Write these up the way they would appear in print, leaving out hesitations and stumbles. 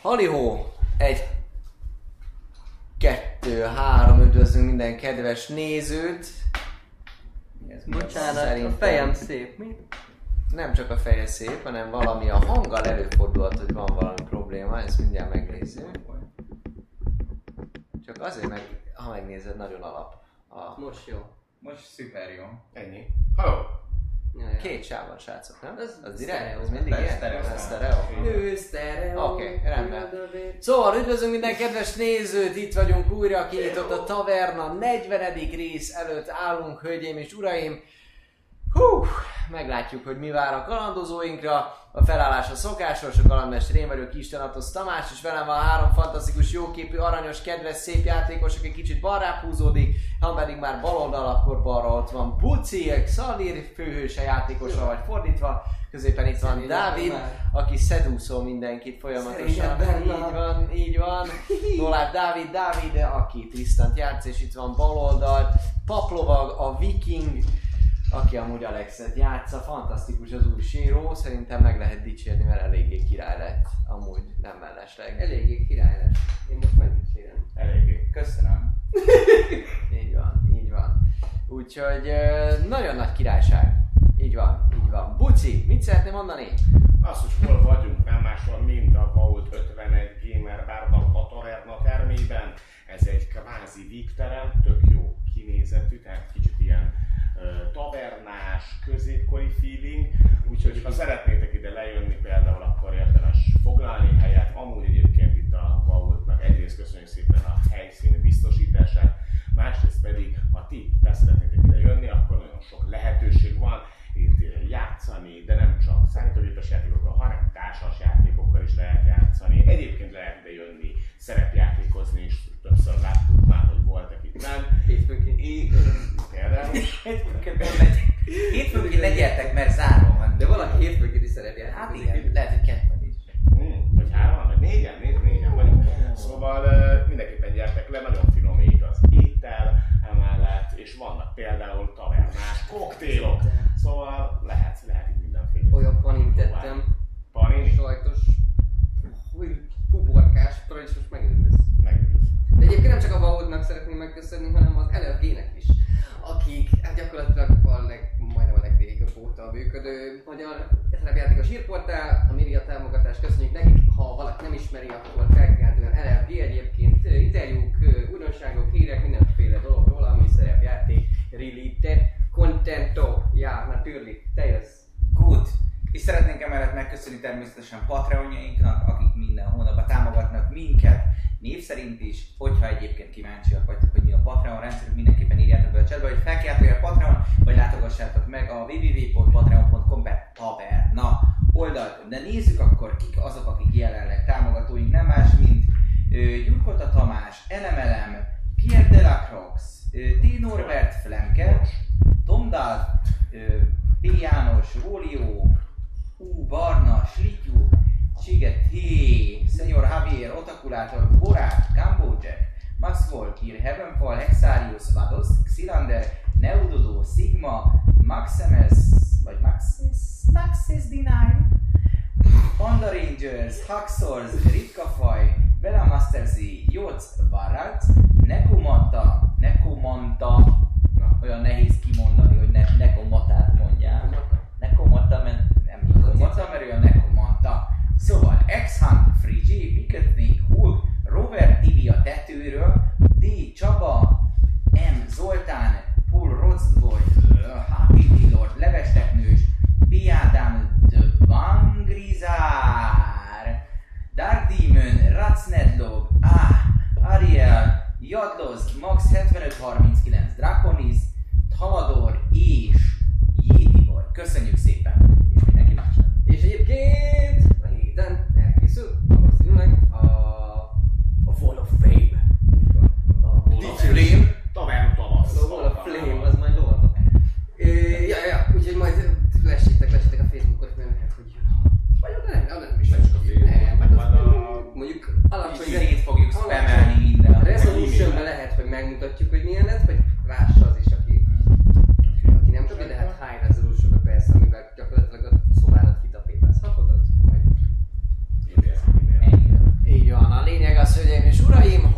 Halihó! 1, 2, 3, üdvözlünk minden kedves nézőt. Bocsánat, Szerintem a fejem szép, mi? Nem csak a feje szép, hanem valami a hanggal előfordulhat, hogy van valami probléma, ezt mindjárt megnézzük. Csak azért meg, ha megnézed, nagyon alap. Most jó. Most szuper jó. Ennyi. Halló! Két sáv van, srácok, nem? Az direkt? sztereó. Az mindig ilyen? Ez sztereó? Oké, rendben. Szóval üdvözlünk minden kedves nézőt, itt vagyunk újra, kinyitott a taverna, 40. rész előtt állunk, hölgyeim és uraim. Meglátjuk, hogy mi vár a kalandozóinkra. A felállás a szokásos, a kalandmester én vagyok, Isten Atosz Tamás, és velem van 3 fantasztikus, jóképű, aranyos, kedves, szép játékos, aki kicsit balrább húzódik, ha pedig már bal oldal, akkor balra ott van Buci, Xalir főhőse játékosa, vagy fordítva, középen itt van Dávid, aki szedúszol mindenkit folyamatosan. Így van. Nolás Dávid, aki Tristant játsz, és itt van bal oldalt, Paplovag, a viking, aki amúgy Alexet játsza, fantasztikus az új séró, szerintem meg lehet dicsérni, mert eléggé király lett, amúgy nem mellesleg. Eléggé király lett. Én most megdicsérem. Eléggé. Köszönöm. Így van. Úgyhogy nagyon nagy királyság. Így van. Buci, mit szeretnél mondani? Azt, hogy hol vagyunk, nem máshol, mint a Vault 51 Gamer Barban a taverna termében. Ez egy kvázi vígterem, tök jó kinézetű, tehát kicsit ilyen tavernás, középkori feeling, úgyhogy ha szeretnétek ide lejönni például, akkor érdemes foglalni helyet. Amúgy egyébként itt a Vaultnak egyrészt köszönjük szépen a helyszín biztosítását, másrészt pedig, ha ti szeretnétek ide jönni, akkor nagyon sok lehetőség van itt játszani, de nem csak számítógépes játékokkal, hanem társas játékokkal is lehet játszani. Egyébként lehet ide jönni, szerepjátékozni is, többször láttuk már, hogy voltak itt, nem? Hétfőnként. Például. Hétfőnként ne gyertek, mert zárom van. De valaki hétfőnként is szerepjáték. Hát igen, lehet, hogy ketten is. Vagy 3, vagy 4-en vagyunk. Szóval mindenképpen gyertek le, nagyon finom ég az étel emellett, és vannak például tavernás koktélok. Szóval lehet itt mindenféle. Olyan panint tettem. Panin? Sajtos. Puborkás, és most megőrülsz. Megőrülsz. De egyébként nem csak a Vaultnak szeretném megköszönni, hanem az LFG-nek is, akik gyakorlatilag majdnem a legrégebb óta működő magyar szerepjátékos hírportál, a média támogatást köszönjük nekik. Ha valaki nem ismeri, akkor felkeltően LFG, egyébként interjúk, újdonságok, hírek, mindenféle dologról, ami szerepjáték related contento. Ja, natürlich, te jössz. Good. És szeretnénk emellett megköszönni természetesen Patreonjainknak, akik minden hónapban támogatnak minket, név szerint is. Hogyha egyébként kíváncsiak vagytok, hogy mi a Patreon rendszerünk, mindenképpen írjátok be a chatbe, hogy felkeltője a Patreon, vagy látogassátok meg a www.patreon.com/taverna oldalt. De nézzük akkor, kik azok, akik jelenleg támogatóink, nem más, mint Gyurkota Tamás, Elemelem, Pierre Delacroix, T. Norbert Flemke, Tom Dahl, P. János, Rólió, U. Barna, Slityu, Csiget, T. Senior Javier, Otakulátor, Borát, Gambojek, Max Volkir, Heavenfall, Hexarius, Vados, Xilander, Neudodo, Sigma, Maximus, vagy Maxis Deny, Panda Rangers, Haxors, Ritkafaj, Bella Masterzi, Jóc, Barat, Nekomanta, olyan nehéz kimondani, hogy Nekomatát mondják. Nekomata, mert nem Nekomata, mert olyan Nekomanta. Szóval X-Hunt, Frigi, Wickedwing, Hulk, Robert TV a tetőről, D. Csaba, M. Zoltán, Paul Rozdvold, Happy Lord, Levesteknős, B. Ádám, The Vangrizár, Dark Demon, Ratsnedlog, Ariel, Jadloz, Max 7539, Draconis, Talador és Jétibor. Köszönjük szépen! És mindenki másnak. És egyébként a héten elkészül valószínűleg a Wall of Fame. Flame, taverna tavasz. A Wall of Flame, az majd lóra. Úgyhogy majd lessétek a Facebookot, mert lehet, hogy vagy nem is lesz a Facebook. Mondjuk alacsony Itt fogjuk spamelni minden. Resolution-ben lehet, hogy megmutatjuk, hogy milyen lett, vagy lássa az is, aki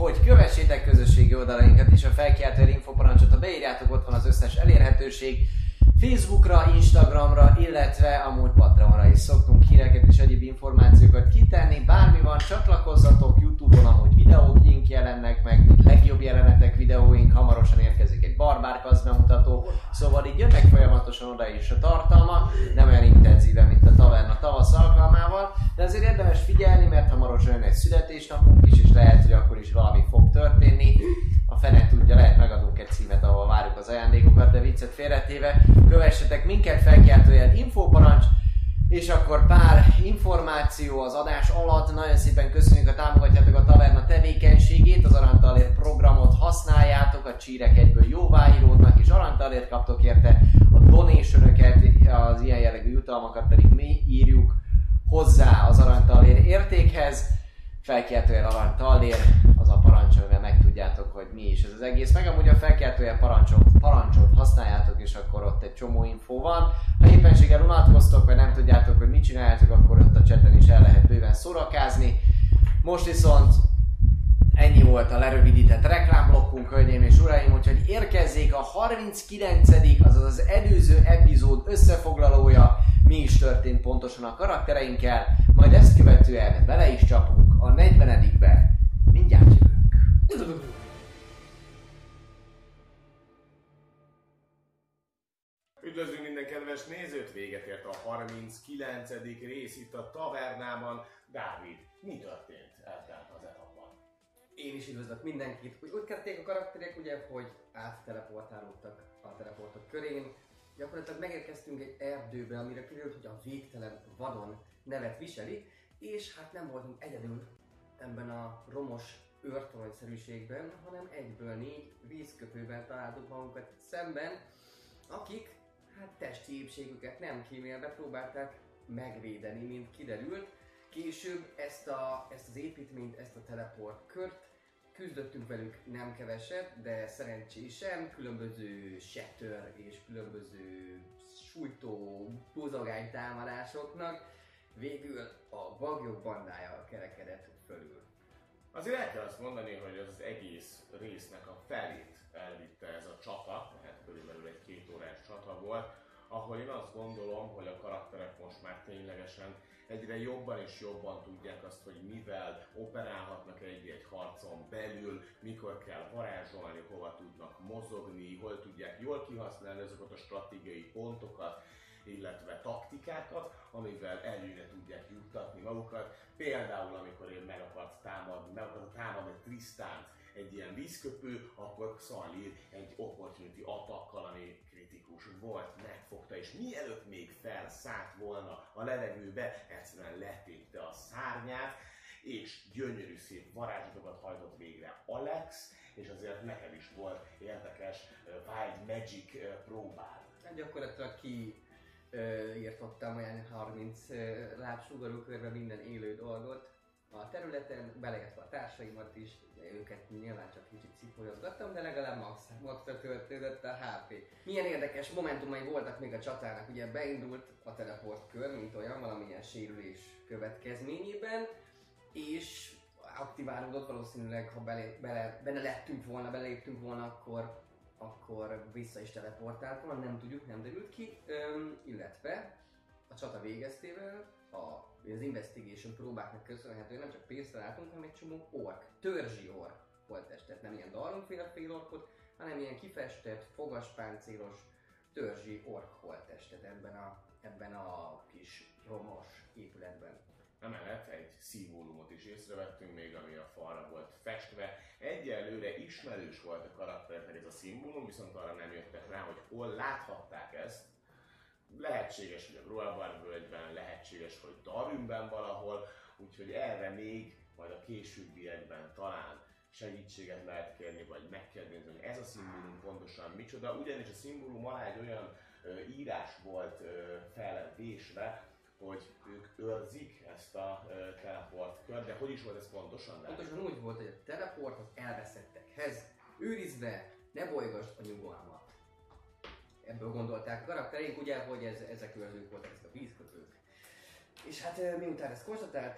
hogy kövessétek közösségi oldalainkat is, a felkiáltó infoparancsot, ha beírjátok, ott van az összes elérhetőség. Facebookra, Instagramra, illetve amúgy Patreonra is szoktunk híreket és egyéb információkat kitenni. Bármi van, csatlakozzatok, YouTube-on amúgy videóink jelennek meg, mint legjobb jelenetek videóink, hamarosan érkezik egy barbárkasz bemutató, szóval így jönnek folyamatosan oda is a tartalma, nem olyan intenzíven, mint a taverna tavasz alkalmával, de azért érdemes figyelni, mert hamarosan jön egy születésnapunk is, és lehet, hogy akkor is valami fog történni. A fene tudja, lehet megadunk egy címet, ahol várjuk az ajándékokat, de viccet félretéve, kövessetek minket, felkiáltójel infoparancs, és akkor pár információ az adás alatt. Nagyon szépen köszönjük, ha támogatjátok a taverna tevékenységét, az Aranytalér programot használjátok, a csírek egyből jóváíródnak, és Aranytalért kaptok érte, a donation-öket, az ilyen jellegű jutalmakat pedig mi írjuk hozzá az Aranytalér értékhez. Felkiáltójel Aranytalér az a parancs, amivel megtudjátok, hogy mi is ez az egész. Meg amúgy a felkiáltójel parancsot használjátok, és akkor ott egy csomó infó van. Ha éppenséggel unatkoztok, vagy nem tudjátok, hogy mit csináljátok, akkor ott a chaten is el lehet bőven szórakázni. Most viszont ennyi volt a lerövidített reklámblokkunk, hölgyeim és uraim, úgyhogy érkezzék a 39., azaz az előző epizód összefoglalója, mi is történt pontosan a karaktereinkkel, majd ezt követően bele is csapunk a 40-be. Mindjárt jövünk. Üdvözlünk minden kedves nézőt! Véget ért a 39. rész itt a tavernában. Dávid, mi történt ebben az etapban? Én is üdvözlök mindenkit. Úgy kezdték a karakterek, ugye, hogy átteleportálódtak a teleportok körén. Gyakorlatilag megérkeztünk egy erdőbe, amire kiderült, hogy a végtelen vadon nevet viseli, és hát nem voltunk egyedül ebben a romos őrtoronyszerűségben, hanem egyből 4 vízköpőben találtuk magunkat szemben, akik hát testi épségüket nem kímélve próbálták megvédeni, mint kiderült. Később ezt az építményt, ezt a teleport kört küzdöttünk velük nem keveset, de szerencsésen különböző shatter és különböző sújtó buzogány támadásoknak végül a bagyok bandája kerekedett fölül. Azért el kell azt mondani, hogy az egész résznek a felét elvitte ez a csata, tehát körülbelül egy 2 órás csata volt, ahol én azt gondolom, hogy a karakterek most már ténylegesen egyre jobban és jobban tudják azt, hogy mivel operálhatnak egy-egy harcon belül, mikor kell varázsolni, hova tudnak mozogni, hol tudják jól kihasználni azokat a stratégiai pontokat, illetve taktikákat, amivel előre tudják juttatni magukat. Például, amikor én meg akart támadni Tristánt egy ilyen vízköpő, akkor Xalir egy opportunity attakkal, ami kritikus volt, megfogta, és mielőtt még felszállt volna a levegőbe, egyszerűen letépte a szárnyát, és gyönyörű szép varázslatokat hajtott végre Alex, és azért neked is volt érdekes Wild Magic próbád. Gyakorlatilag írtottam olyan 30 lábsugarókörbe minden élő dolgot a területen, beleértve a társaimat is, őket nyilván csak kicsit szipolyozgattam, de legalább maxra töltődött a HP. Milyen érdekes momentumai voltak még a csatának, ugye beindult a teleport kör, mint olyan valamilyen sérülés következményében, és aktiválódott valószínűleg, ha beléptünk volna, akkor vissza is teleportált volna, nem tudjuk, nem derült ki, illetve a csata végeztével az investigation próbáknak köszönhetően nem csak pénzt találtunk, hanem egy csomó ork, törzsi ork holttestet, nem ilyen dalomféle félorkot, hanem ilyen kifestett, fogaspáncélos törzsi ork holttestet ebben a kis romos épületben. Emellett egy szimbólumot is észrevettünk még, ami a falra volt festve. Egyelőre ismerős volt a karakternek ez a szimbólum, viszont arra nem jöttek rá, hogy hol láthatták ezt. Lehetséges, hogy a Groabar völgyben, lehetséges, hogy Darünben valahol, úgyhogy erre még majd a későbbiekben talán segítséget lehet kérni, vagy megkérdezni, hogy ez a szimbólum pontosan micsoda, ugyanis a szimbólum alá egy olyan írás volt felvésve, hogy ők őrzik ezt a teleport kört, de hogy is volt ez pontosan? Pontosan úgy volt, hogy a teleport az elveszettekhez őrizve, ne bolygasd a nyugalmat. Ebből gondolták a karaktereink, ugye, hogy ezek őrzők voltak, ezek a vízköpők. És hát miután ezt konstatálták,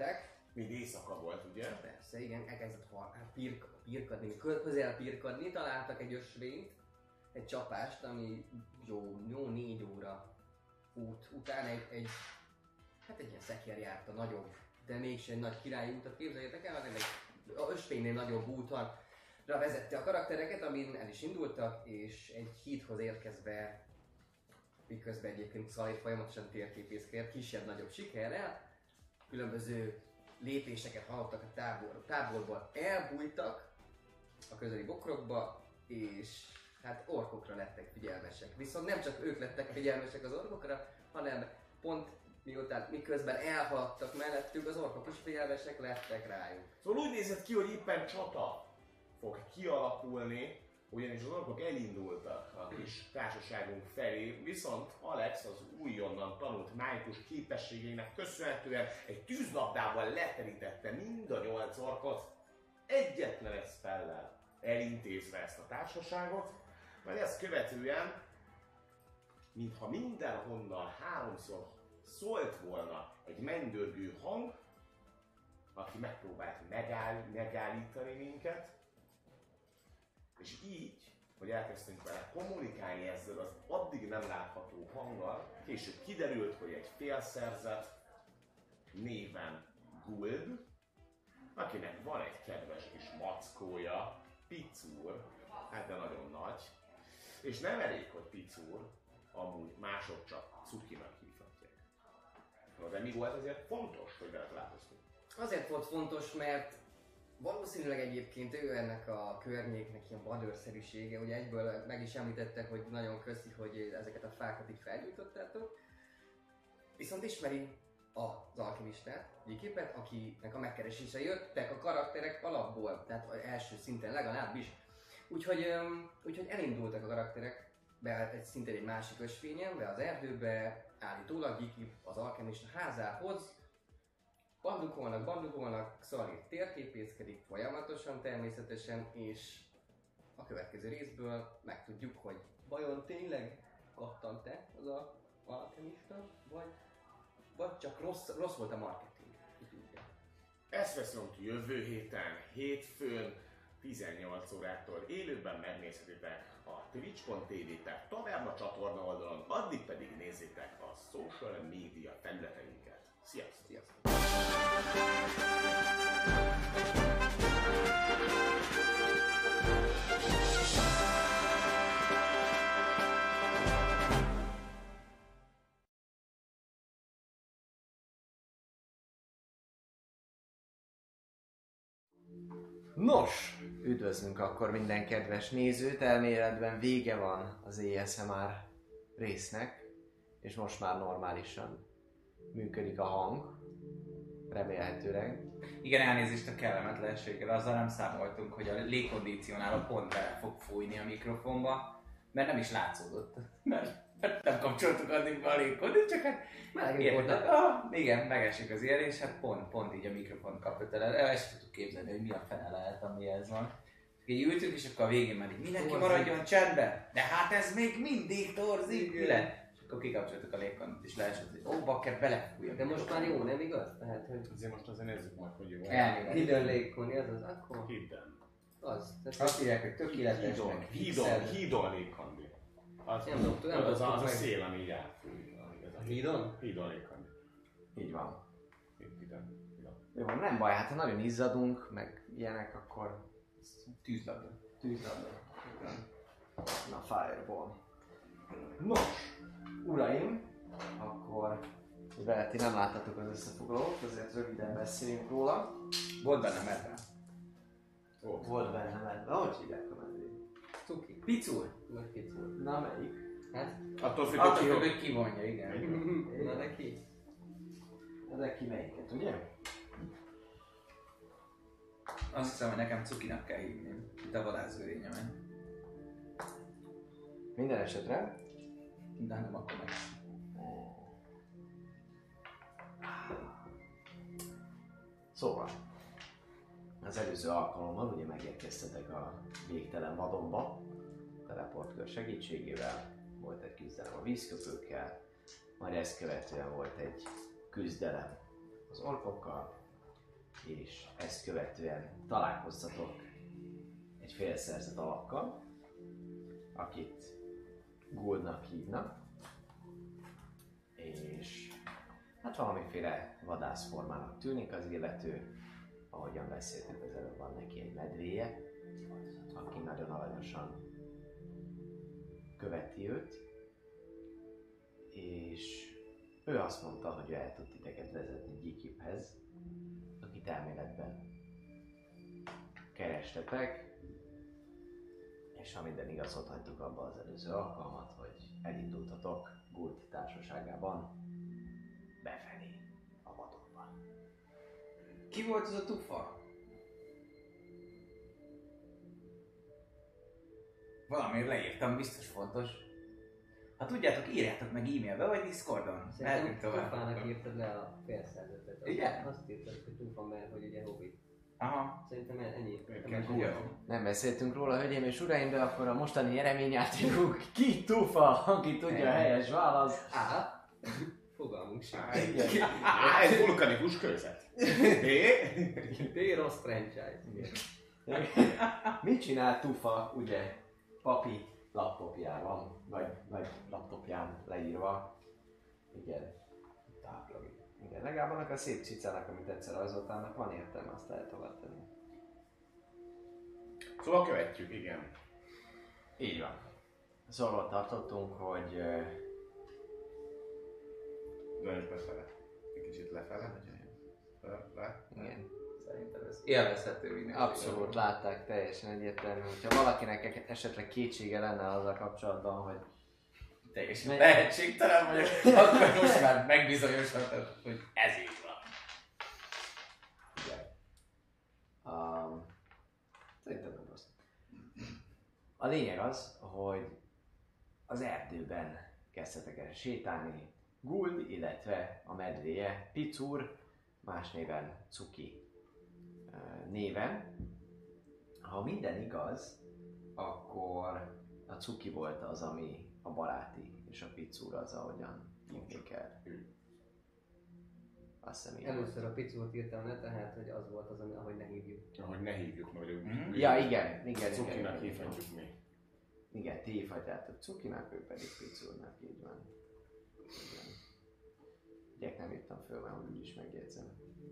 Mind éjszaka volt, ugye? Persze, igen, elkezdett pirkadni, közel pirkadni, találtak egy ösvényt, egy csapást, ami jó 4 óra út után egy ilyen szekér járta, nagyobb, de mégsem egy nagy királyi útat képzeljétek el, hanem egy ösvénynél nagyobb úton vezette a karaktereket, amin el is indultak, és egy hídhoz érkezve, miközben egyébként Szalid folyamatosan térképészkedett, kisebb-nagyobb sikerrel, különböző lépéseket hallottak a táborból, elbújtak a közeli bokrokba, és hát orkokra lettek figyelmesek. Viszont nem csak ők lettek figyelmesek az orkokra, hanem pont miközben elhaladtak mellettük, az orkok is figyelmesek lettek rájuk. Szóval úgy nézett ki, hogy éppen csata fog kialakulni, ugyanis az orkok elindultak a kis társaságunk felé, viszont Alex az újonnan tanult mágikus képességeinek köszönhetően egy tűzlabdával leterítette mind a 8 orkot, egyetlen egy spellel elintézve ezt a társaságot, majd ezt követően, mintha mindenhonnan 3-szor szólt volna egy mennydörgő hang, aki megpróbált megállítani minket, és így, hogy elkezdtünk vele kommunikálni ezzel az addig nem látható hanggal, később kiderült, hogy egy félszerzet néven Guld, akinek van egy kedves kis mackója, Picur, hát de nagyon nagy, és nem elég, hogy Picur, amúgy mások csak Cukinak hívhatják. De mi volt ezért fontos, hogy vele találkoztunk? Azért volt fontos, mert valószínűleg egyébként ő ennek a környéknek ilyen vadőrszerűsége, ugye egyből meg is említettek, hogy nagyon köszi, hogy ezeket a fákat így felgyújtottátok. Viszont ismeri az alkimistát, Gyikipet, akinek a megkeresése jöttek a karakterek alapból, tehát első szinten legalábbis. Úgyhogy elindultak a karakterek be szintén egy másik ösvényen, be az erdőbe, állítólag Gyikip az alkimista házához. Bandukolnak, Szalid térképészkedik folyamatosan természetesen, és a következő részből megtudjuk, hogy vajon tényleg kattant-e az alkimista, vagy csak rossz volt a marketing. Ezt veszünk jövő héten, hétfőn, 18 órától élőben megnézhetitek a twitch.tv per Taverna csatorna oldalon, addig pedig nézzétek a social media felületeinket. Sziasztok! Sziasztok! Nos, üdvözlünk akkor minden kedves nézőt, elméletben vége van az ASMR résznek, és most már normálisan működik a hang, remélhetőleg. Igen, elnézést a kellemetlenséggel, azzal nem számoltunk, hogy a légkondicionáló pont bele fog fújni a mikrofonba, mert nem is látszódott, mert nem kapcsoltuk addig be a légkondit, csak hát igen, megesik az ilyen, és hát pont így a mikrofon kapott el. El is tudtuk képzelni, hogy mi a fene lehet, ami ez van. Így ültünk, és akkor a végén már így mindenki maradjon csendben, de hát ez még mindig torzik, mi lett? És akkor kikapcsoltuk a légkondit, és leesett, hogy ó, bakker, belefújja. De most már jó, nem igaz? Tehát, hogy Azért most azért nézzük majd, hogy jó. hidden légkonni, az akkor? Hidden. Azt írják, hogy tökéletes, meg Hídon légkandi. Az a szél, ami így átfúj. Hídon? Hídon légkandi. Így van. Hídon. Jó, nem baj, hát ha nagyon izzadunk, meg ilyenek, akkor tűzlabda. Na, fireball. Nos, uraim, akkor mivel ti nem láttatok az összefoglalót, azért röviden beszélünk róla. Volt benne medve. Volt benne medve. Hogy hívják a medvét? Cuki. Picul. Nagy Picul. Na, melyik? Hát? Attól függ, hogy kivonja, igen. Na neki? De ki melyiket, ugye? Azt hiszem, hogy nekem Cukinak kell hívni, itt a vadászőrényemet. Minden esetre. De nem, akkor meg. Szóval, az előző alkalommal ugye megérkeztetek a végtelen vadonba, teleportkör segítségével, volt egy küzdelem a vízköpőkkel, majd ezt követően volt egy küzdelem az orkokkal, és ezt követően találkoztatok egy félszerzett alakkal, akit Guldnak hívnak, és hát valamiféle vadászformának tűnik az illető, ahogyan beszéltük, az előbb van neki egy medvéje, aki nagyon aranyosan követi őt, és ő azt mondta, hogy ő el tud titeket vezetni Gyikiphez, akit elméletben kerestetek, és ha minden igaz, ott hagytuk abba az előző alkalmat, hogy elindultatok Guld társaságában befelé a vadonba. Ki volt az a tufa? Valamiért leírtam, biztos fontos. Ha tudjátok, írjátok meg e-mailbe vagy Discordon. Mehetünk tovább. Tufának írtad le a félszerzetet. Igen? Azt írtad, hogy Tufa, mert hogy ugye hobbit. Aha. Szerintem ennyi. Jó. Nem beszéltünk róla, hölgyeim és uraim, de akkor a mostani nyereményjátékunk ki Tufa, aki tudja a helyes választ. A. Fogalmunk sem. Egy vulkanikus kőzet. B. B. rossz franchise. Mit csinál Tufa, ugye, papi laptopjában, vagy laptopján leírva? Igen, táblagi. Igen, legalább annak a szép cicának, amit egyszer rajzoltálnak, van értelme, azt lehet tovább tenni. Szóval követjük, igen. Így van. Szóval ott tartottunk, hogy... Dönts befele. Egy kicsit lefele. Le. igen. Szerintem ez élvezhető mindenki. Abszolút, látták, teljesen egyértelmű. Ha valakinek esetleg kétsége lenne azzal kapcsolatban, hogy Teljesen lehetségtelen vagyok, akkor most már megbizonyosodtad, hogy ez így van. Szerintem nem rossz. A lényeg az, hogy az erdőben kezdtetek el sétálni Guld, illetve a medvéje Picur, más néven Cuki néven. Ha minden igaz, akkor a Cuki volt az, ami a baráti, és a Picur az, ahogyan hívni kell. Azt hiszem így Először a Picurt írtam le, tehát hogy az volt az, ahogy ne hívjuk. Ahogy ne hívjuk meg. Ja, igen. Cukinak hívhatjuk mi. Igen, ti hívhatjátok Cukinak, ő pedig Picurnak, így van. Igen. Gyek nem írtam föl, mert úgy is megjegyzem.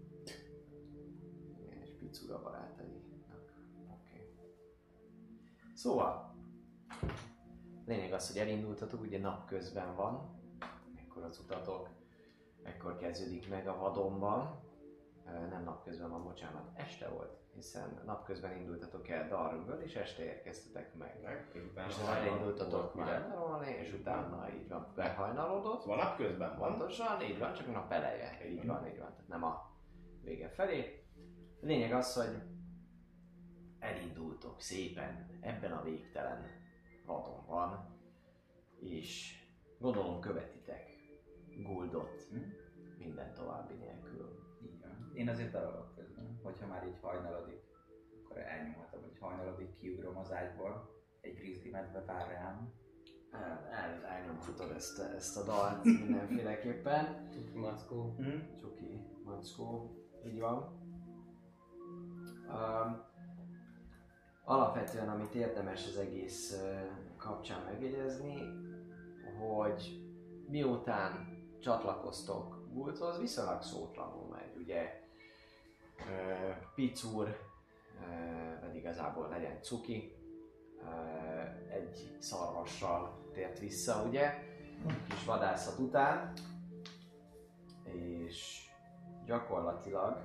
Igen, és Picur a barátainak. Oké. Szóval, lényeg az, hogy elindultatok, ugye napközben van, ekkor az utatok, ekkor kezdődik meg a vadonban. Nem napközben van, bocsánat, este volt, hiszen napközben indultatok el Darmből, és este érkeztetek meg. És elindultatok hajnalolni, és utána így van, behajnalodott. Van napközben? Van? Pontosan, így van, csak a nap eleje. Így van, tehát nem a vége felé. A lényeg az, hogy elindultok szépen ebben a végtelen vadonban, és gondolom követitek Guldot minden további nélkül. Így van. Én azért arra közben, hogyha már így hajnalodik, akkor elnyomhatom, hogy hajnalodik, kiugrom az ágyból, egy grizzly medve vár rám. Elnyomhatod ezt a dalt mindenféleképpen. Cuki mackó. Cuki mackó, így van. Alapvetően, amit érdemes az egész kapcsán megjegyezni, hogy miután csatlakoztok Guldhoz, viszonylag szótlanul megy, ugye Picur, pedig igazából legyen Cuki, egy szarvassal tért vissza, ugye, kis vadászat után, és gyakorlatilag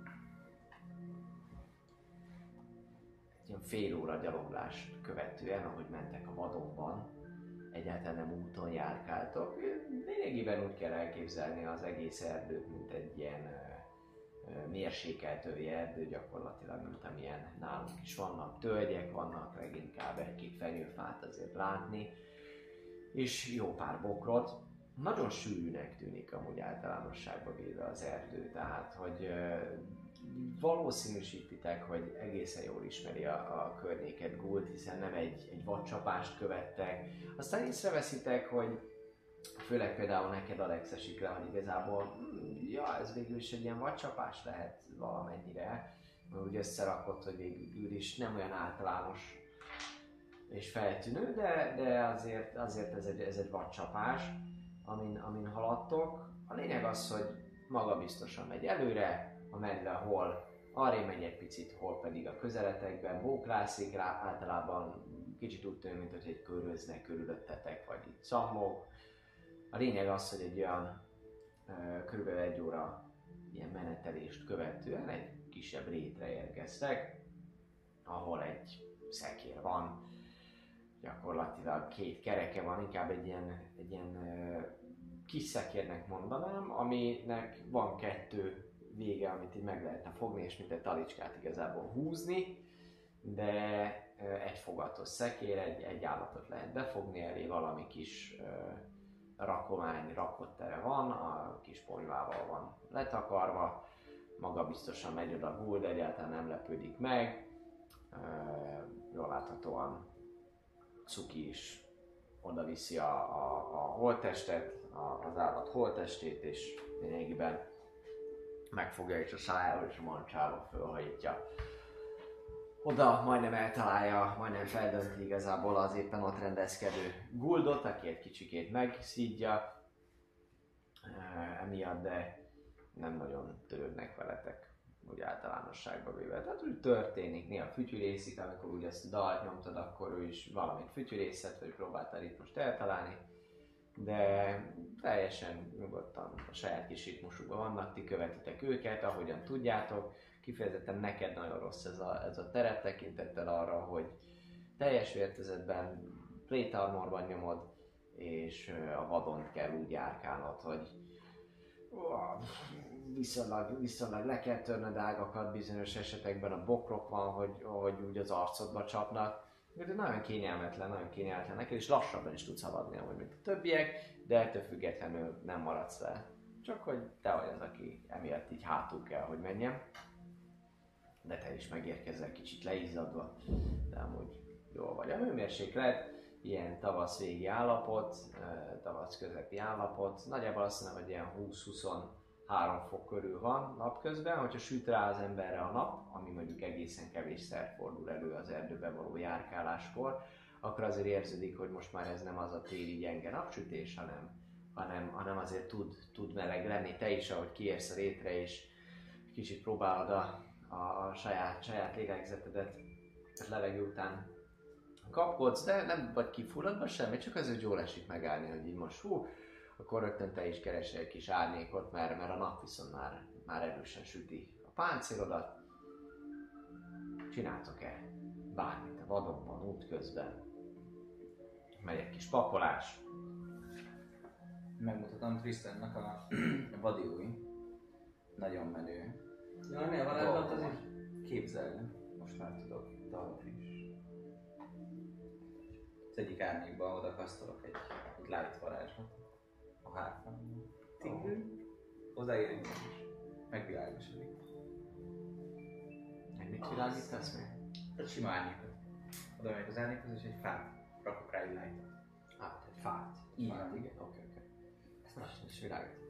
egy ilyen fél óra gyaloglást követően, ahogy mentek a vadonban, egyáltalán nem úton járkáltok. Lényegében úgy kell elképzelni az egész erdőt, mint egy ilyen mérsékelt övi erdő, gyakorlatilag, mint amilyen nálunk is vannak. Tölgyek vannak, leginkább egy-két fenyőfát azért látni, és jó pár bokrot. Nagyon sűrűnek tűnik amúgy általánosságban véve az erdő, tehát hogy valószínűsítitek, hogy egészen jól ismeri a környéket Guld, hiszen nem egy vadcsapást követtek. Aztán észreveszitek, hogy Főleg például neked Alex esik le, hogy igazából ja, ez végül is egy ilyen vadcsapás lehet valamennyire. Úgy összerakott, hogy végül is nem olyan általános és feltűnő, de azért ez egy vadcsapás, amin haladtok. A lényeg az, hogy maga biztosan megy előre, a medve hol arrébb megy egy picit, hol pedig a közeletekben bóklászik rá, általában kicsit úgy tűnik, mint hogy egy köröznek körülöttetek, vagy itt szammog. A lényeg az, hogy egy olyan kb. 1 óra ilyen menetelést követően egy kisebb rétre érkeztek, ahol egy szekér van, gyakorlatilag 2 kereke van, inkább egy ilyen kis szekérnek mondanám, aminek van 2 vége, amit így meg lehetne fogni, és mint egy talicskát igazából húzni, de egy fogatos szekér, egy állatot lehet befogni, elé valami kis rakomány, rakott tere van, a kis ponyvával van letakarva, maga biztosan megy oda a gúl, de egyáltalán nem lepődik meg, jól láthatóan Cuki is oda viszi a holttestet, az állat holttestét, és lényegében megfogja és a szájával és a mancsával fölhajítja. Oda majdnem eltalálja, majdnem feldönti igazából az éppen ott rendezkedő guldot, aki egy kicsikét megszídja emiatt, de nem nagyon törődnek veletek úgy általánosságban véve. Tehát úgy történik, néha fütyülészik, amikor úgy ezt a dalt nyomtad, akkor ő is valamit fütyülészett, vagy próbálta ritmust eltalálni, de teljesen nyugodtan a saját kis ritmusukban vannak, ti követitek őket, ahogyan tudjátok. Kifejezetten neked nagyon rossz ez a terep tekintettel arra, hogy teljes vértezetben, plate armorban nyomod, és a vadon kell úgy járkálnod, hogy viszonylag le kell törnöd ágakat, bizonyos esetekben a bokrok van, hogy úgy az arcodba csapnak. De nagyon kényelmetlen neked, és lassabban is tudsz haladni, ahogy mint a többiek, de ettől függetlenül nem maradsz le. Csak hogy te vagy az, aki emiatt így hátul kell, hogy menjen. De te is megérkezel kicsit leizzadva, de amúgy jól vagy. A hőmérséklet ilyen tavasz végi állapot, tavasz közepi állapot, nagyjából azt mondom, hogy ilyen 20-23 fok körül van napközben, hogyha süt rá az emberre a nap, ami mondjuk egészen kevésszer fordul elő az erdőben való járkáláskor, akkor azért érződik, hogy most már ez nem az a téli gyenge napsütés, hanem azért tud meleg lenni. Te is, ahogy kiérsz a rétre, és kicsit próbálod a saját lélegzetedet levegő után kapkodsz, de nem vagy kifulladva semmi, csak azért jól esik megállni, hogy így most akkor rögtön te is keresel egy kis árnyékot, mert a nap viszont már erősen süti a páncélodat. Csináltok-e bármit a vadonban, útközben? Megy egy kis pakolás. Megmutatom Tristannak a vadiói. Nagyon menő. Ja, ne, varázslat az is. Képzelni. Most már tudok dalni is. Az egyik árnyékban oda kasztolok egy light varázslat. A hárfán. Hozzáérünk is. Megvilágosodik. Mit világítasz még? Egy sima árnyékot. Oda megyek az árnyékhoz és egy fát rakok rá egy lightot. Egy fát. Így van, igen. Oké. Ezt is világít.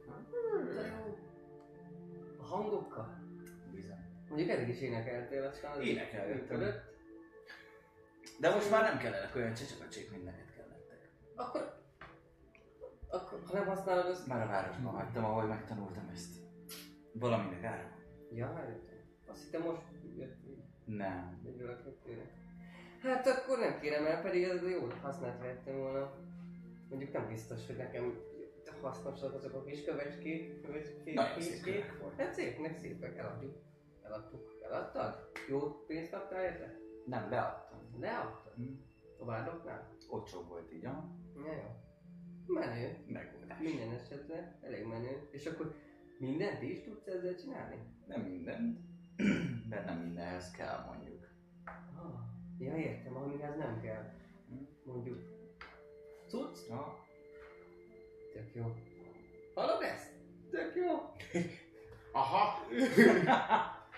A hangokkal? Bizony. Mondjuk eddig is énekeltél, aztán Énekelgettem. De most már nem kellenek olyan csecsakacsék, mint neked kellettek. Akkor ha nem használod azt... Már a városban hagytam, ahol megtanultam ezt. Valaminek ára. Ja, jöttem. Azt hittem most jött így. Nem. Egy valakinek. Hát akkor nem kérem el, pedig ez jó hasznát vettem volna. Mondjuk nem biztos, hogy nekem hasznosak azok a kis kövecskék. Nagyon szépek volt. Hát szépek, eladjuk. Eladtad? Jó pénzt kaptál érte? Nem, beadtam. Leadtad? A vádoknál? Olcsó volt így, aha. Ja, jó. Menő. Megoldás. Minden esetre elég menő. És akkor mindent is tudsz ezzel csinálni? Nem mindent, mert nem mindenhez kell mondjuk. Ja, értem, amihez nem kell. Mondjuk cucc? Ja. Tök jó. Hallod ezt? Tök jó. Aha!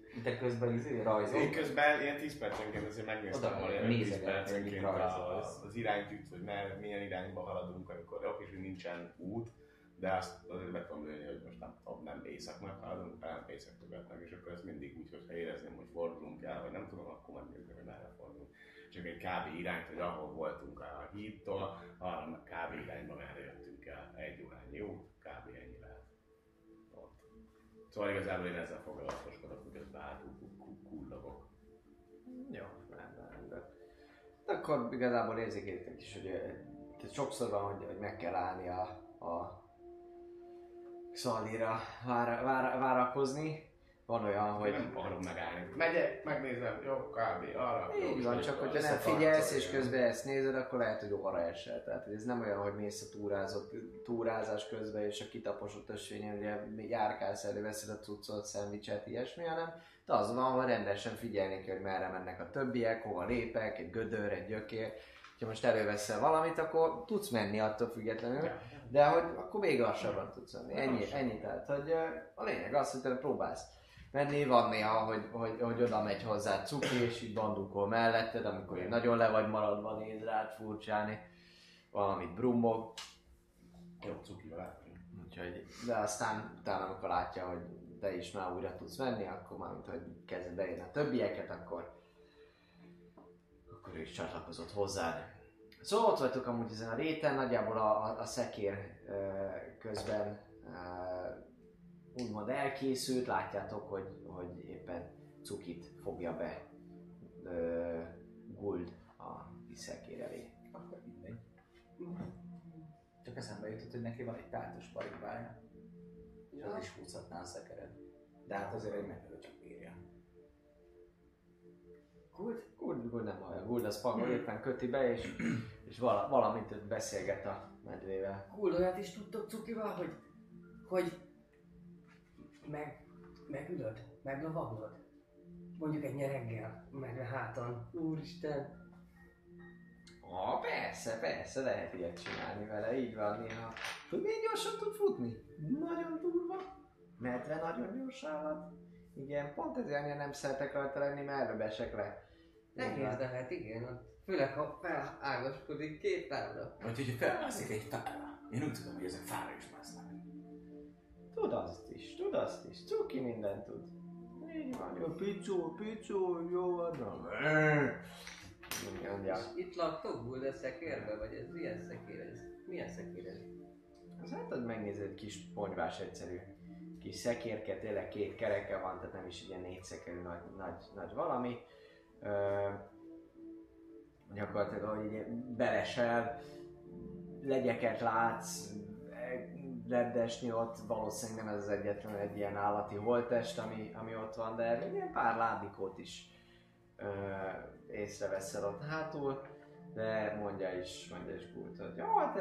De közben rajzol. Én közben ilyen 10 percenként azért megnéztem Oda volna ilyen 10 nézegetni, percenként hogy rajzolsz. az iránytűt, hogy milyen irányba haladunk, amikor oké, hogy nincsen út, de azt azért be tudom lőni, hogy most nem északnak haladunk, hanem észak-nyugatnak, és akkor ezt mindig úgy, hogyha érezném, hogy fordulunk el, vagy nem tudom, akkor megnézni, hogy merre fordulunk. Csak egy kb. Irányt, hogy ahol voltunk a hídtól, arra kb. Irányba merre jöttünk el. 1 órányi út, kb. Ennyi lehet. Ott. Szóval igazából én ezzel foglalatoskodok, hogy közben kullogok. Jó, rendben. Akkor igazából érzékeltek is, hogy tehát sokszor van, hogy meg kell állni a Xalira várakozni. Van olyan, hogy... Nem akarok megállni. Megyek, megnézem, jó, kb. Arra. Így van, csak hogyha nem figyelsz és közben ezt nézed, akkor lehet, hogy arra esel. Tehát hogy ez nem olyan, hogy mész a túrázás közben és a kitaposott ösvényen ugye járkálsz, előveszed a cuccot, szendvicset, ilyesmi, hanem de az van, hogy rendesen figyelni kell, hogy merre mennek a többiek, hova lépek, egy gödör, egy gyökér. Ha most előveszel valamit, akkor tudsz menni attól függetlenül, de hogy akkor még lassabban tudsz menni. Ennyi. Tehát, hogy a lényeg az, hogy te próbálsz menni, van néha, hogy oda megy hozzá cuki, és így bandukol melletted, amikor én nagyon le vagy maradva, néz rád furcsáni, valamit brummog. Jó, cukival látni. Úgyhogy, de aztán utána, amikor látja, hogy te is már újra tudsz menni, akkor már, mint hogy kezded beérni a többieket, akkor ő is csatlakozott hozzád. Szóval ott vagytok amúgy ezen a réten, nagyjából a szekér közben úgymond elkészült, látjátok, hogy éppen cukit fogja be Guld a szekér elé. Akkor mindegy. Csak eszembe jutott, hogy neki van egy táltos paripája. És az is húzhatná a szekeret. De hát azért egy menő csak bírja. Guld nem hallja. Guld az pagol éppen köti be, és valamit beszélget a medvével. Guld, olyat is tudtok cukival, hogy megülöd, meglovaglod. Mondjuk egy nyereggel, meg a háton. Úristen! Persze, lehet ilyet csinálni vele, így van néha. Hogy milyen gyorsan tud futni? Nagyon durva. Medve nagyon gyors állat. Igen, pont ezért nem szeretek rajta lenni, mert előbb esek le. Nehéz lehet, igen. Főleg ha felágaskodik 2 lábra. Vagy hogy felmászik egy fára. Én úgy tudom, hogy ezek fára is másznak. Tud azt is. Cuki mindent tud. Így van, jó, picsó, jó van. Itt laktok Guld a szekérbe, vagy ez milyen szekér ez? Milyen szekér ez? Az hát, hogy megnézed, egy kis ponyvás egyszerű kis szekérke, tényleg 2 kereke van, tehát nem is ilyen 4 szekerű nagy valami. Gyakorlatilag, hogy így belesel, legyeket látsz, leddesni ott, valószínűleg nem ez az egyetlen egy ilyen állati holttest, ami ott van, de ilyen pár ládikót is észreveszel ott hátul, de mondja is Guld, hogy jó, hát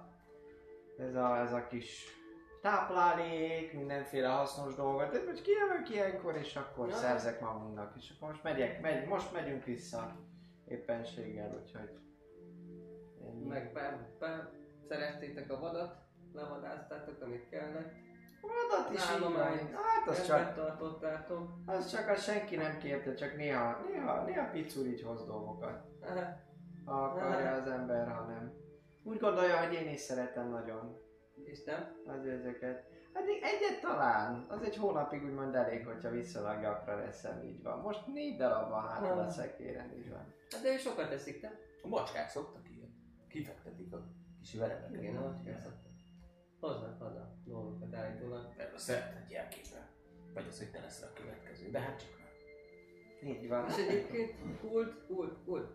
ez a kis táplálék, mindenféle hasznos dolgot, de most kijövök ilyenkor, és akkor szerzek magunknak, és akkor most megyünk vissza éppenséggel, úgyhogy... Meg szereztétek a vadat, levadáztátok, amit kellett. Vadat is így van. Hát az csak az senki nem kérte, csak néha picul így hoz dolgokat. Ha akarja az ember, ha nem. Úgy gondolja, hogy én is szeretem nagyon. És nem? Az ezeket. Hát egyet talán. Az egy hónapig úgymond elég, hogyha viszonylag gyakran eszem, így van. Most 4 darab van hátul a szekéren, így van. Hát de ő sokat eszik, te? A macskák szoktak ilyen. Kifektetik a kis verebeket. Igen, a macskák szoktak. Hoznak haza dolgokat állítólag. Erről szeretett jelképre. Vagy az, hogy te leszel a következő, de hát csak nem. Így van. És egyébként Guld.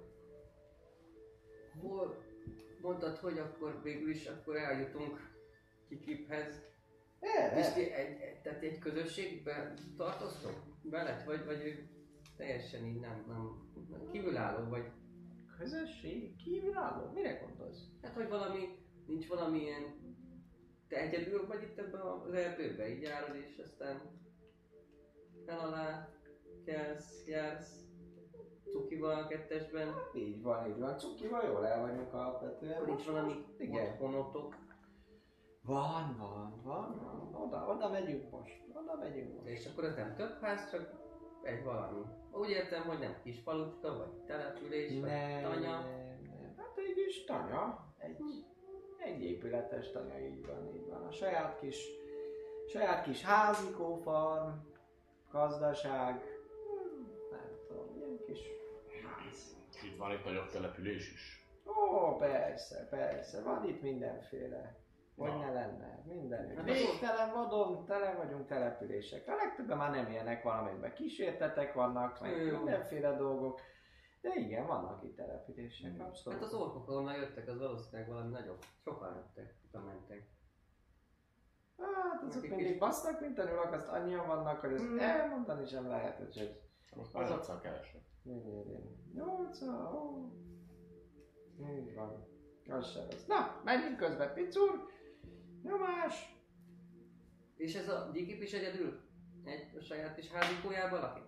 Hol mondtad, hogy akkor végül is akkor eljutunk Kikiphez. És tehát egy közösségben tartoztok veled? Vagy teljesen így nem kívülálló vagy? Közösség? Kívülálló? Mire gondolsz? Hát, hogy nincs valamilyen... Te egyedül vagy itt ebben az erdőben, így járod és aztán fel alá kelsz, jársz Cukival a kettesben. Így van. Cukival jól el vagyunk alapvetően. Nincs valami otthonotok. Van. Oda megyünk most. És akkor ez nem több ház, csak egy valami. Úgy értem, hogy nem kis falucska, vagy település, vagy tanya. Hát egy kis tanya. Egy épületes tanya, így van. A saját kis házikófarm, gazdaság, nem tudom, ilyen kis ház. És itt van itt nagyobb település is. Ó, persze, van itt mindenféle. Hogy ne lenne, mindenütt. Végtelen vadon, tele vagyunk települések. A legtöbben már nem ilyenek, valamelyikben kísértetek vannak, meg mindenféle dolgok. De igen, vannak itt települések, abszolút. Hát az orkok, ahonnan jöttek, az valószínűleg valami nagyobb. Sokan jöttek, utána mentek. Hát azok mindig basznak, mint a nyulak, azt annyian vannak, hogy ezt elmondani sem lehet, hogy Most már 8-szal keresek. 8-szal, ó. Így van. Az sem az. Na, menjünk közben, picur. Nyomás. És ez a gyikip is egyedül? A saját kis házikójában lakik?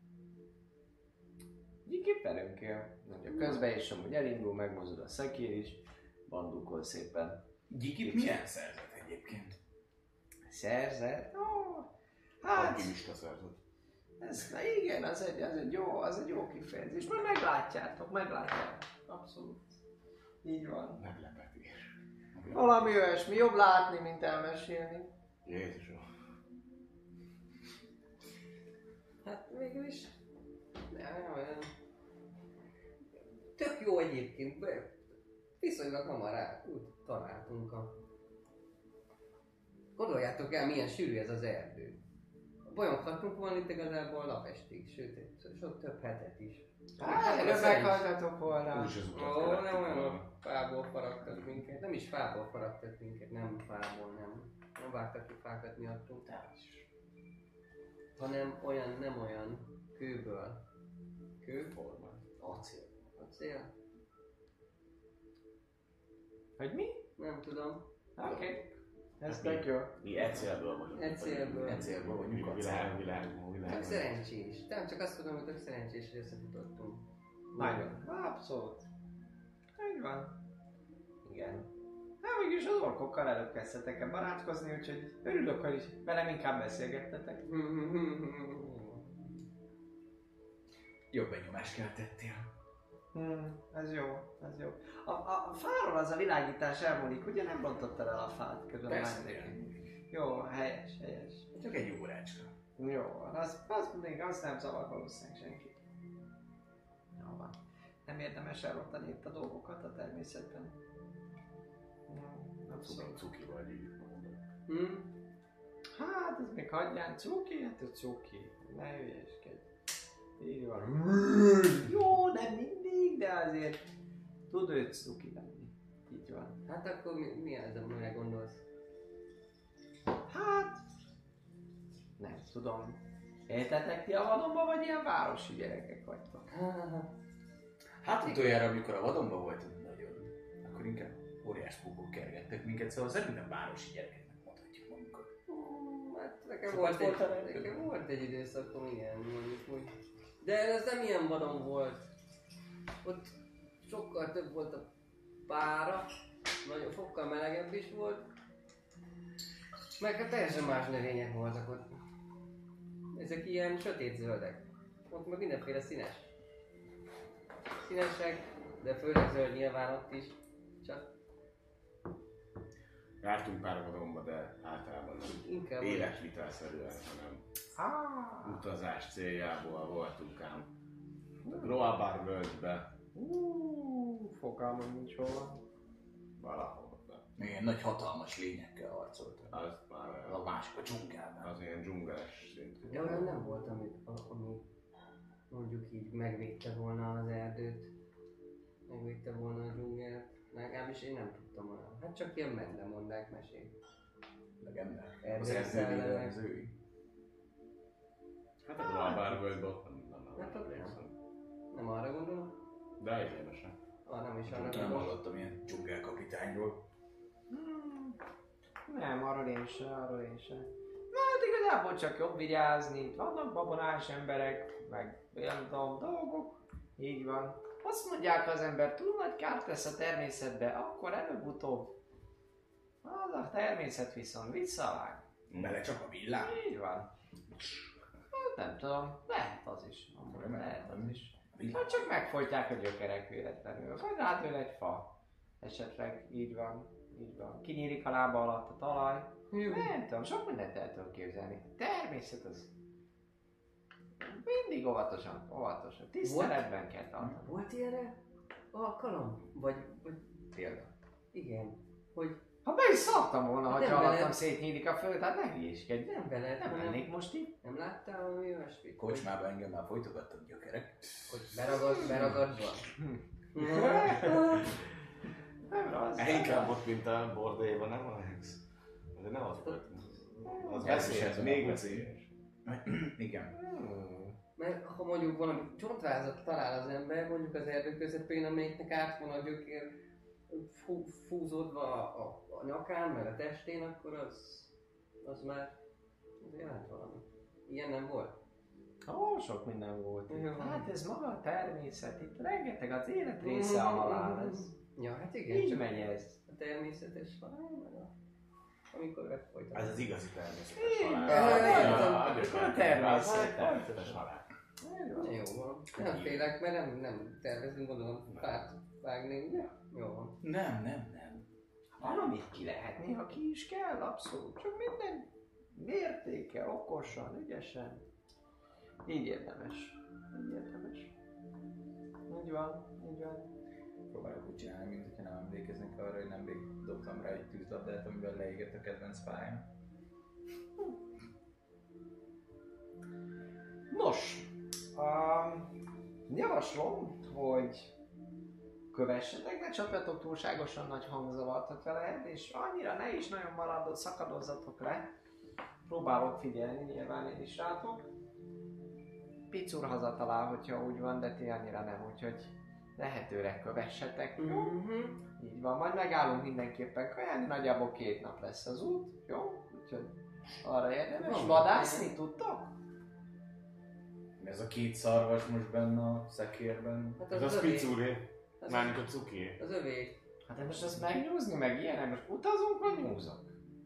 Gyikip velünk él. Mondja közben is amúgy elindul, megmozdul a szekér is. Bandukol szépen. Gyikip milyen szerzet egyébként? Szerzett? Hát... Alkimista szerzet. Igen, az egy jó kifejezés. Majd meglátjátok. Abszolút. Így van. Meglepetés. Valami olyasmi, jobb látni, mint elmesélni. Jézusom. Hát végül is... Nem. Tök jó egyébként. Viszonylag hamar találtunk Gondoljátok el, milyen sűrű ez az erdő. Bolyonghattunk volna itt igazából napestig, sőt, sok több hetet is. Előbb meghallgatok volna. Úgyis az utat Nem követtük olyan volna. fából faragtak minket. Nem is fából faragtak minket, nem fából, nem vágtak ki fákat miattunk. Hanem nem olyan kőből. Kőforma. Acél? Hogy mi? Nem tudom. Oké. Ez tök jó. Mi egyszerből vagyunk. Egyszerből vagyunk. Világ. Tök szerencsés. Nem csak azt tudom, hogy tök szerencsés, hogy összefutottunk. Nagyon. Abszolút. Így van. Igen. Hát mégis az orkokkal előbb kezdtetek el barátkozni, úgyhogy örülök, hogy velem inkább beszélgettetek. Jobb benyomást keltettél. Ez jó. A fáról az a világítás elmúlik, ugye nem rontottad el a fát közben? Persze, Jó, helyes. Csak egy órácska. Jó, azt nem zavar valószínűleg senki. Jó van. Nem érdemes elrontani itt a dolgokat a természetben. Cuki vagy így. Hát, ez még hagyján. Cuki? Hát ez cuki. Ne hülyeskedj. Így van. Jó, nem mindig, de azért tud őt cuki lenni. Így van. Hát akkor mi az, amire gondolsz? Hát... Nem tudom. Éltetek ti a vadonba, vagy ilyen városi gyerekek vagytok? Hát utoljára, amikor a vadonban voltunk nagyon, akkor inkább óriás púpok kergettek minket, szóval szerintem városi gyerekeknek mondhatjuk magunkat. Hát nekem volt egy időszakom, igen, mondjuk úgy. De ez nem ilyen vadon volt. Ott sokkal több volt a pára, nagyon sokkal melegebb is volt. Meg hát teljesen más növények voltak ott. Ezek ilyen sötétzöldek. Ott meg mindenféle színesek, de főleg zöld nyilván ott is. Csak Jártunk pár vadonba, de általában nem inkább életvitelszerűen, hanem utazás céljából voltunk ám. Groabar völgybe. Fogalmam nincs hova. Valahol. Ilyen nagy hatalmas lényekkel harcoltak. Az már A másik a dzsungelben. az ilyen dzsungeles szint. de olyan nem volt, ami mondjuk így megvédte volna az erdőt. Megvédte volna a dzsungelt. Legalábbis én nem tudtam olyan. Hát csak ilyen mendemondák mesék. Meg emberek. Erdős Az erdővédelem szellemek. az ői. Hát a Groabar völgybe ott nem Hát ott emlékszem. Nem arra gondolom? De egyenesen. Nem is arra Nem gondolom. hallottam ilyen dzsungelkapitányról. Nem, arról én sem. Hát igazából csak jobb vigyázni, itt vannak babonás emberek, meg olyan dolgok, így van. Azt mondják, ha az ember túl nagy kárt tesz a természetbe, akkor előbb-utóbb az a természet viszont visszavág. Bele csak a villám. Így van. Hát nem tudom, lehet az is. Amúgy lehet az is. Hát csak megfojtják a gyökerek véletlenül. Vagy rádől egy fa. Esetleg így van. Így van. Kinyílik a lába alatt a talaj. Nem tudom, sok mindent el tudok képzelni. Természet az... Mindig óvatosan. Tiszteletben kell tartani. Volt ilyenre alkalom? Vagy Példa. igen, hogy Ha be is szartam volna, Hát ha nem alattam veled. szétnyílik a föld, hát ne hülyéskedj. nem veled, Nem hanem lennék most itt. nem láttál valami olyasmit? Kocsmában engem már folytogattak gyökerek. Hogy beragadva? Nem rossz. Inkább ott, mint a bordélyban, nem Alex? De nem az volt. Az Veszélyes, veszélyes, még veszélyes. Igen. Mert ha mondjuk valami csontvázat talál az ember, mondjuk az erdő közepén, amelyiknek át van a gyökér fúzódva a nyakán, meg a testén, akkor az már jelent valami. Ilyen nem volt? Ó, sok minden volt itt. Jó. Hát ez maga a természet, itt rengeteg az élet része a halál. Ez. Ja, hát igen, Így csak megy ez. a természetes halál, meg amikor megfojtanak. Ez az igazi természetes Igen. halál. Akkor a természet. Természetes halál. Jó van. Nem félek, mert nem tervezünk gondolom fát vágni, ugye? Jó van. Nem. Valamit ki lehet, néha ki is kell, abszolút. Csak minden mértéke, okosan, ügyesen. Így érdemes. Így van. Próbálok úgy csinálni, mint hogyha nem emlékeznek arra, hogy nemrég dobtam rá egy tűzlabdát, amivel leégett a kedvenc pályám. Nos, javaslom, hogy kövessetek, ne csapjatok túlságosan nagy hangzavart, hogyha lehet, és annyira ne is nagyon szakadozzatok le. Próbálok figyelni, nyilván én is rátok. Picur hazatalál, hogyha úgy van, de ti annyira nem, úgyhogy lehetőre kövessetek, jó? Így van, majd megállunk mindenképpen kajálni, nagyjából 2 nap lesz az út, jó? Úgyhogy arra érdemes. Vadászni tudtok? Ez a 2 szarvas most benne a szekérben. Hát Ez az a övé. spicúré. Az- Mármint a cuki. Az övé. Hát de most azt megnyúzni, meg ilyenek, most utazunk, vagy nyúzok?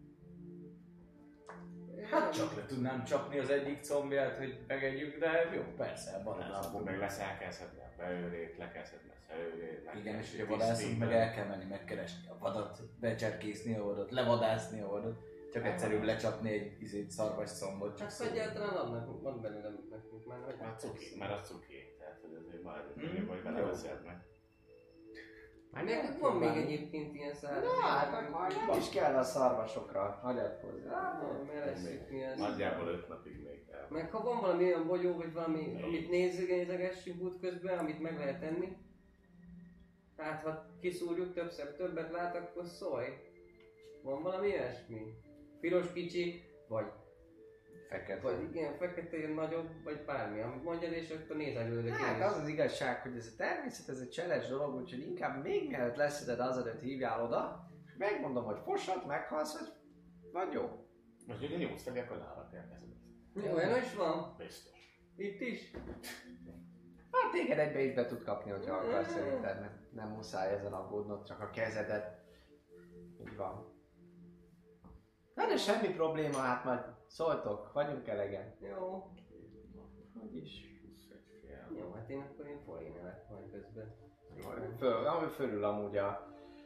Hát csak le tudnám csapni az egyik combját, hogy megegyük, de jó, persze, Akkor vadászunk. meg leszel kell szedni a beőrét, le kell szedni a szelőrét. Igen, és hogyha vadászunk, meg el kell menni megkeresni a vadat, becserkészni a vadat, levadászni a vadat. Csak egyszerűbb lecsapni egy szarvas combot, csak Hát egyáltalán adnak, van belőle nekünk már, hogy Már cuki, már a cuki. Tehát, hogy azért majd, vagy Jó. beleveszed meg. Meg van még egyébként ilyen száll. Na, hát akkor nem is kell a szarvasokra hagyatkozni. Mert lesz mi az. Nagyjából 5 napig még el. Meg ha van valami olyan bogyó, vagy valami, amit nézegessünk út közben, amit meg lehet tenni. Hát ha kiszúrjuk többet lát, akkor szólj. Van valami ilyesmi? Piros kicsi, vagy fekete. igen, fekete, nagyobb, vagy bármi, amit mondjad, és akkor nézelődök én Hát is. az az igazság, hogy ez a természet, ez egy cseles dolog, úgyhogy inkább még mielőtt leszeded, azelőtt hívjál oda, és megmondom, hogy fosad, meghalsz, vagy jó. Most ugye nyújtsz fel, akkor nála kérdezed. Jó, olyan is van? Biztos. Itt is? Hát téged egybe is be tud kapni, hogyha akarsz, szerinted nem muszáj ezen aggódnod, csak a kezedet. Így van. Na de semmi probléma, hát majd szóltok, vagyunk elegen. Jó. Hogy is. Jó, hát én forénelek majd közben. Fölül amúgy a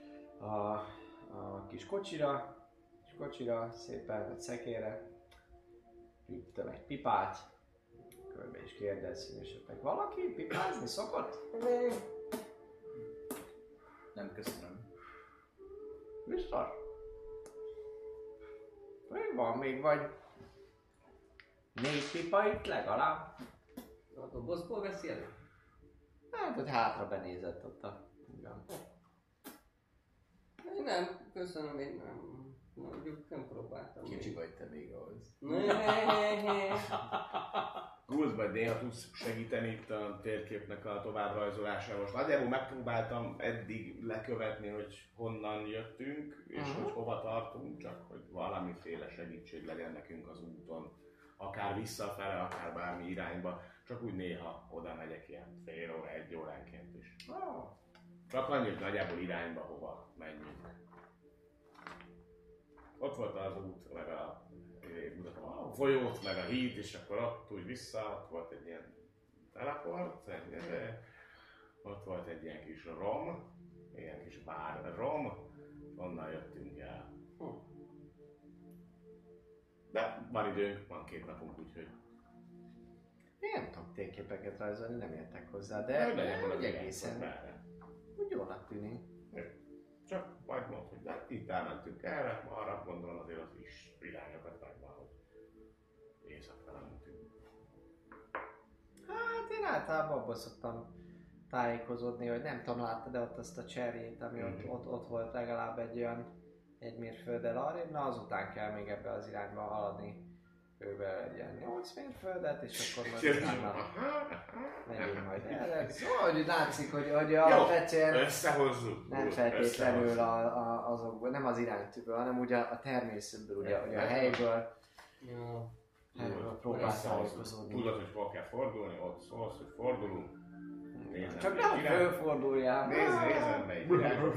kis kocsira, szépen a szekére, gyűjtöm egy pipát, körbe is kérdez, hogy esetleg valaki pipázni szokott? Nem köszönöm. Biztos? Van még vagy 4 pipa itt legalább. A dobozból veszi elő? Hát ott hátra benézett ott a... Igen. Én nem, köszönöm, én nem. Mondjuk nem próbáltam. Kicsi vagy te még ahhoz. Guld, vagy néha tudsz segíteni itt a térképnek a továbbrajzolásával. Most nagyjából megpróbáltam eddig lekövetni, hogy honnan jöttünk, és hogy hova tartunk, csak hogy valamiféle segítség legyen nekünk az úton. Akár visszafele, akár bármi irányba. Csak úgy néha oda megyek ilyen fél óra, 1 óránként is. Csak annyit nagyjából irányba, hova menjünk. Ott volt az út, meg a a folyót, meg a híd, és akkor ott úgy vissza, ott volt egy ilyen teleport, ott volt egy ilyen kis rom, ilyen kis bár rom, onnan jöttünk el. De van időnk, van 2 napunk, úgyhogy... Én nem tudok térképeket rajzolni, nem értek hozzá, de úgy egészen úgy jónak tűnik. Csak majd mondd, hogy de itt elmentünk erre, arra gondolom azért az is irányokat megvan, hogy éjszakra mentünk. Hát én általában abban szoktam tájékozódni, hogy nem tudom, láttad de ott azt a cserjét, ami ott volt legalább egy olyan 1 mérfölddel arrébb, na azután kell még ebbe az irányba haladni kővel egy ilyen 8 mérföldet, és akkor majd utána megyünk majd erre. Szóval, hogy látszik, hogy alapvetően összehozzuk. nem feltétlenül azokból, nem az iránytűből, hanem ugye a természetből, ugye a helyből. Helyből próbálsz tájékozódni. Tudod, hogy hol kell fordulni, ott szólsz, hogy fordulunk. Csak nem fölforduljál. Nézd, melyik irányba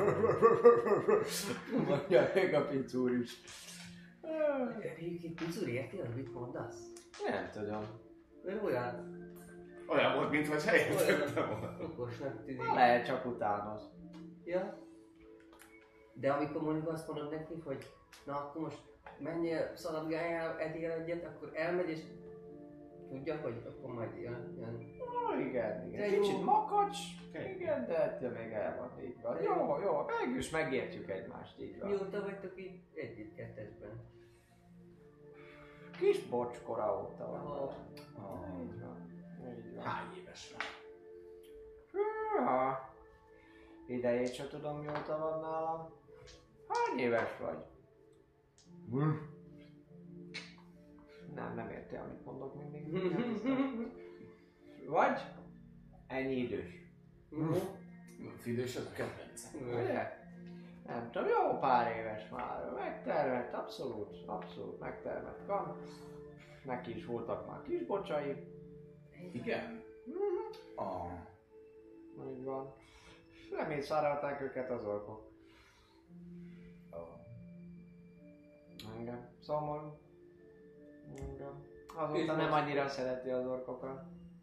mondja még a pincúr is. Egyébként Pizuri, érti, hogy mit mondasz? Nem tudom. Ő olyan volt, mintha helyettettem volna. okosnak tűnik. Lehet, csak utánoz. Ja. De amikor mondjuk azt mondod neki, hogy na akkor most menjél, szaladgáljál, egyél egyet, akkor elmegy és tudja, hogy akkor majd jön. Igen. Kicsit makacs, igen, de ettől még el van, így van. Jó, mégis megértjük egymást, így van. Mióta vagytok itt együtt-kettesben? Kis bocskora óta van. Így van. Hány éves vagy? Hűha. Idejét sem tudom, mióta van nálam. Hány éves vagy? Nem érti, amit mondok mindig. Vagy? Ennyi idős. Fidős az a kedvencem. Ugye? Nem tudom, jó pár éves már. Megtermett, abszolút megtermett kan. Neki is voltak már kisbocsai. Igen? Úgy van. Nem így szárálták őket az orkok. Engem. Szomorú. Engem. Azóta nem annyira szereti az orkokat.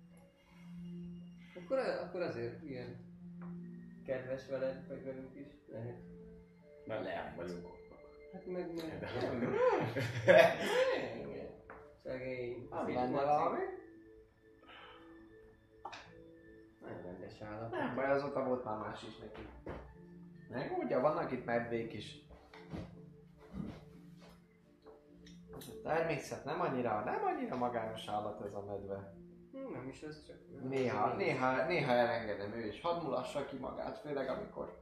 Akkor azért ilyen kedves veled, vagy velünk is lehet. Mert leány vagyunk. Hát meg szegény. Nem lenne valami? Nagyon rendes állat. Nem baj, azóta volt már más is neki. Meg ugye, vannak itt medvék is. A természet nem annyira magányos állat ez a medve. Nem is ez csak... Néha elengedem ő is. Hadd mulassa ki magát, főleg amikor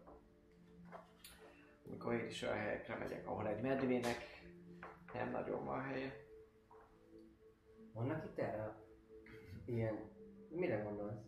én is olyan helyekre megyek, ahol egy medvének nem nagyon van helye. Vannak itt erre ilyen... Mire gondolsz?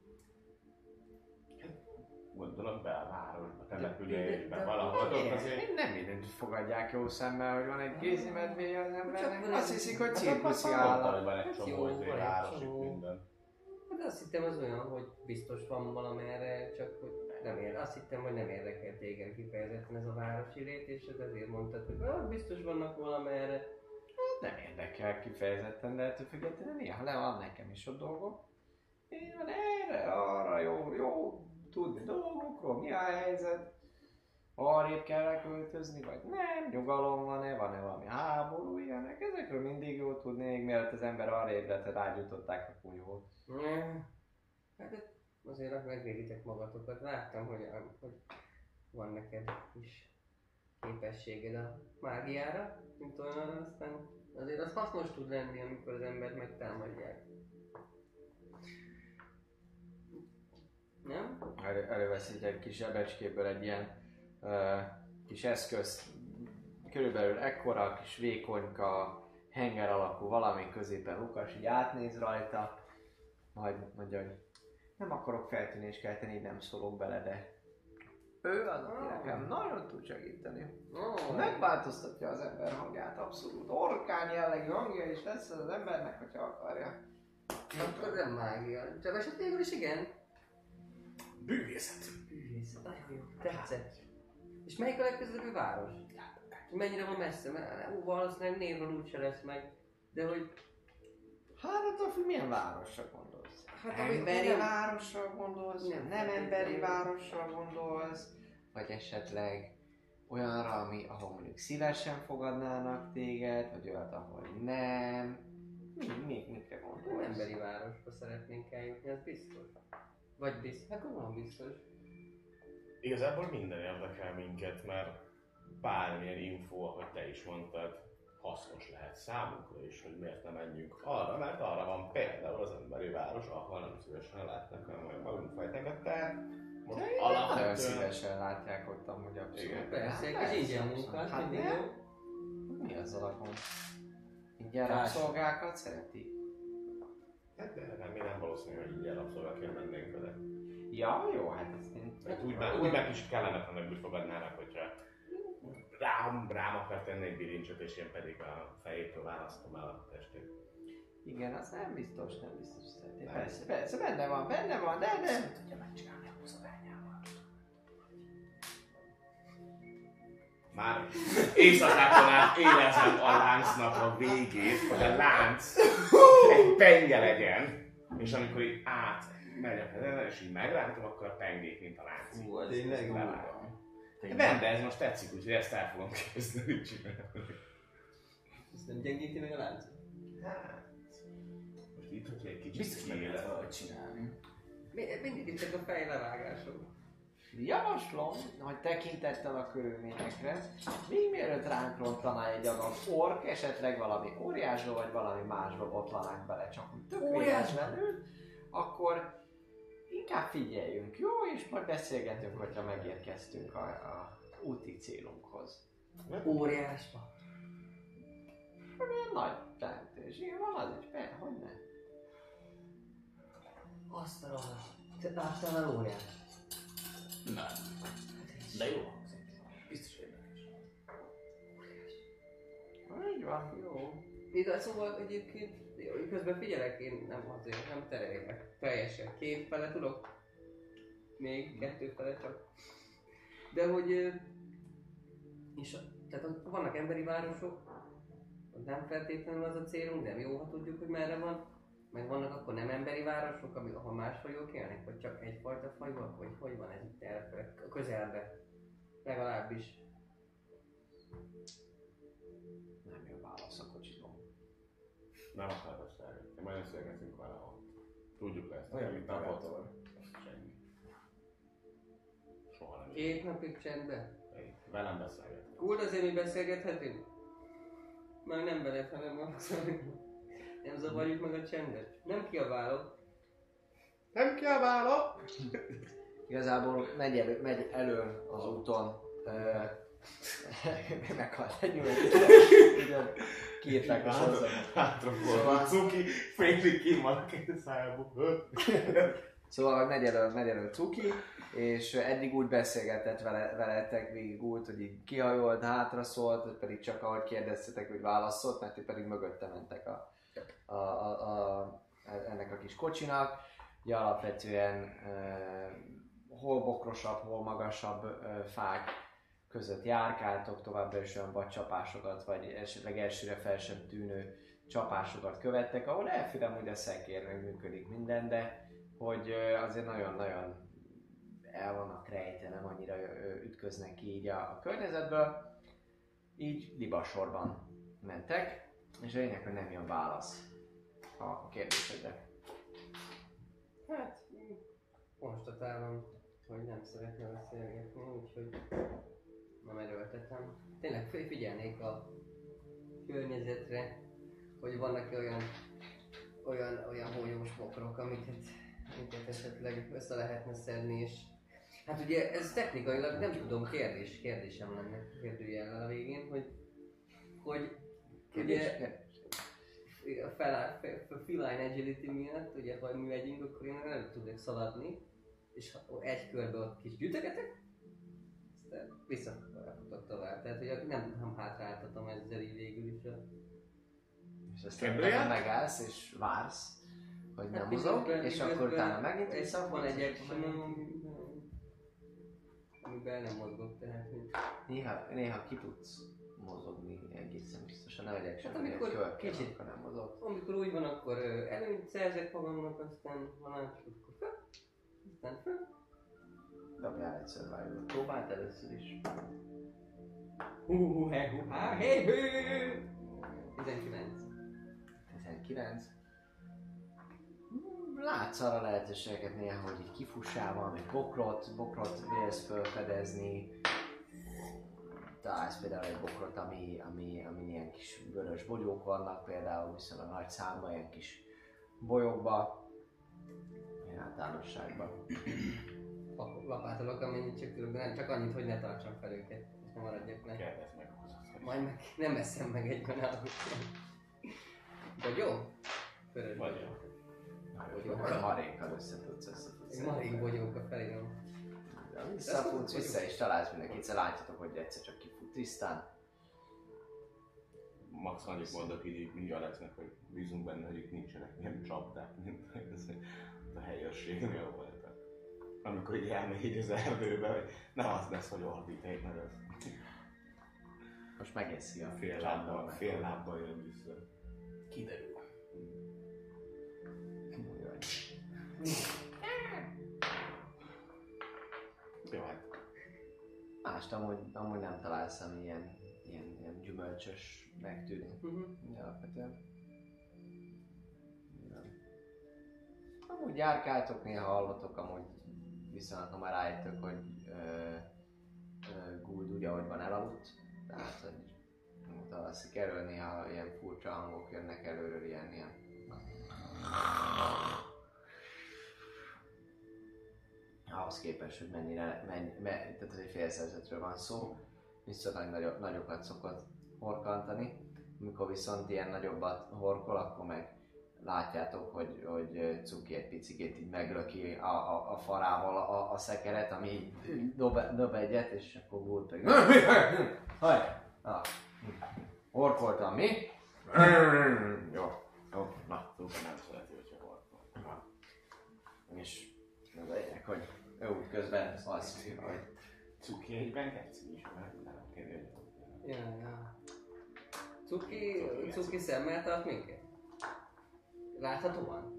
Gondolom belvárosba, településben, valahol ott azért... Nem mindent fogadják jó szemmel, hogy van egy kézi medvéje az embernek. Csak Azt hiszik, hogy Hát cirkuszi mondta, állat. hogy van egy Hát csomó jó, van egy város csomó. itt minden. Hát azt hittem az olyan, hogy biztos van valamerre, csak hogy nem ér. Azt hittem, hogy nem érdekel téged kifejezetten ez a városi rét, és ezért mondtad, hogy biztos vannak valamerre. Nem érdekel kifejezetten, de ettől függetlenül néha le van nekem is ott dolgok. Én van erre, arra, jó tudni dolgokról, mi a helyzet. Arrébb kell költözni, vagy nem, nyugalom van-e valami háború, ilyenek. Ezekről mindig jó tudni, még mielőtt az ember arrébb lett, rágyújtották a kunyhót. Hát azért megvéditek magatokat. Láttam, hogy van neked is képességed a mágiára, mint olyan, aztán azért az hasznos tud lenni, amikor az embert megtámadják. Nem? Elővesz egy kis zsebecskéből egy ilyen kis eszköz, körülbelül ekkora, kis vékonyka, henger alakú valami középen lukas, így átnéz rajta, majd mondja, hogy nem akarok feltűnést kelteni, így nem szólok bele, de ő az, aki nekem nagyon tud segíteni. Megváltoztatja az ember hangját, abszolút. Orkán jellegű hangja is lesz az embernek, hogyha akarja. Akkor nem mágia. Csak eset végül is igen. Bűvészet. Bűvészet, nagyon jó. Tetszett. És melyik a legközelebbi város? Mennyire van messze? Mert valószínűleg névről úgyse lesz meg. De hogy... Hát attól függ, milyen városra gondolsz? Hát Emberi nem- városra gondolsz? Nem Nem emberi feltétlenül. városra gondolsz? Vagy esetleg olyanra, ahol mondjuk szívesen fogadnának téged, vagy olyat, ahol nem? Mikre Nem gondolsz? emberi városba szeretnénk eljutni, az biztos. Vagy biztos, hát van biztos. Igazából minden érdekel minket, mert bármilyen info, ahogy te is mondtad, hasznos lehet számunkra is, hogy miért nem menjünk arra, mert arra van például az emberi város, ahol nem szívesen látnak, hanem majd magunk fajtánkat, tehát most Nagyon alapvetően... szívesen látják ott amúgy abszolút. Igen. Persze, Hát egy ingyen persze, munka, hát mindig nem? jó. Mi az alapon? Ingyen rabszolgákat szereti? Hát de mi nem valószínű, hogy így elabszolgaként mennénk vele. Ja, jó, hát ezt én... Mert úgy meg is kellemetlenebbül fogadnának, hogyha rám akar tenni egy bilincset, és én pedig a fejétől választom el a testét. Igen, az nem biztos szereti. Nem. Persze, benne van, de nem tudja megcsinálni a húzaványával. Már éjszakákon át érezem a láncnak a végét, hogy a lánc egy penge legyen, és amikor így átmegy a kezemre, és így megrántom, akkor a pengék, mint a lánc. Hú, az Tényleg durva. levágom. Nem, de ez most tetszik, úgyhogy ezt el fogom kezdeni csinálni. Ezt nem gyengíti meg a láncot? Hát, most itt, hogyha egy kicsit Biztos meg lehet kiélem. valahogy csinálni. Mindig itt csak a fejlevágások. Javaslom, hogy tekintettel a körülményekre, még mielőtt ránk rontaná egy adag ork, esetleg valami óriásba vagy valami másba botlanánk bele, csak úgy tök véletlenül, akkor inkább figyeljünk, jó? És majd beszélgetünk, hogyha megérkeztünk a úti célunkhoz. Óriásba. Milyen nagy teremtés, igen, van az is, persze, hogy ne? Azt a rohadt. Te láttál már óriást? Nem. De jó hangzik. Biztos érdekes. Így van. Jó. De szóval egyébként, jó, közben figyelek, én nem azért, nem terelek teljesen. 2 fele tudok. Még 2 fele csak. De hogy... És tehát ott vannak emberi városok, ott nem feltétlenül az a célunk, de jó, ha tudjuk, hogy merre van. Meg vannak akkor nem emberi városok, ahol más fajok élnek, vagy csak egyfajta fajok, vagy hogy van ez itt elfele, a közelben? Legalábbis. Nem jó válasz a kocsiban. Nem akar beszélgetni, majd beszélgetünk vele ott. Tudjuk ezt. Olyan, mint a motor. Semmi. Soha nem 2 napig csendben. Velem beszélget. Kúl, azért mi beszélgethetünk? Már nem veled, hanem nem zavarjuk meg a csendet. Nem kiabálok. Nem kiabálok! Igazából megy elő az úton, meghalt egy ugyan kiírták a sorozatban. Hátrafordult cuki, félig kimaradt a szájából. Szóval megy elő Cuki, és eddig úgy beszélgetett veletek végig úgy, hogy így kihajolt, hátra szólt, pedig csak ahogy kérdeztetek, hogy válaszolt, mert ti pedig mögötte mentek ennek a kis kocsinak. Ugye alapvetően hol bokrosabb, hol magasabb fák között járkáltok, továbbra is olyan vadcsapásokat, vagy esetleg elsőre fel sem tűnő csapásokat követtek, ahol elfélem, hogy a szekér meg működik minden, de hogy azért nagyon-nagyon el vannak rejtve, nem annyira ütköznek ki így a környezetből. Így libasorban mentek, és a lényeg, hogy nem jön válasz a kérdésedre. Hát, konstatálom, hogy nem szeretne beszélgetni, úgyhogy nem erőltetem. Tényleg figyelnék a környezetre, hogy vannak-e olyan hólyós bokrok, amiket esetleg össze lehetne szedni, és hát ugye ez technikailag nem tudom, kérdésem lenne kérdőjellel a végén, hogy ugye a feline agility miatt, ugye ha mi megyünk, akkor én nem tudok szaladni, és egy körbe ott kis gyűjtögetek, aztán visszafutok tovább, tehát ugye nem hátráltatom ezzel így végül is És aztán utána megállsz és vársz, hogy nem mozog, és akkor utána megint vissza. Van egy action, amiben nem mozgok, tehát hogy... Néha ki tudsz mozogni egészen biztosan, ne vegyek Hát semmi amikor következő, kicsit- akkor nem mozog. Amikor úgy van, akkor előnyt szerzek magamnak, aztán ha látszik, akkor fel, aztán fel. Dobjál egy survival. Próbáld először is. Hé, 19. 19. Látsz arra lehetőséget néha, hogy így kifussál valami bokrot vélsz felfedezni. Találsz például egy bokrot, ami ilyen kis vörös bogyók vannak, például viszonylag nagy számban, ilyen kis bolyokba, ilyen általánosságban. Lapátolok, amennyit csak tudok, de nem csak annyit, hogy ne tartsam fel őket, és ne maradjak le. Kérdezd meg hozzá. Majd meg nem eszem meg egyben állapot. Vagy jó? Vörös Vagy bogyók. A marékkal összetudsz. Egy marék bogyók a felírom. Visszafutsz vissza és találsz mindenkit, egyszer látjátok, hogy egyszer csak kifut tisztán. Max annyit mondok így Alexnek, hogy bízunk benne, hogy itt nincsenek ilyen csapdák, mint ez a helyőrségnél voltak. Amikor így elmegy az erdőbe, hogy nem az lesz, hogy ordít egy nagyot. Most megészi a Fél lábbal jön vissza. Kiderül. Jó, hát Mást amúgy nem találsz, ami ilyen gyümölcsösnek tűnik. Alapvetően. Ja. Amúgy járkáltok, néha hallotok, amúgy viszont ha már rájöttök, hogy Gould úgy, ahogy van, elaludt. Tehát, hogy alszik elő, néha ilyen furcsa hangok jönnek előről, ilyen ahhoz képest, hogy tehát ez egy félszerzetről van szó, viszont nagyokat szokott horkantani. Amikor viszont ilyen nagyobbat horkol, akkor meg látjátok, hogy Cuki egy picikét így meglöki a farával a szekeret, ami így dob egyet, és akkor Gould pedig horkoltam, mi? Jó, na. Cuki nem szereti, hogyha horkol. És az a lényeg, hogy ő úgy közben azt mondja, hogy Cuki egyben ketszik is, mert nem kérdezik. Ja. Cuki szemmel tart minket? Láthatóan?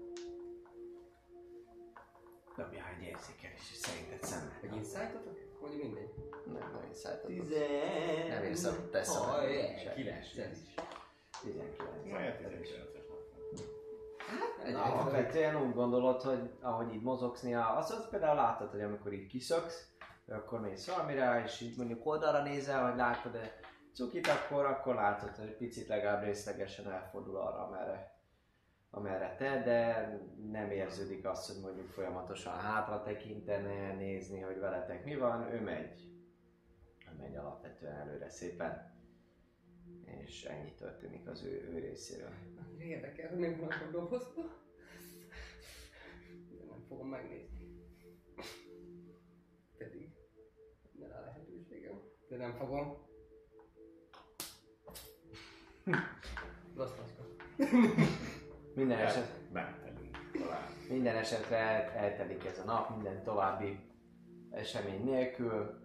dobjál egy érzékelés, és szerinted szemmel. Vagy insightotok? Vagy mindegy? Nem insightot. 10. Nem érsz a te szemed. 9. 19. Majd 19-es Na, alapvetően úgy gondolod, hogy ahogy így mozogsz néha, azt például láttad, hogy amikor így kiszöksz, akkor mész valamire, és így mondjuk oldalra nézel, hogy látod Cukit, akkor látod, hogy picit legalább részlegesen elfordul arra, amerre te, de nem érződik azt, hogy mondjuk folyamatosan hátra tekintene, nézni, hogy veletek mi van, ő megy alapvetően előre szépen, és ennyi történik az ő részéről. Annyira érdekel, hogy még van a dobozba. De nem fogom megnézni. Pedig ne rá lehetőségem. De nem fogom. Rossz maszka. Minden esetre eltelik ez a nap, minden további esemény nélkül.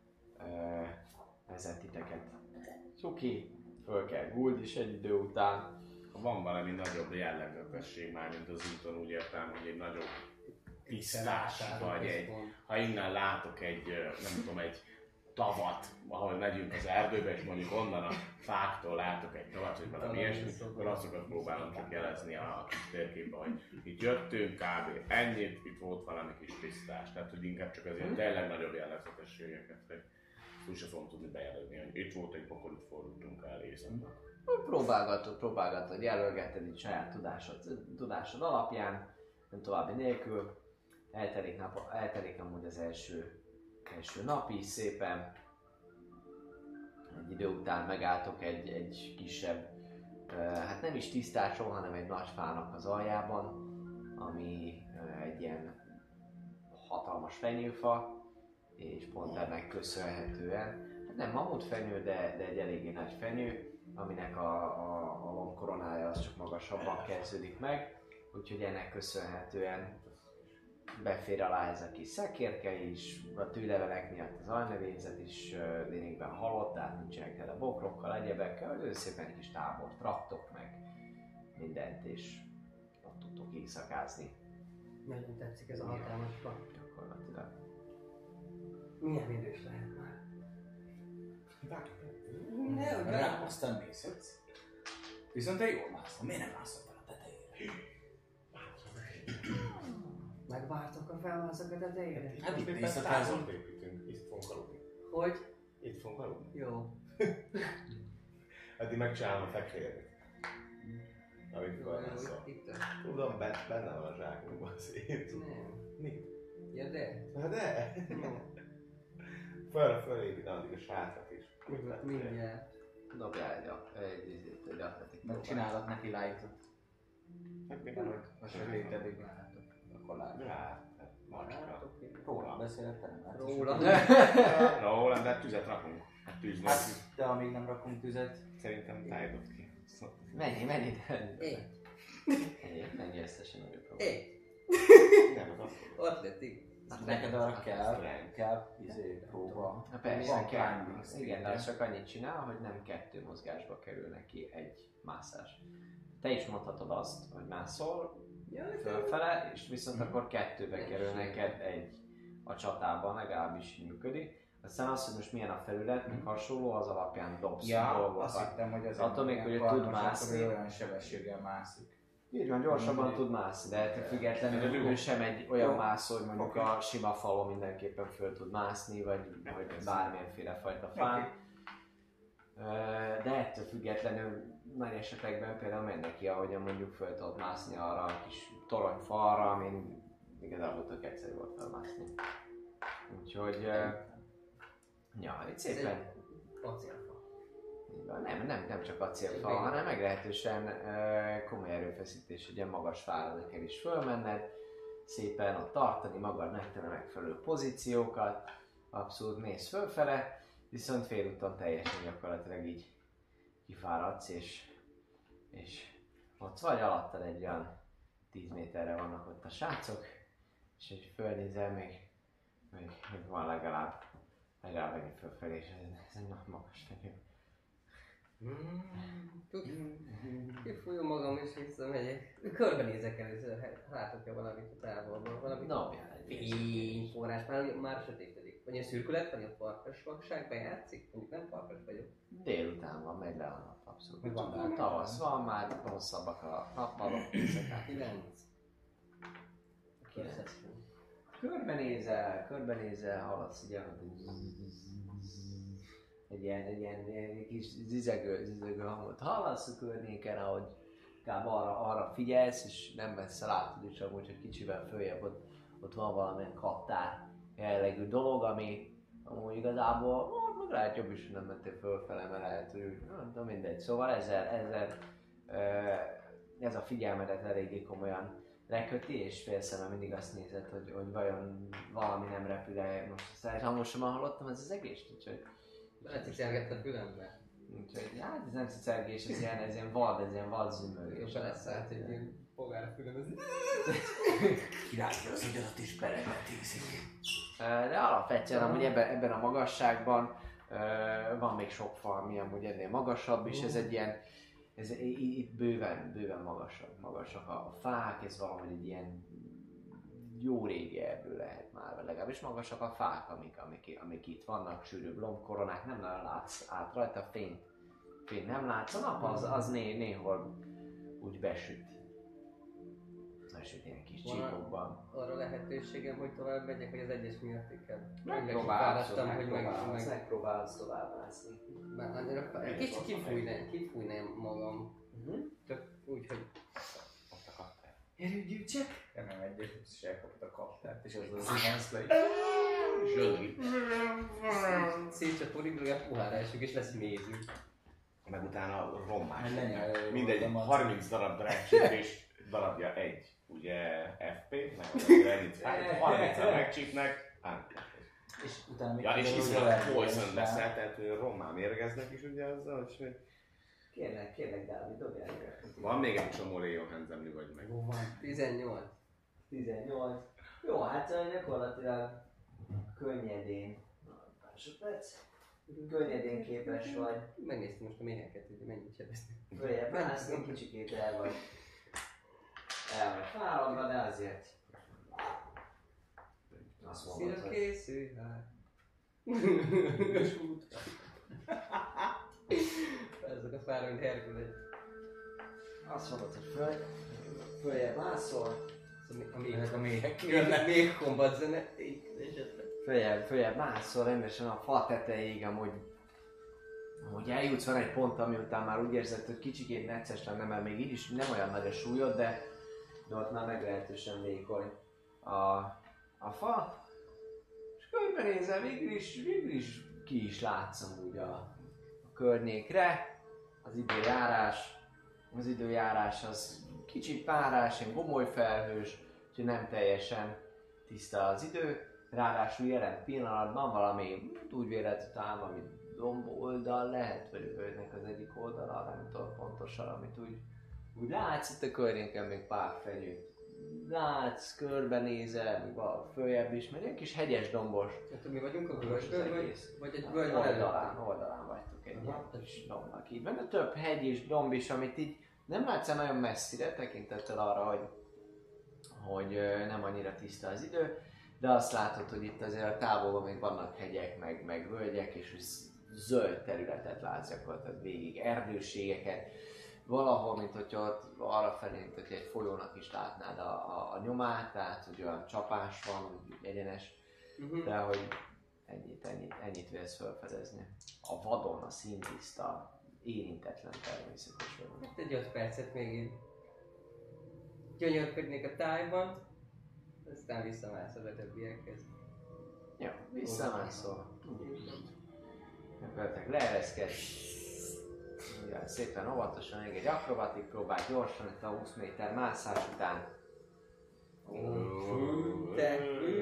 Vezet titeket Cuki, föl kell Gould is egy idő után. Van valami nagyobb jellegzetesség már, mint az úton, úgy értem, hogy egy nagyobb tisztás, vagy egy, ha innen látok egy, nem tudom, egy tavat, ahol megyünk az erdőbe, és mondjuk onnan a fáktól látok egy tavat, vagy valami ilyesmi, akkor azokat próbálom csak jelezni a kis térképbe, hogy itt jöttünk, kb. Ennyit, itt volt valami kis tisztás. Tehát, hogy inkább csak az ilyen tényleg nagyobb jellegzetességeket, hogy úgy sem fogom tudni bejelölni, hogy itt volt egy pokol, itt fordultunk el éjszaknak. Próbálgatod, jelölgeted így saját tudásod alapján, nem további nélkül. Eltelik amúgy az első nap is szépen. Egy idő után megálltok egy kisebb, hát nem is tisztásról, hanem egy nagy fának az aljában, ami egy ilyen hatalmas fenyőfa, és pont ennek köszönhetően, hát nem mamutfenyő, de egy eléggé nagy fenyő, aminek a lombkoronája az csak magasabban kezdődik meg, úgyhogy ennek köszönhetően befér alá ez a kis szekérke is, a tűlevelek miatt az alnövényzet is lényegben halott, tehát nincsenek tele bokrokkal, egyebekkel, ő szépen kis tábort raktok meg mindent, és ott tudtok éjszakázni. Nagyon tetszik ez a hatalmas fa. Gyakorlatilag. Milyen idős lehet már? Rám aztán nézhetsz. Viszont te jól mászol, miért nem mászol fel a tetejére? Megvártok a felmászok a tetejére? Hát itt éppen éjszakázunk. távol építünk, itt fogunk aludni. Hogy? Itt fogunk aludni. Jó. Eddig megcsinálom a fekhelyet. Amit felmászol. Itt Tudom, benne van a zsákunkban az ét. nem. Mi? Ja de? Na de! Jó. Fölépít addig a sátrat is. Mindjárt. Dobjál egy atletik. Megcsinálok neki lightot. Megmondom, A sötéteddig. Akkor látod. Macska. Róla beszélek, te nem látsz. Róla. Róla, de tüzet rakunk. Hát tűz Hát, nélkül. de amíg nem rakunk tüzet. Szerintem tájtott ki. Mennyi? Egy. Mennyi összesen nagyobb próbál. Egy. Nem, az akkor. Atletik. Neked arra kell próba. Na persze, Van kell. climbing, Igen, de az csak annyit csinál, hogy nem 2 mozgásba kerül neki egy mászás. Te is mondhatod azt, hogy mászol fölfele, és viszont akkor 2-be kerül neked egy a csatában, legalábbis így működik. Aztán az, hogy most milyen a felület, meg hasonló, az alapján dobsz Ja, dolgokat. azt hittem, hogy az Attól még, hogy tud mászni. olyan sebességgel mászik. Így van, gyorsabban tud mászni, de ettől függetlenül ő sem egy olyan mászó, hogy mondjuk a sima falon mindenképpen föl tud mászni, vagy bármilyenféle fajta fán. De ettől függetlenül nagy esetekben például megy neki, ahogyan mondjuk föl tudod mászni arra a kis toronyfalra, amin igazából tök egyszerű volt felmászni. Úgyhogy... ja, itt szépen... Acélfa. Nem csak acélfal, hanem meglehetősen komoly erőfeszítés, ugye magas fára neked is fölmenned, szépen ott tartani magad megtenni megfelelő pozíciókat, abszolút mész fölfele, viszont félúton teljesen gyakorlatilag így kifáradsz, és ott vagy alattad egy olyan 10 méterre vannak ott a srácok, és hogy fölnézel, még van legalább ennyi fölfelé, és ez egy nagy magas fegyő. Kifújom magam és visszamegyek. Körbenézek először, látok-e valamit a távolban, valamit. Dobjál egy Fényforrás, már sötétedik. Vagy a szürkület, vagy a farkas vakságban játszik? Mondjuk nem farkas vagyok. Délután van, megy le a nap, abszolút. Van Van, tavasz van, már hosszabbak a nappalok, éjszakák. 9. 9. Körbenézel, haladsz ugye, egy ilyen kis zizegő hangot hallasz a környéken, ahogy inkább arra figyelsz, és nem messze látod is amúgy, hogy kicsivel följebb ott van valamilyen kaptár jellegű dolog, ami amúgy igazából meg lehet jobb is, hogy nem mentél fölfele, mert lehet, hogy nem tudom, mindegy. Szóval ez a figyelmedet eléggé komolyan leköti, és félszemmel mindig azt nézed, hogy vajon valami nem repül el. Most hangosabban hallottam ez az egész, úgyhogy... Belecsicselgett a fülembe. Úgyhogy hát ez nem cicergés, ez ilyen vad zümölgés. És beleszállt egy ilyen fogár a fülem, ez... Királyja az agyadat is belevetízik. De alapvetően amúgy ebben a magasságban van még sok fa, ami amúgy ennél magasabb, és ez egy ilyen, itt bőven magasak a fák, ez valahogy egy ilyen jó régi erdő lehet már, vagy legalábbis magasak a fák, amik itt vannak, sűrűbb lombkoronák, nem nagyon látsz át rajta, fény nem látsz, a nap az néhol úgy besüt ilyen kis csíkokban. Arra lehetőségem, hogy tovább megyek, hogy az egyes miatt inkább. Megpróbálsz tovább mászni. Kicsit kifújnám magam. Csak úgy, hogy... Ott a kaptál. Erőgyűjtsek? Nem egyes, és elkapott a kaptárt, és az imanszlai. Zsögi. Szétcsapódik, legalább puhára esünk, és lesz mézünk. Meg utána rommás. Lenyelő Mindegy, voltam az. 30 darab drágcsípés darabja egy. Ugye FP, meg azért ennyit 30-ra megcsípnek, És utána még ja, és kiderül, iszonyat hogy poison lesz leszel, tehát hogy rommá mérgeznek is ugye azzal, és még... Kérlek, Dávid, dobjál. Van még egy csomó Leo Hands, vagy meg. 18. 18. Jó, hát gyakorlatilag könnyedén. Másodperc. Könnyedén képes vagy. Megnéztem most a méheket, hogy mennyit sebeznek. Följebb mászni, kicsikét el vagy fáradva, de azért azt mondod, Szíra hogy készülj, hát. Ezek a fára, mint Herkules. azt mondod, hogy följebb mászol, A méhek jönnek. Még kombat zene. följebb mászol, rendesen a fa tetejéig, amúgy eljutsz, van egy pont, ami után már úgy érzed, hogy kicsikét necces lenne, mert még így is nem olyan nagy a súlyod, de ott már meglehetősen vékony a fa. És körbenézel, végül is ki is látsz amúgy a környékre. Az időjárás az kicsit párás, ilyen gomoly felhős, úgyhogy nem teljesen tiszta az idő. Ráadásul jelen pillanatban valami, úgy vélhető talán valami domboldal lehet, vagy völgynek az egyik oldala, nem tudom pontosan, amit úgy látsz, itt a környéken még pár fenyőt látsz, körbenézel, még valahol följebb is, mert egy kis hegyes dombos. Hát mi vagyunk a Dombos az völgyben, egész. vagy egy völgy van előttünk? Oldalán vagytok egy ilyen kis dombnak így. Benne több hegy és domb is, amit így nem látsz nagyon messzire, tekintettel arra, hogy nem annyira tiszta az idő, de azt látod, hogy itt azért a távolban még vannak hegyek, meg völgyek, és zöld területet látsz gyakorlatilag végig, erdőségeket, valahol, mint hogy ott arrafelé, mint hogy egy folyónak is látnád a nyomát, tehát hogy olyan csapás van, úgy egyenes, de hogy ennyit vélsz felfedezni. A vadon, a színtiszta, érintetlen természetes vagyok. Hát egy 5 percet még én gyönyörködnék a tájban, aztán visszamászol a többiekhez. Jó, visszamászol. Gyakorlatilag leereszkedsz. Igen, szépen óvatosan, még egy akrobatik próbál gyorsan, itt a 20 méter mászás után. Te,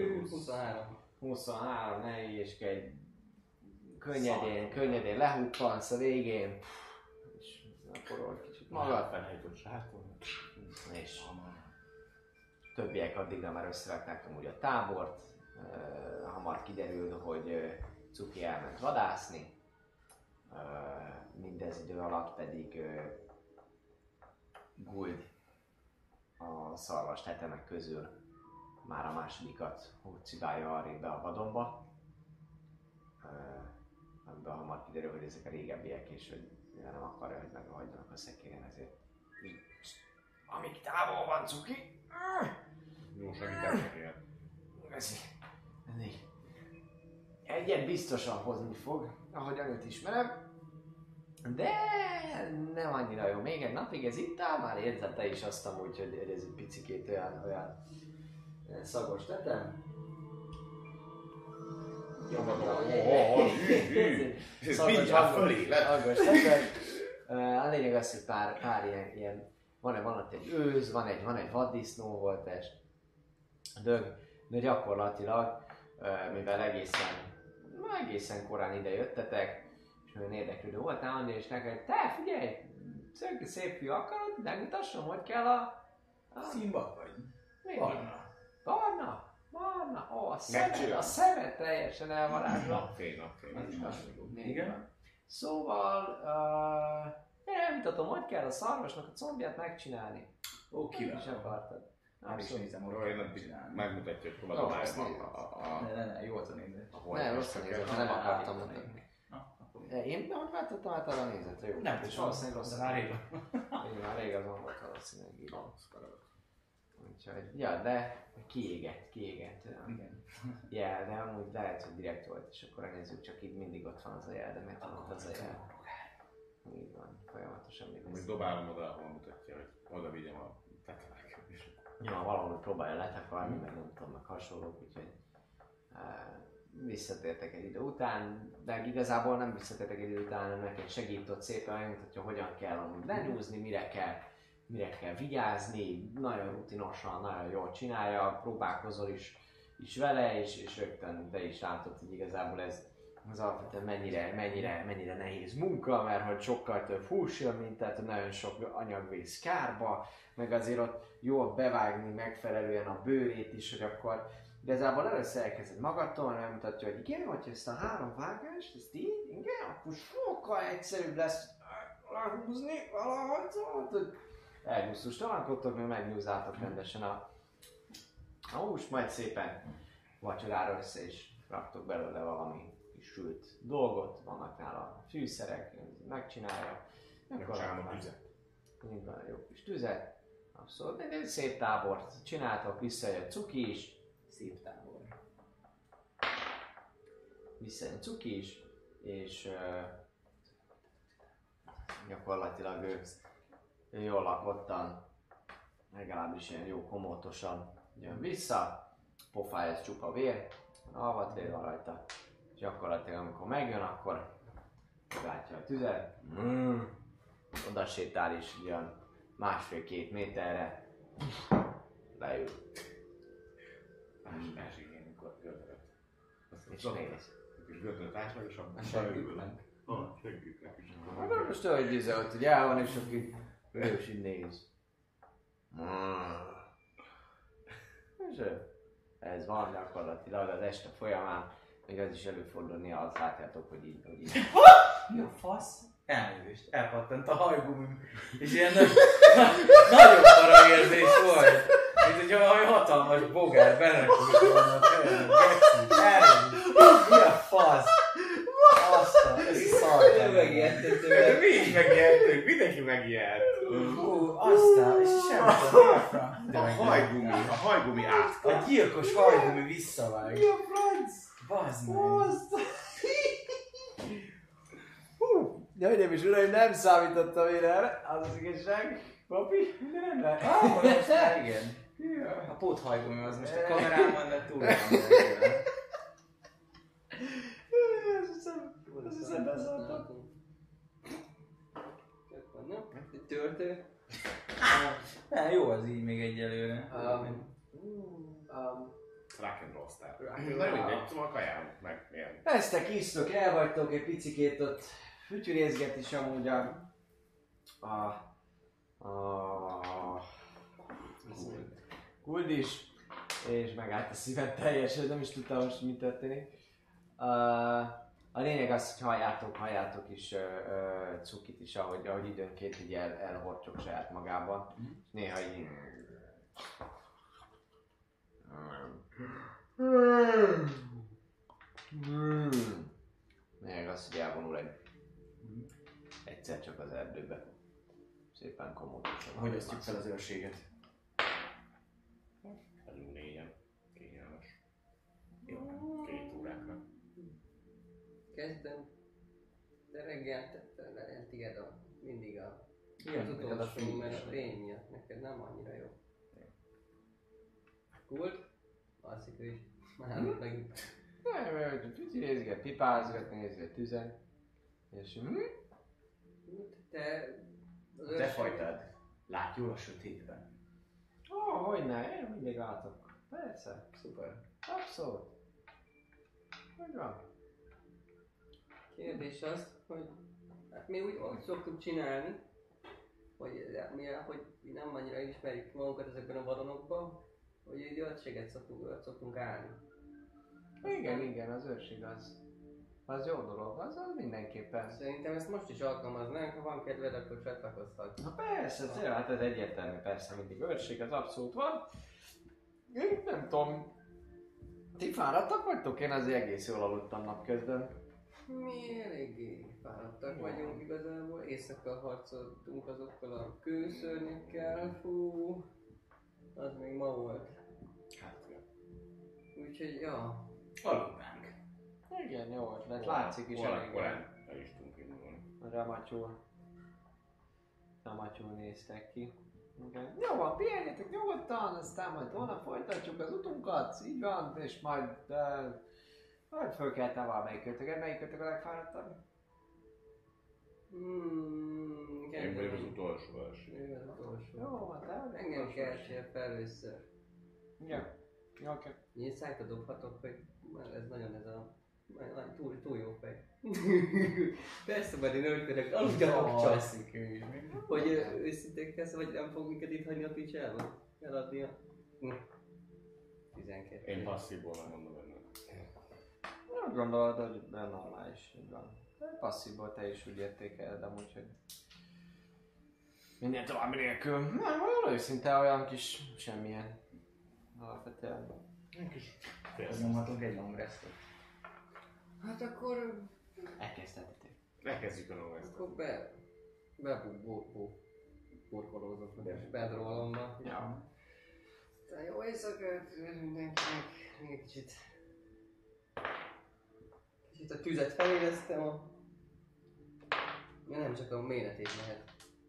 23. Ne ügyeskedj. Könnyedén lehuppansz a végén. És gyakorol kicsit magad. Felhelytött sátor. És többiek addigra már összerakták amúgy a tábort. Hamar kiderül, hogy Cuki elment vadászni. Mindez idő alatt pedig Guld a szarvas tetemek közül már a másodikat hurcibálja arrébb be a vadonba. Amiben hamar kiderül, hogy ezek a régebbiek, és hogy mivel nem akarja, hogy meghagyanak a szekélyen, ezért amíg távol van, Cuki! Jó segítek neked. Ez így. Egyet biztosan hozni fog, ahogy annyit ismerem. De nem annyira jó. Még egy napig ez itt áll, már érzed te is azt amúgy, hogy ez egy picikét olyan szagos tetem. Ez mindjárt fölé Agos tetem. A lényeg az, hogy pár ilyen van ott egy őz, van egy vaddisznó holttest, dög, de gyakorlatilag, mivel egészen korán ide jöttetek, és olyan érdeklődő voltál, Andi, és neked, te figyelj, szép fiú, akarod, megmutassam, hogy kell a... Színbak vagy? Mi? Barna. Barna? Ó, a szeme teljesen elvarázsva. Napfény. Igen. Szóval, én elmutatom, hogy kell a szarvasnak a combját megcsinálni. Ó, Is kíváncsi. akartad. Nem is nézem, hogy Én kell nem csinálni. megmutatja, hogy hol Ó, a azt dobály nézed. van. Ne, jó az a nézet. Ne, rossz a nézet, nem akartam mutatni. Na, akkor Én hogy váltottam át arra a nézetre, jó? nem, és valószínűleg rossz. Már rég. Én már rég azon volt valószínűleg így. Úgyhogy, ja, de kiégett. Igen. Jel, de amúgy lehet, hogy direkt volt, és akkor nézzük, csak itt mindig ott van az a jel, de miért van ott az a jel? Így van, folyamatosan még Még dobálom oda, ahol mutatja, hogy oda vigyem a tetemeket is. Ja, valahogy próbálja letakarni, meg nem tudom, meg hasonlók, úgyhogy visszatértek egy idő után, de igazából nem visszatértek egy idő után, hanem neked segített szépen, megmutatja, hogyan kell amúgy lenyúzni, mire kell vigyázni, nagyon rutinosan, nagyon jól csinálja, próbálkozol is vele, és rögtön te is látod, hogy igazából ez az alapvetően mennyire nehéz munka, mert hogy sokkal több hús jön, mint tehát nagyon sok anyag vész kárba, meg azért ott jól bevágni megfelelően a bőrét is, hogy akkor igazából először elkezded magadtól, megmutatja, hogy igen, hogyha ezt a 3 vágást, ezt így, igen, akkor sokkal egyszerűbb lesz lehúzni valahogy, szóval, hogy elgusztustalankodtok, meg megnyúzzátok rendesen a húst, majd szépen vacsorára össze is raktok belőle valami kis sült dolgot, vannak nála fűszerek, megcsinálja. Megcsinálom a tüzet. Minden jó kis tüzet. Abszolút, de egy szép tábort csináltak, visszajön Cuki is. Szép tábor. Visszajön Cuki is, és gyakorlatilag ő jól lakottan, legalábbis ilyen jó komótosan jön vissza. Pofája ez csupa vér, alvatvér van rajta. És gyakorlatilag amikor megjön, akkor látja a tüzet. Oda sétál is, jön 1,5-2 méterre. Leül. Másik ilyen, amikor gödröt. És néz. És gödröt ásnak, és abban Seggüknek. seggüknek is. Most olyan íze ott, hogy el van, és aki ő is így néz. És ez van gyakorlatilag az este folyamán, még az is előfordul, néha azt látjátok, hogy így. Mi a fasz? Elnézést, elpattant a hajgumi, és ilyen nagyon para érzés volt. Mint hogyha valami hatalmas bogár benekült volna a fejem, geci, elnézést. Mi a fasz? Aztán, ez szar. Megijedtető. Mi is megijedtünk, mindenki megijedt. Aztán, és semmi. A hajgumi át. A gyilkos hajgumi visszavág. Mi a franc? Bazd meg. Hölgyeim és uraim, nem számítottam én erre, az az igazság. Papi, minden rendben? Igen. A póthajgumi az most a kamerámon, de túl van. Azt hiszem beszóltam. Törtő. Nem, jó az így még egyelőre. Rock and roll star. Na mindegy, szóval kajálunk meg ilyen. Eztek, isztok, el vagytok egy picikét ott fütyürészget is amúgy a Guld is, és megállt a szívem teljesen, nem is tudtam most mi történik. A lényeg az, hogy halljátok is Cukit is, ahogy időnként így elhortyog saját magában. Néha így... Még az, hogy elvonul egyszer csak az erdőbe. Szépen komótosan. Hogy osztjuk fel az őrséget? Vagyunk 4-en. Kényelmes. Jó, 2 órákra. Kezdem. De reggel tettem, legyen tiéd mindig az Igen, utolsó, mert a fény miatt neked nem annyira jó. Kult? Alszik ő is. Már megint. Fütyürészget, pipázgat, nézget tüzen. És Te... Te fajtád. Lát jól a sötétben. hogyne, én mindig látok. Persze, Szuper. abszolút. Hogy van? Kérdés az, hogy hát mi úgy szoktuk csinálni, hogy nem annyira ismerjük magunkat ezekben a vadonokban, hogy így őrséget szoktunk állni. Igen, az őrség az jó dolog, az mindenképpen. Szerintem ezt most is alkalmaznánk, ha van kedved, akkor csatlakozhat. Na persze, hát ez egyértelmű, persze mindig őrség, az abszolút van. Én nem tudom, ti fáradtak vagytok? Én azért egész jól aludtam napközben. Mi eléggé fáradtak vagyunk igazából, éjszaka harcoltunk azokkal a kőszörnyekkel, fú, az még ma volt. Hát, Úgyhogy, ja. Aludnánk. Igen, jó ötlet, látszik is elég. Korán el is tudunk indulni. Ramatyul néztek ki. Igen. Jó van, pihenjetek nyugodtan, aztán majd holnap folytatjuk az utunkat, így van, és majd fölkeltem valamelyikőtöket, melyikőtök a legfáradtabb? Én vagyok az utolsó első. Ő az utolsó. Jó van, te vagy? Engem keltsél fel először. Ja, jó, oké. Nyílszájta dobhatok, hogy ez nagyon ez a Túl jó fej. Persze, majd én örülök, aludjatok csak. Veszik ő is. Hogy őszintén kezdve, vagy nem fog minket itt hagyni a picsába? Eladni a... 12. Én passzívból nem mondom önnek. Nem gondolod, hogy normális, így van. Passzívból te is úgy értékeled amúgy, hogy minden további nélkül. Nem, olyan őszinte, olyan kis semmilyen. Alapvetően. Nyomhatunk egy long restot. Hát akkor... Elkezdhetitek. Elkezdjük a long rest-et. Akkor burkolózok, és bedrólomba. Ja. Tehát jó éjszakát mindenkinek. Még kicsit a tüzet feléreztem a... Nem csak a méretét lehet.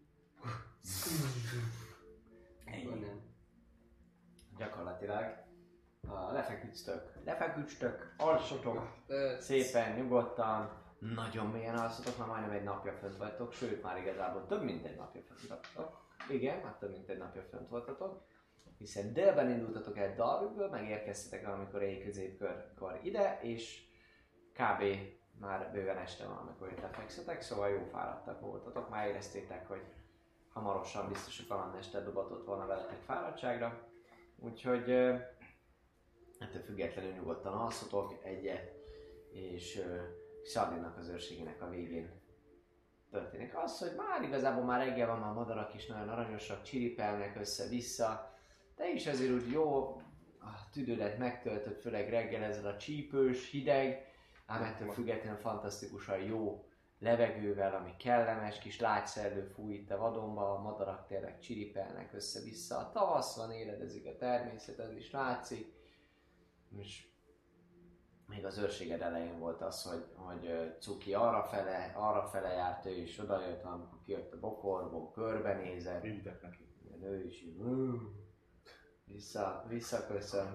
Nem. Gyakorlatilag lefeküdtök, alszotok, szépen, nyugodtan, nagyon mélyen alszotok, már majdnem egy napja fönt vagytok, sőt már igazából több mint egy napja fönt vagytok. Igen, már több mint egy napja fönt voltatok, hiszen délben indultatok el Dalviből, megérkeztetek valamikor éjközépkor ide, és kb. Már bőven este van, amikor itt lefekszetek, szóval jó fáradtak voltatok, már éreztétek, hogy hamarosan biztos a kalandmester dobatott volna veletek fáradtságra. Úgyhogy ettől függetlenül nyugodtan alszotok egyet, és Szardinnak az őrségének a végén történik az, hogy már igazából már reggel van, már a madarak is nagyon aranyosak, csiripelnek össze-vissza. Te is azért úgy jó a tüdődet megtöltött, főleg reggel ezzel a csípős, hideg, ám ettől függetlenül fantasztikusan jó levegővel, ami kellemes, kis lágyszellő fúj itt a vadonba, a madarak tényleg csiripelnek össze-vissza. A tavasz van, éledezik a természet, ez is látszik. És még az őrséged elején volt az, hogy Cuki arrafele járt, ő is odajött, amikor kijött a bokorból, körbenézett. Indített neki. Ő is így visszaköszön.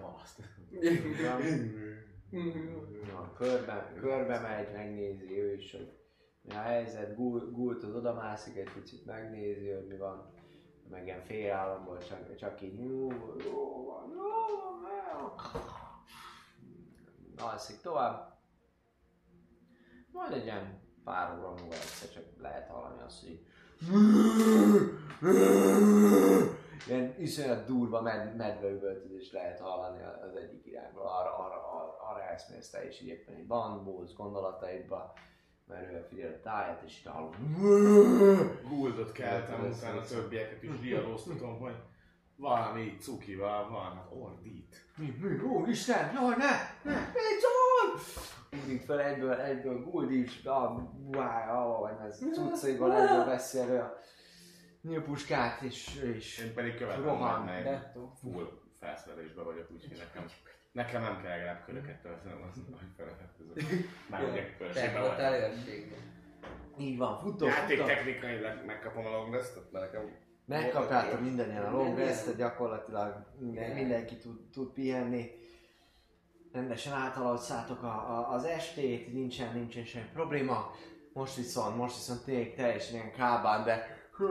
Körbe megy, megnézi ő is, hogy mi a helyzet, Gulthoz odamászik egy picit, megnézi, hogy mi van. Meg ilyen félállamból csak így jó van, alszik tovább. Majd egy ilyen pár óra múlva egyszer csak lehet hallani azt, hogy ilyen iszonyat durva medveüvöltözést lehet hallani az egyik irányból, arra eszmélsz te is így éppen egy bambulsz gondolataidba, mert ő figyel a táját és itt hallom. Guldot keltem, utána a többieket is riadóztatom, hogy valami Cukival van, ordít. Mi? Ó, Isten! Jaj, ne! Mit szól? Úgy fel egyből Guld is, vagy ez cuccaival egyből veszi elő a nyílpuskát és én pedig rohan. követem, full felszerelésben vagyok, úgyhogy nekem nem kell legalább köröket töltenem, az nagy felelhetőzök. Már ugye körösségben vagyok. Így van, futok. Játék technikailag megkapom a long restot, mert nekem... Megkapjátok minden ilyen a long restet, gyakorlatilag mindenki tud pihenni. Rendesen átaludszátok az estét, nincsen semmi probléma. Most viszont tényleg teljesen ilyen kábán, de...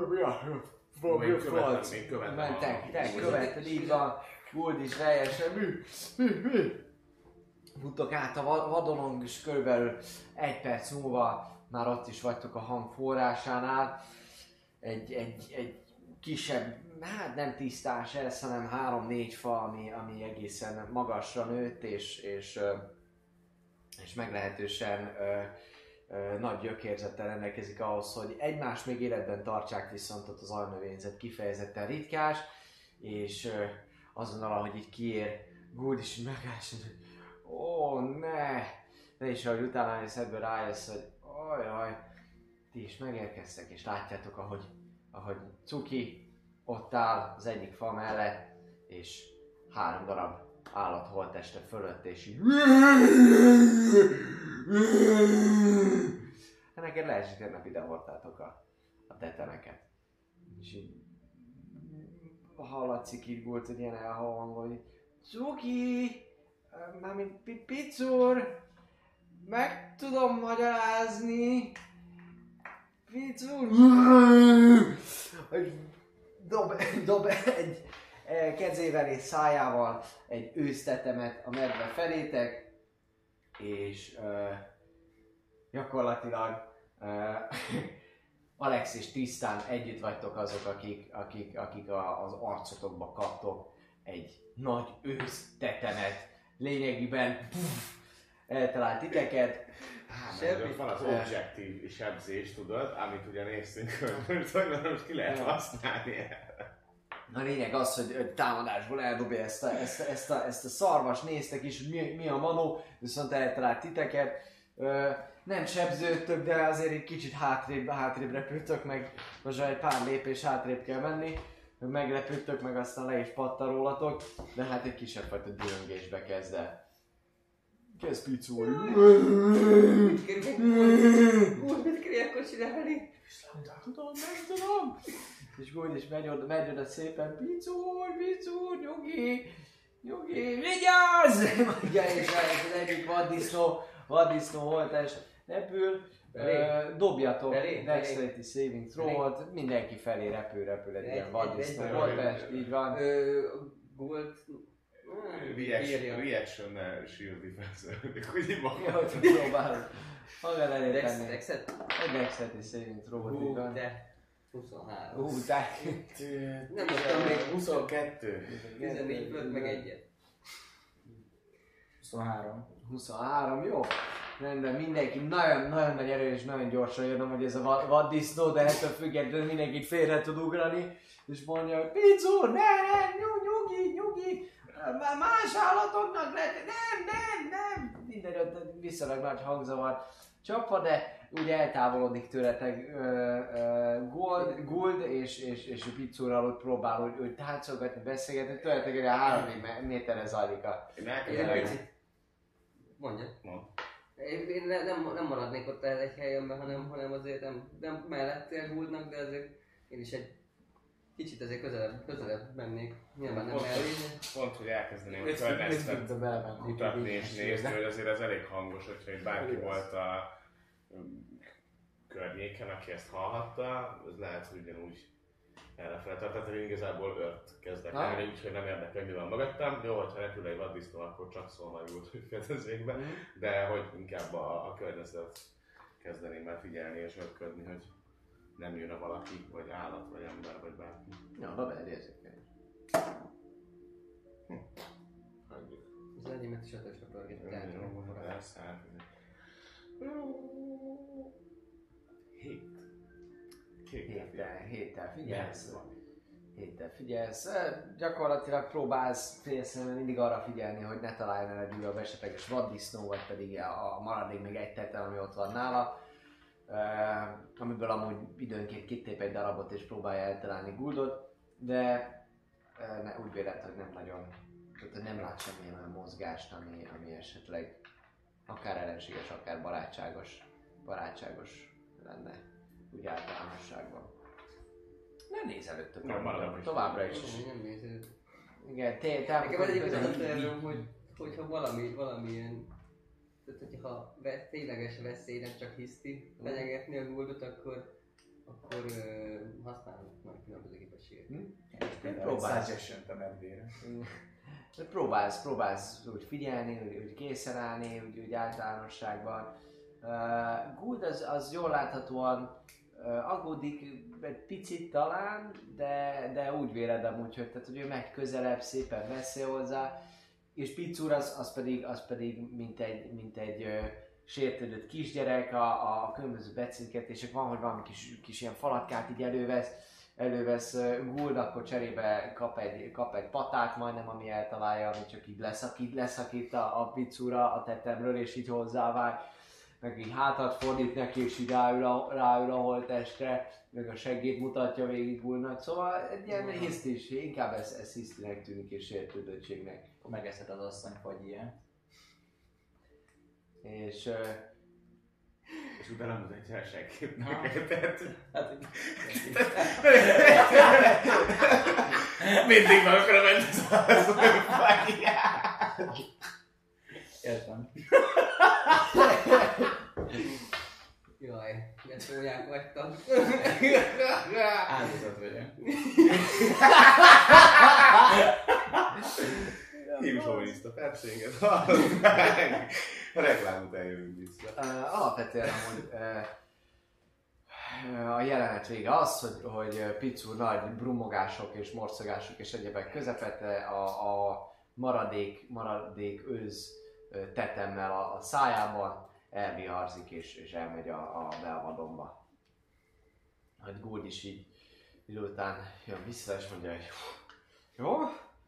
Követted, így van. Guld is teljesen mi? Futtok át a vadonon, és körülbelül egy perc múlva már ott is vagytok a hang forrásánál. Egy kisebb, hát nem tisztás ez, hanem 3-4 fa, ami egészen magasra nőtt, és meglehetősen nagy gyökérzettel rendelkezik ahhoz, hogy egymást még életben tartsák, viszont ott az alnövényzet kifejezetten ritkás, és azonnal, ahogy így kiér, Guld is megállás, hogy ó, ne! De is, ahogy utána és ebből rájössz, hogy ajaj, ti is megérkeztek, és látjátok, ahogy Cuki ott áll az egyik fa mellett, és 3 darab állat holtteste fölött, és így... Neked leesik, tegnap ide hordtátok a tetemeket. És így hallatszik így Gult, hogy ilyen elhangol, hogy Cuki! Mármint Picur! Meg tudom magyarázni! Picur! Dob egy kezével és szájával egy ősztetemet a medve felétek, és gyakorlatilag Alex és Tisztán együtt vagytok azok, akik az arcotokba kaptok egy nagy ősztetenet. Lényegében eltalált titeket. Ott van az objektív sebzés, tudod, amit ugye néztünk, hogy most ki lehet használni erre. A lényeg az, hogy támadásból eldobja ezt a szarvas, néztek is, hogy mi a manó, viszont eltalált titeket. Nem sebződtök, de azért egy kicsit hátrébb repültök, meg most egy pár lépés hátrébb kell menni. Meglepődtök, meg aztán le is pattan rólatok, de hát egy kisebb fajta dühöngésbe kezd el. Kezd picúrni. Mit kell akkor csinálni? Nem tudom. És Guld is megy oda szépen, picúr, nyugi, vigyázz! Mondja, és az egyik vaddisznó holtest repül. Dobjatok Dexterity Saving Throw-ot, mindenki felé repül egy ilyen vaddisznó holtest, így van. Guld... Reaction-nel shield defense-ölök, hogy így magam. Ja, hogy próbálod. Maga elé tenni. Egy Dexterity Saving Throw-ot, így van. De 23. De... Nem mondtam még 22. 14 fölött meg egyet. 23, jó? Rendben, mindenki nagyon nagy erő és nagyon gyorsan jön, hogy ez a vaddisznó, de ettől függetlenül mindenki félre tud ugrani, és mondja, hogy Picúr, nyugi, más állatoknak lehet, nem, minden viszonylag nagy hangzavar csapva, de úgy eltávolodik tőletek Guld, és Picúrral úgy próbál úgy táncolgatni, beszélgetni, tőletek egy 3 méterre zajlik a... Mondja. Én nem maradnék ott egy helyemben, hanem azért nem mellettél Guldnak, de azért én is egy kicsit azért közelebb mennék. Nyilván nem mellé. Pont, hogy elkezdeném a környezetet kutatni és nézni, hogy azért ez elég hangos, hogyha itt bárki volt a környéken, aki ezt hallhatta, az lehet, hogy ugyanúgy errefele tart. Tehát én igazából ört kezdek állni, úgyhogy nem érdekel, mi van mögöttem. Jó, hogyha repül egy vaddisznó, akkor csak szól majd úgy, hogy fedezékbe. De hogy inkább a környezetet kezdeném el figyelni és örködni, hogy nem jön valaki, vagy állat, vagy ember, vagy bárki. Ja, na belérzékelj. Az enyémet is ötösre pörgetett. Héttel figyelsz. Gyakorlatilag próbálsz félszemben mindig arra figyelni, hogy ne találjon el egy újabb esetleges vaddisznó, vagy pedig a maradék még egy tetem, ami ott van nála. Amiből amúgy időnként kitép egy darabot és próbálja eltalálni Guldot, de úgy véled, hogy nem nagyon, tehát nem lát semmilyen olyan mozgást, ami esetleg akár ellenséges, akár barátságos lenne úgy általánosságban. Nem néz előttök, továbbra is. Nem néz előtt. Igen, nekem az egyik az tervem, hogyha valamilyen, tehát hogyha tényleges veszély, nem csak hiszti fenyegetni a Guldot, akkor használunk majd különböző képességet. Próbálsz úgy figyelni, úgy készen állni, úgy általánosságban. Guld az jól láthatóan aggódik egy picit talán, de úgy véled amúgy, hogy ő megy közelebb, szépen beszél hozzá, és Picúr az pedig mint egy sértődött kisgyerek, a különböző becinkedések van, hogy valami kis ilyen falatkát így elővesz Guld, akkor cserébe kap egy patát majdnem, ami eltalálja, ami csak így leszakít a Picúra a tetemről, és így hozzávág. Meg így hátat fordít neki, és így ráül a holttestre, meg a seggét mutatja végig Guldnak, szóval egy ilyen hisztis, inkább ez hisztinek tűnik és sértődöttségnek. Akkor megeszed az asszony fagyját. És utána mutatja a seggét. Mindig magakra ment az asszony fagyját. Értem. Jaj, de szóják vagytam. Áldozat vagyok. Hívj soviniszta percsénget. Reklám után jövünk vissza. Alapvetően amúgy a jelenet vége az, hogy Picur nagy brummogások és morcogások és egyebek közepette a maradék őz tetemmel a szájában elviharzik és elmegy a belvadonba. Hogy Gould is így után jön vissza és mondja, hogy jó,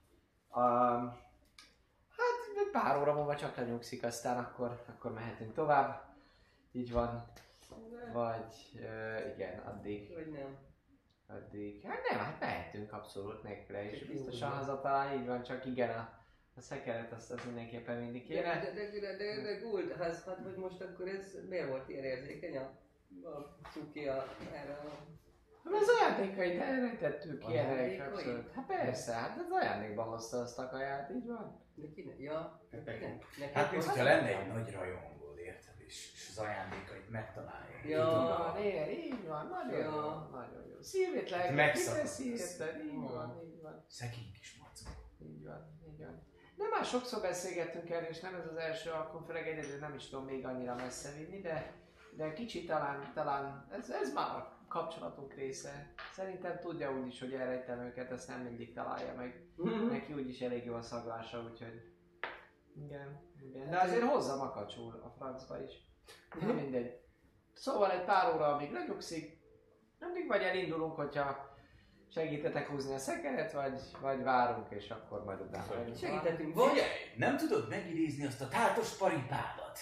hát pár óra múlva csak lenyugszik, aztán akkor mehetünk tovább. Így van. Vagy igen, addig. Vagy nem. Addig. Hát nem, hát mehetünk abszolút nélküle is. Biztosan hazatalál, így van, csak igen, a szekeret azt mindenképpen mindig kéne. De Gould, hát hogy most akkor ez miért volt ilyen érzékeny a cuki erre a... Az ajándékait elrejtettük ilyenek, abszolút. Hát persze, hát az ajándékban hozta azt a kaját, így van. Neki? Ja, neki. Hát mint hogyha lenne egy nagy rajongód, érted? És az ajándékait megtalálja. Ja, így van, nagyon jó, nagyon jó. Szívét lelket kiveszi, érted? Így van. Szegény kis mackó. Így van. De már sokszor beszélgettünk erről, és nem ez az első alkalom, főleg egyedül nem is tudom még annyira messze vinni, de kicsit talán ez már a kapcsolatunk része. Szerintem tudja úgyis, hogy elrejtem őket, ezt nem mindig találja meg. Neki úgyis elég jó a szaglása, úgyhogy... Igen. De azért hozza makacsul a francba is. Na mindegy. Szóval egy pár óra, amíg lenyugszik, addig vagy elindulunk, hogyha segítetek húzni a szekeret, vagy várunk, és akkor majd utána. Segítettünk. Vagy nem tudod megidézni azt a tátos paripádat?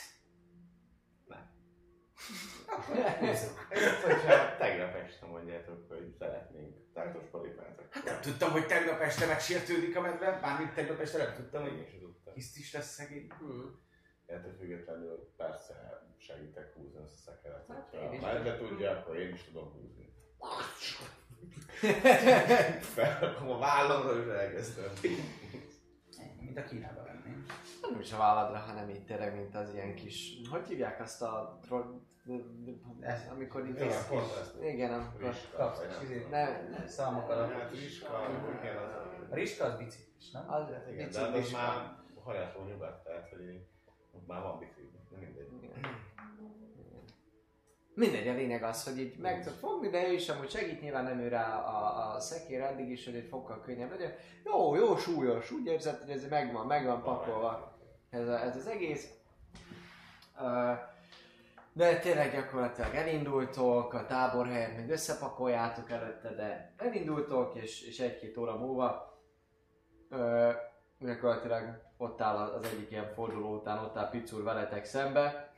Hogyha tegnap este mondjátok, hogy szeretnénk tátos paripát. Hát nem tudtam, hogy tegnap este megsértődik a medve, mármint tegnap este nem tudtam, hogy Én sem tudtam. hisz is lesz szegény. Ettől függetlenül persze segítek húzni azt a szekeret. Hát Ha én is a medve tudja, akkor én is tudom húzni. Felrakom a vállamra, és elkezdtem. Mint a Kínában lennénk. Nem is a válladra, hanem így tényleg, mint az ilyen kis... Hogy hívják azt a amikor így... Igen, pont ezt. Igen, amikor... Kapsz egy számok alatt. Hát riska, igen, az... A riska az biciklis, nem? Az Igen, de az már hajátról nyugat, tehát hogy ott már van bicikli, de mindegy. Mindegy, a lényeg az, hogy így meg tud fogni, de ő is amúgy segít, nyilván nem ő rá a szekér addig is, hogy egy fokkal könnyebb legyen. Jó súlyos, úgy érzed, hogy ez megvan pakolva ez az egész. De tényleg gyakorlatilag elindultok, a táborhelyet még összepakoljátok előtte, de elindultok, és egy-két óra múlva gyakorlatilag ott áll az egyik ilyen forduló után, ott áll Picur veletek szembe,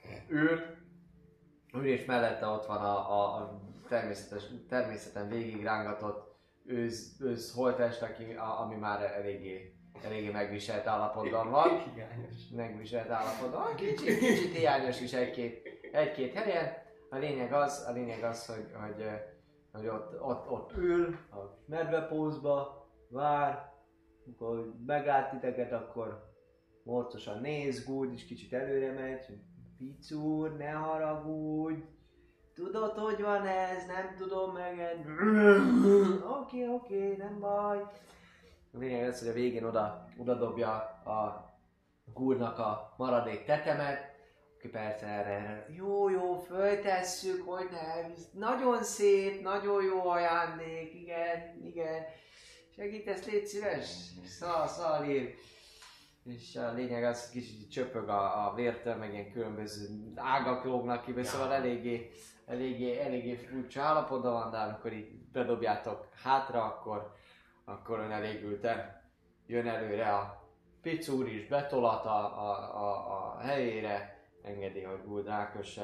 és mellette ott van a természeten végig rángatott ősz holttest, ami már eléggé megviselt állapotban van. Megviselt állapotban van. Kicsit hiányos is egy-két helyen. A lényeg az, hogy ott ül a medvepózba, vár, amikor meglát titeket, akkor morcosan néz, Gould is kicsit előre megy. Picur, ne haragudj! Tudod, hogy van ez? Nem tudom megengedni. Oké, nem baj. A lényeg az, hogy a végén oda dobja a Gouldnak a maradék tetemet, aki persze erre jó, föltesszük, hogy nem. Nagyon szép, nagyon jó ajándék, igen. Segítesz, légy szíves? Szalír. És a lényeg az, hogy kicsit csöpög a vértől, meg ilyen különböző ágak lógnak ki, szóval eléggé furcsa állapotban van, de amikor így bedobjátok hátra, akkor ön elégülten jön előre a Picur is, betolat a helyére, engedi, hogy Gould rákösse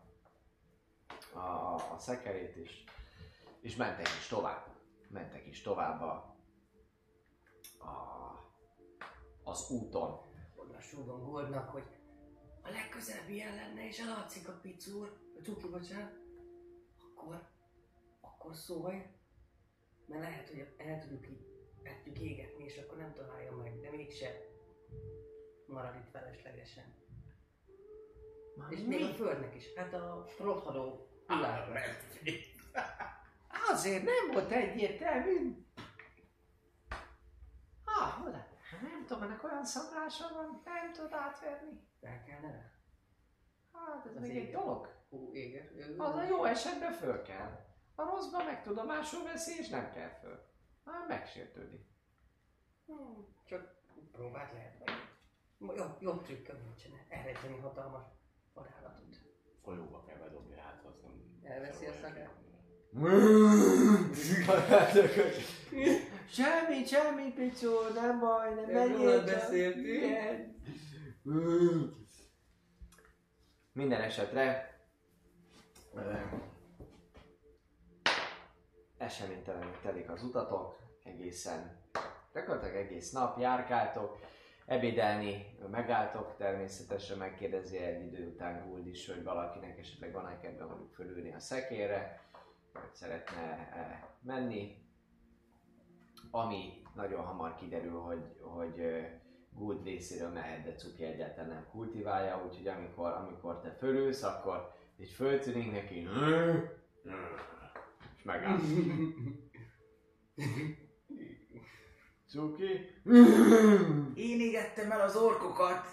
a szekerét is, és mentek is tovább az úton. Onnan súgom Gouldnak, hogy a legközelebbi ilyen lenne, és eladszik a Picur, a cuki, bocsánat, akkor szólj, mert lehet, hogy el tudjuk égetni, és akkor nem találja meg, de mégse marad itt feleslegesen. És még a földnek is, hát a rothadó világra. Azért nem volt egyértelmű. Nem tudom, ennek olyan szaglása van, nem tudod átverni. El kellene? Hát ez Az még egy éget. dolog. Éget. Az a jó esetben föl kell. A rosszban meg tudomásul veszi és nem kell föl. Hát megsértődik. Csak próbáld lehet meg. Jobb trükköm nincsen. Elrejteni hatalmas vadállatot. Folyóba kell bedobni, hát az nem... Elveszi a szagát? Semmi, Picó, nem baj, nem Erről beszéltünk. Igen. Minden esetre eseménytelenül telik az utatok, gyakorlatilag egész nap járkáltok, ebédelni megálltok, természetesen megkérdezi egy idő után Gould is, hogy valakinek esetleg van-e kedve mondjuk fölülni a szekérre, vagy szeretne menni. Ami nagyon hamar kiderül, hogy Gould részéről mehet, de Cuki egyáltalán nem kultiválja, úgyhogy amikor te fölülsz, akkor így föltűnik neki, és megáll. Cuki? Én égettem el az orkokat!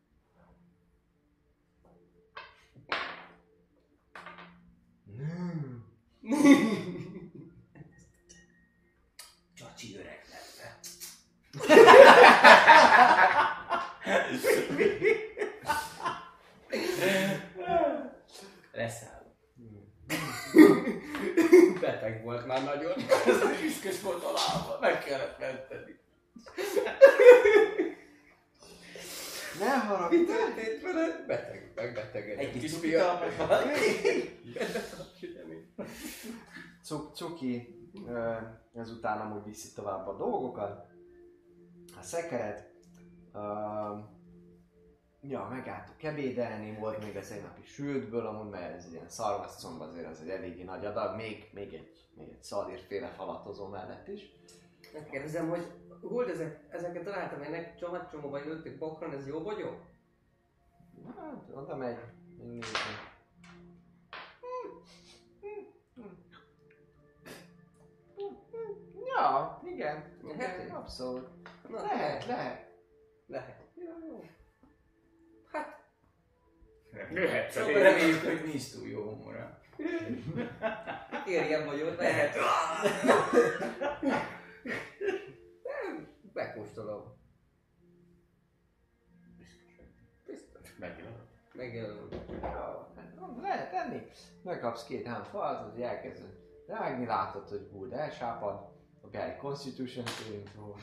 Csacsi öreg lett. Leszáll. Beteg volt már nagyon. Ez üszkös volt a lába, meg kellett menteni. Ne haragudj! Mi történt veled? Megbetegedett. Egy kis fiam. cukitalmat valaki. Cuki ezután amúgy viszi tovább a dolgokat, a szekeret. Ja, megálltuk ebédelni, volt még az egy napi sültből, amúgy, mert ez ilyen szarvaszcomb azért az egy eléggé nagy adag, még egy szaldírféle falatozó mellett is. Megkérdezem, hogy Gould, ezeket találtam, ennek csomagcsomóban jöttek bokron, ez jó vagy jó? Hát, oda megy, megnézni. Ja, igen, abszolút. Na, Lehet. Jó. Hát, Jöhet Csak felé. reméljük, hogy nincs túl jó humora. érjem vagyok, lehet. Megkóstolom. Megjelölöm. Lehet enni. Megkapsz 2 falat, hogy elkezded rágni, látod, hogy Gould elsápad. A egy Constitution saving throw.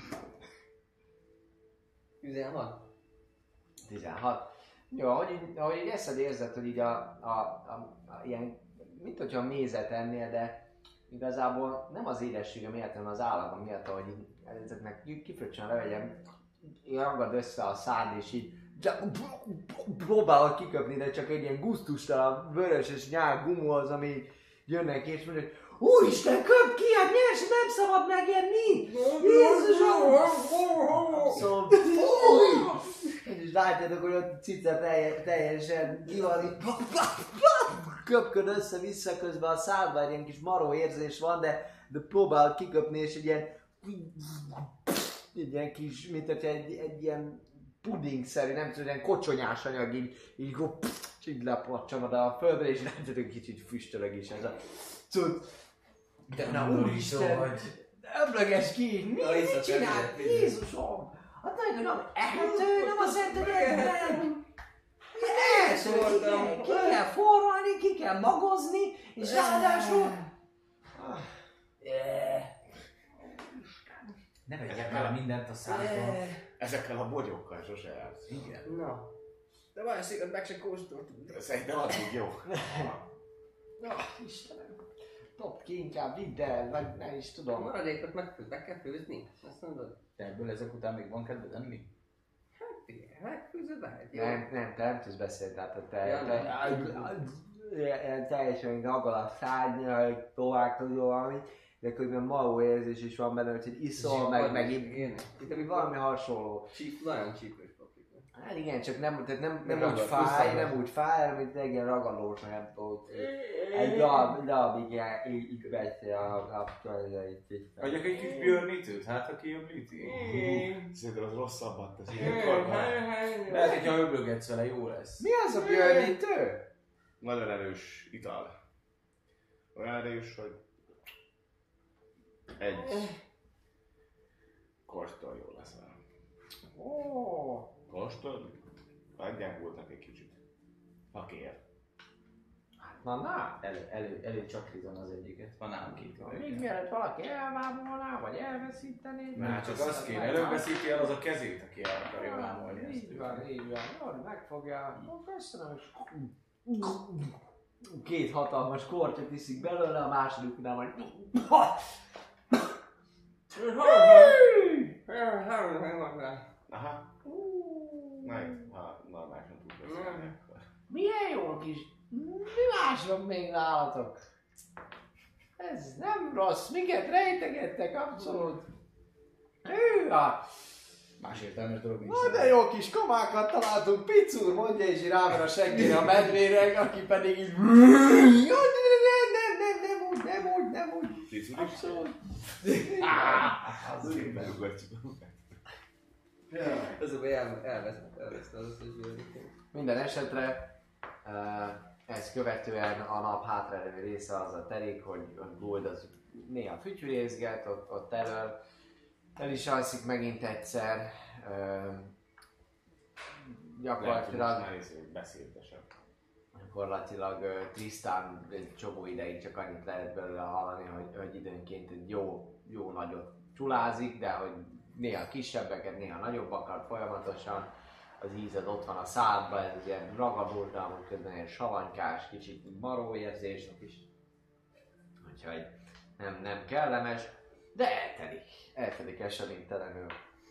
16. 16. Jó, ahogy így eszed érzed, hogy így ilyen, mint hogyha mézet ennél, de igazából nem az édessége miatt, hanem az állaga miatt, ahogy így ezeknek kifröccsen levegyem, ragad össze a szád és így próbálod kiköpni, de csak egy ilyen gusztustalan, vörös és nyál gumó az, ami jönnek és mondja, hogy úristen, köp ki, hát nyers, nem szabad megenni! Jézusom! Szóval, és látjátok, hogy a cica teljesen ki van, így köpköd össze-vissza, közben a szádban egy ilyen kis maró érzés van, de próbál kiköpni, és egy ilyen kis, mint hogyha egy ilyen pudingszerű, nem tudom, ilyen kocsonyás anyag így lepatsan oda a földre, és látjátok, kicsit füstölög is ez a cucc. De nem úristen, vagy. Öblöges ki! Mit csinál? Jézusom! Hát nagyon ehető, nem azt jelenti, hogy egyben! Ehető, ki kell forralni, ki kell magozni, és ráadásul... Ne vegyek el mindent a szádba. Ezekkel a bogyókkal sose jársz. Igen. Na. De valószínűleg meg se kóstoltunk. Szerintem addig jó. Istenem! Dobd ki inkább, vidd el, vagy nem is A tudom. maradékot meg kell főzni? Azt mondod? Te ebből ezek után még van kedved enni? Hát figyelj, megfőzöd lehet, jó? Nem, te nem tudsz beszélni, tehát Ja, teljesen ragad a szárnya, továbbkozó valami, de közben maró érzés is van benne, hogy iszol, meg itt valami hasonló. Nagyon csípős paprika. Hát igen, csak nem úgy fáj, hanem itt egy ilyen ragadós, nem tudod. Egy darabig így vette a itt. Adjak egy kis björnítőt, hát ha kijöblíti? Szerintem az rosszabbat tesz. Lehet, hogyha öblögetsz vele, jó lesz. Mi az a björnítő? Nagyon erős ital. Olyan erős, hogy egy kóstol jó lesz vele. Kóstol? Adják voltak egy kicsit. Fakér. Na. Elő csakrizom az egyiket. Van nálam 2. Még mielőtt valaki elvámolná, vagy elveszítené. Már csak azt kéne, előveszíti el az a kezét, aki el akarja vámolni ezt. Így van. Jól megfogja. Köszönöm, és 2 hatalmas kortyot iszik belőle, a másodiknál majd... Aha. Meg, ha normálisan tud beszélni, akkor... Milyen jó kis... Mi más van még nálatok? Ez nem rossz, miket rejtegettek, abszolút. Hűha! Más értelmes dolog nincs. Na de jó kis komákat találtunk, Picur, mondja és ráver a seggére a medvére, aki pedig így... Nem úgy. Picur is? Abszolút. Az szépen ugatjuk. Az hogy elveszette az összes bőrítőt. Minden esetre ezt követően a nap hátralevő része azzal telik, hogy Gould az néha fütyülészget, ott el is alszik megint egyszer. Gyakorlatilag Tristan egy csomó ideig csak annyit lehet belőle hallani, hogy időnként egy jó nagyot csulázik, de hogy néha kisebbeket, néha nagyobbakat folyamatosan. Az ízed ott van a szádban, ez az ilyen ragadós, de amúgy közben ilyen savanykás, kicsit maró érzésnek is. Úgyhogy nem kellemes, de eltelik eseménytelenül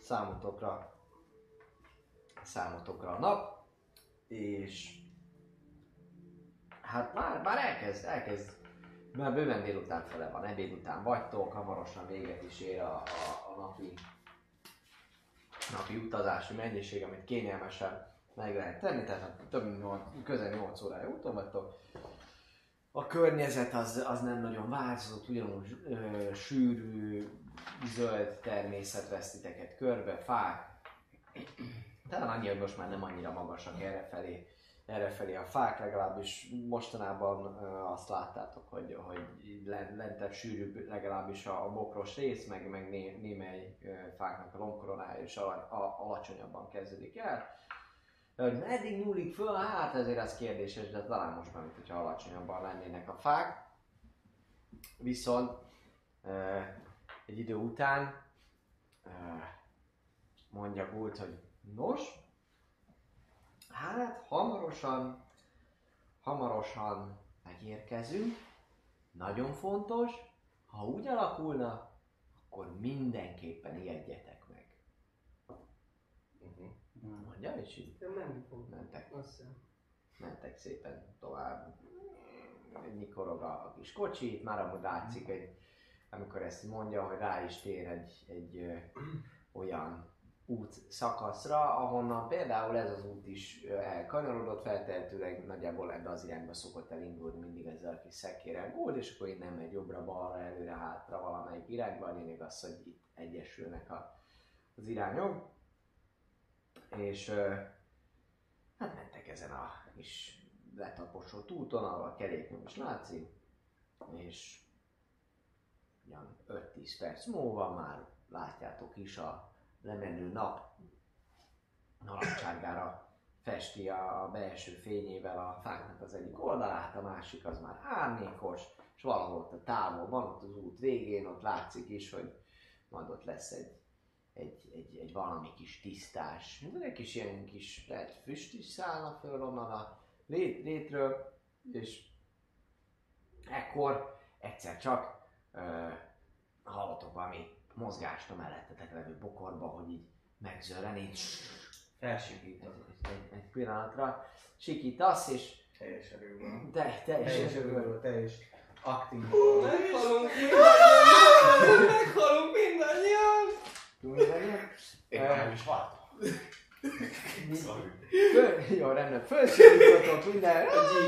számotokra a nap, és hát már elkezd, mert bőven délután fele van, ebéd után vagytok, hamarosan véget is ér a napi utazási mennyiség, amit kényelmesen meg lehet tenni, tehát közel 8 órája úton vagytok. A környezet az nem nagyon változott, ugyanúgy sűrű, zöld természet vesz titeket körbe, fák. Talán annyi, hogy most már nem annyira magasak errefelé a fák, legalábbis mostanában azt láttátok, hogy lentebb sűrűbb legalábbis a bokros rész, meg némely fáknak a lombkoronája is alacsonyabban kezdődik el. Hogy meddig nyúlik föl? Hát ezért az kérdéses, de talán most már, mintha alacsonyabban lennének a fák. Viszont egy idő után mondja Gould, hogy nos, hát hamarosan megérkezünk. Nagyon fontos, ha úgy alakulna, akkor mindenképpen ijedjetek meg. Mondja, és így mentek szépen tovább. Nyikorog a kis kocsi, itt már amúgy látszik, amikor ezt mondja, hogy rá is tér egy olyan út szakaszra, ahonnan például ez az út is elkanyarodott, feltehetőleg nagyjából ebbe az irányba szokott elindulni mindig ezzel a kis szekérrel Gould, és akkor innen megy jobbra-balra, előre-hátra valamelyik irányba, a lényeg az, hogy itt egyesülnek az irányok. És hát mentek ezen a kis letaposott úton, ahol a keréknyom is látszik, és ugyan 5-10 perc múlva már látjátok is a lemenő nap narancsárgára festi a belső fényével a fáknak az egyik oldalát, a másik az már árnyékos, és valahol ott a távolban, ott az út végén, ott látszik is, hogy majd ott lesz egy valami kis tisztás, egy kis ilyen kis lehet füst is szállna föl onnan a létről, és ekkor egyszer csak hallotok valami mozgást a mellettetek levő bokorba, hogy így megzörren, így felsikít egy pillanatra, sikítasz, és teljes erőből. Teljes erőből. Teljes aktív. Meghalunk mindannyian! Én nem is váltam. Jó, rendben, fölszólítotok minden,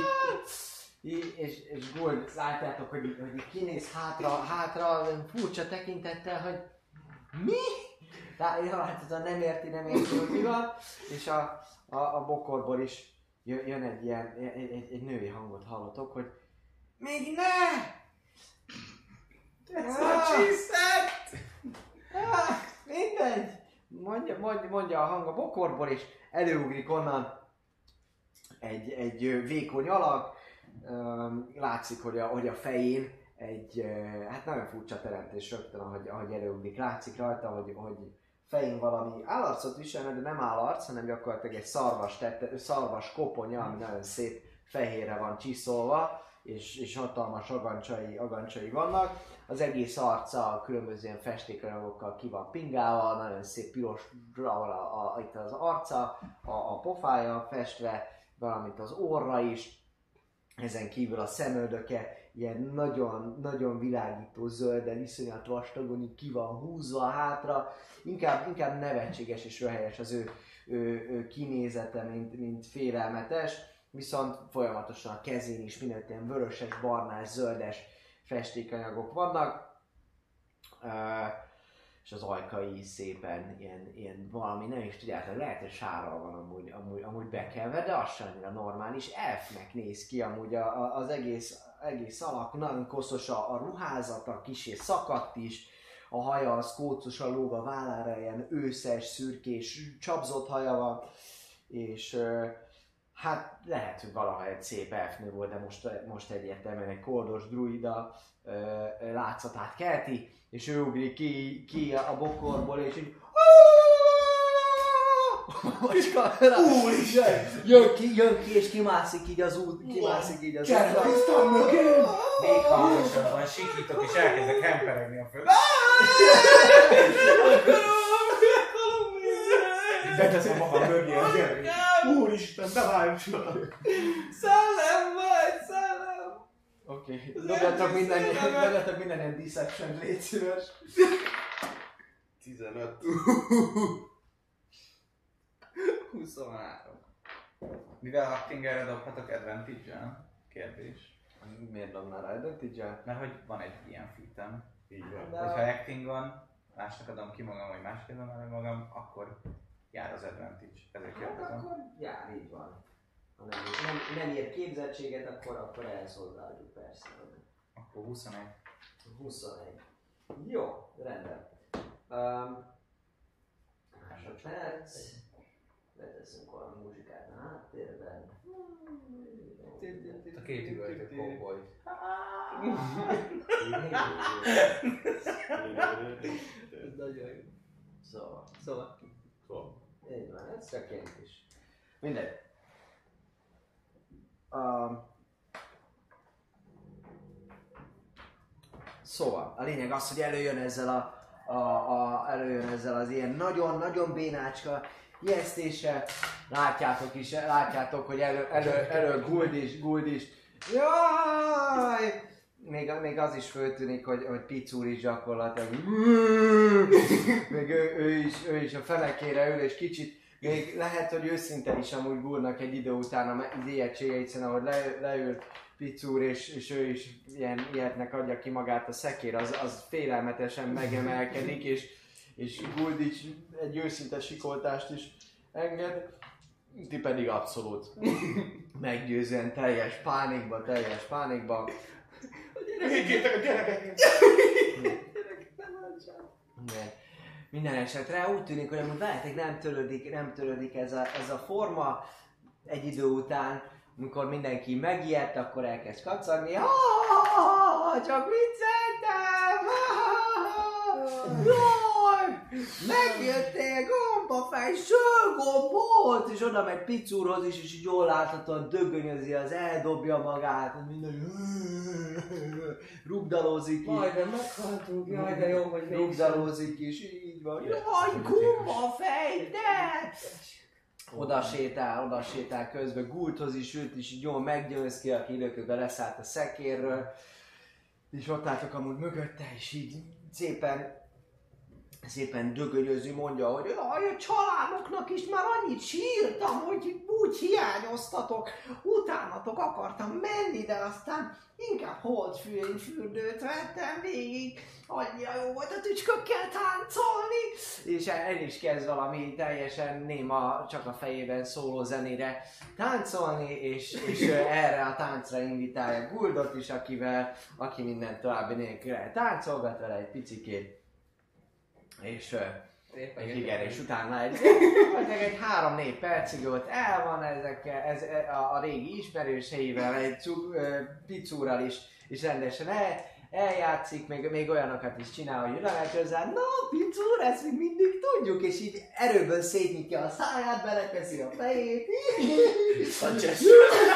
és Gold, látjátok, hogy kinéz hátra, furcsa tekintettel, hogy mi? Látod, nem érti, hogy mi van, és a bokorból is jön egy ilyen, egy női hangot hallotok, hogy még ne! Ez a csiszett! Mindegy! Mondja a hang a bokorból, és előugrik onnan egy vékony alak. Látszik, hogy a fején egy, hát nagyon furcsa teremtés rögtön, ahogy előugrik. Látszik rajta, hogy fején valami állarcot viselne, de nem állarc, hanem gyakorlatilag egy szarvas koponya, ami nagyon szép fehérre van csiszolva, és hatalmas agancsai vannak. Az egész arca különböző ilyen festékanyagokkal ki van pingálva, nagyon szép pirosra itt az arca, a pofája festve, valamint az orra is. Ezen kívül a szemöldöke ilyen nagyon világító zölden, iszonyat vastagon így ki van húzva hátra. Inkább nevetséges és röhelyes az ő kinézete, mint félelmetes. Viszont folyamatosan a kezén is mindenütt ilyen vöröses, barnás, zöldes festékanyagok vannak. És az ajkai is szépen ilyen valami, nem is tudjátok, lehet, hogy sárral van amúgy bekelve, de az sem annyira normális. Elfnek néz ki amúgy az egész alak, nagyon koszos a ruházata, kissé szakadt is, a haja az kócosan lóg a vállára, ilyen őszes, szürkés, csapzott haja van, és hát lehet, hogy valaha egy szép elfnő volt, de most egyértelműen egy koldos druida látszatát kelti, és ő ugrik ki a bokorból, és így jön ki, és kimászik így az út, Keresztem mögém! Még hangosabban sikítok, és elkezdek hemperegni a föld. Beteszem magam mögé a gyerek. Úristen, de várjunk! Szellem vagy, szellem! Oké, dobjatok minden ilyen deception, légy szíves. 15. 23. Mivel Hactingerre dobhatok advantage-el? Kérdés. Miért dobnál rá advantage-el? Mert hogy van egy ilyen fitem. Így van. Hogyha acting van, másnak adom ki magam, vagy másképp adom el magam, akkor jár az advantage. Ezért kérdezem. Akkor jár, így van. Ha nem ér képzettséget, akkor ehhez hozzáadjuk persze. Akkor 21. 21. Jó, rendben. Másodperc. Beteszünk valami muzsikát a háttérben. A két üvöltő cowboy. Ez nagyon jó. Szóval. Így van, egyszerként is. Mindegy. Szóval, a lényeg az, hogy előjön ezzel az ilyen nagyon-nagyon bénácska ijesztéssel. Látjátok, hogy elő Guld is. Jaj! Még az is föltűnik, hogy Picúr is gyakorlatilag. Még ő is a fenekére ül, és kicsit még lehet, hogy őszinte is amúgy Guldnak egy idő után az ijegysége, hiszen ahogy leül Picúr, és ő is ilyetnek adja ki magát, a szekér az félelmetesen megemelkedik, és Guld is egy őszinte sikoltást is enged, ti pedig abszolút meggyőzően teljes pánikba. Higgyétek a gyerekeket! Minden esetre úgy tűnik, hogy amúgy veletek nem törődik ez a forma. Egy idő után, amikor mindenki megijedt, akkor elkezd kacagni. Csak vicceltem! Jaj! Megjöttél, gombafej, sőgombot! És oda megy Picúrhoz is, és így jól láthatóan dögönyözi, az eldobja magát, minden rugdalózik is. Majdnem meghaltunk, jaj, de jó, hogy rugdalózik is, így van. Jaj, gombafej, de! Oda sétál közben, Guldhoz is ült, és így jól meggyőz ki, aki időközben leszállt a szekérről. És ott álltok amúgy mögötte, és így szépen szépen dögönyözi, mondja, hogy a családoknak is már annyit sírtam, hogy úgy hiányoztatok, utánatok akartam menni, de aztán inkább holdfürdőt vettem végig, annyira jó volt a tücskökkel táncolni, és el is kezd valami teljesen néma, csak a fejében szóló zenére táncolni, és erre a táncra invitálja Guldot is, aki minden további nélkül táncolgat vele egy picikét. És igen, és utána egy 3-4 percig ott el van a régi ismerőseivel, egy picúrral is rendesen eljátszik, még olyanokat is csinál, hogy lehet hozzá, na picúr, ezt még mindig tudjuk, és így erőből szétnyitja a száját, beleteszi a fejét. A csesz.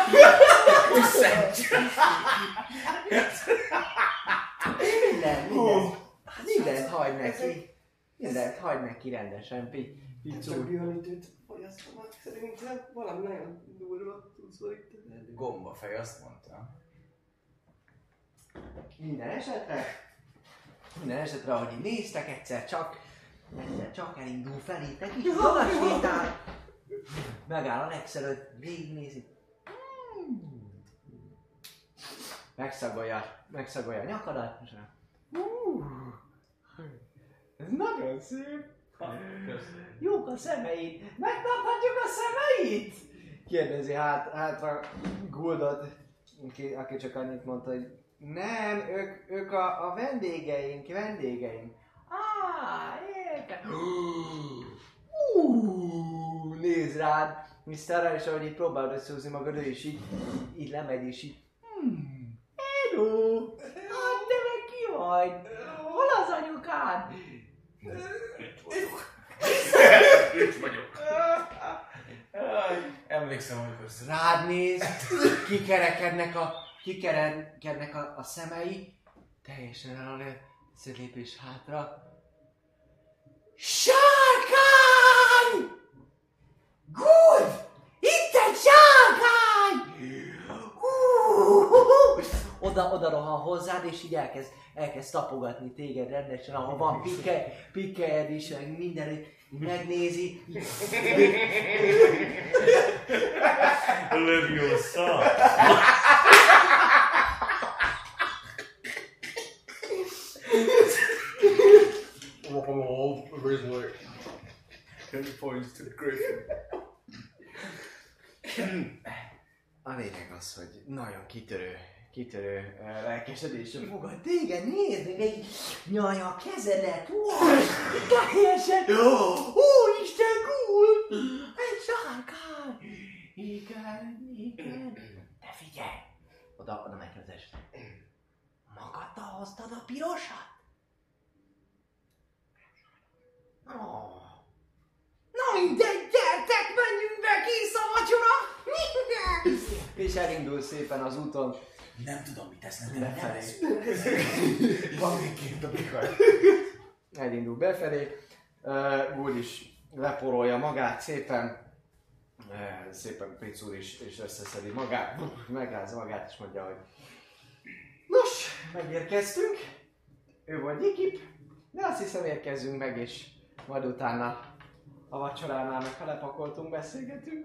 Mindent hagy neki. Mindent hagyd neki rendesen, Picúr. Csak bionitőt fogyasztom, szerintem valami nagyon durva tudsz itt. Gombafej, azt mondta. Minden esetre, ahogy így néztek, egyszer csak elindul felétek, így galasétál. Megáll a legszelőtt, végignézi. Megszagolja a nyakadat, és ez nagyon szép! Jók a szemeid! Megtarthatjuk a szemeit? Kérdezi hátra Guldot, aki csak annyit mondta, hogy nem, ők a vendégeink. Értem. Nézd rád, Mr. és ahogy így próbálod összehúzni magad, ő is így lemegy, és így hello! Hát te meg ki vagy? Hol az anyukád? Itt vagyok. Emlékszem, amikor Rád néz, kikerekednek a szemei, teljesen elő, lépés hátra. Sárkány! Guld! Itt egy sárkány! Oda rohan hozzád, és így elkezd tapogatni téged rendesen, ahol van pikkelyed is, meg mindenütt, megnézi. Leviosa! A lényeg az, hogy nagyon kitörő lelkesedésre fogad téged nézni, még nyalja a kezedet, teljesen, Isten, Guld, egy sárkány, igen, de figyelj, oda megy az este, magadtal hoztad a pirosat? Na mindegy, gyertek, menjünk be, kész a vacsora! És elindul szépen az úton. Nem tudom, mit tesznek Befelé. Van még két a bikaj. Elindul befelé. Guld is leporolja magát szépen. Szépen Picúr is összeszedi magát. Megrázza magát és mondja, hogy nos, megérkeztünk. Ő volt Ikip, de azt hiszem érkezzünk meg, és majd utána a vacsoránál meg ha lepakoltunk, beszélgetünk.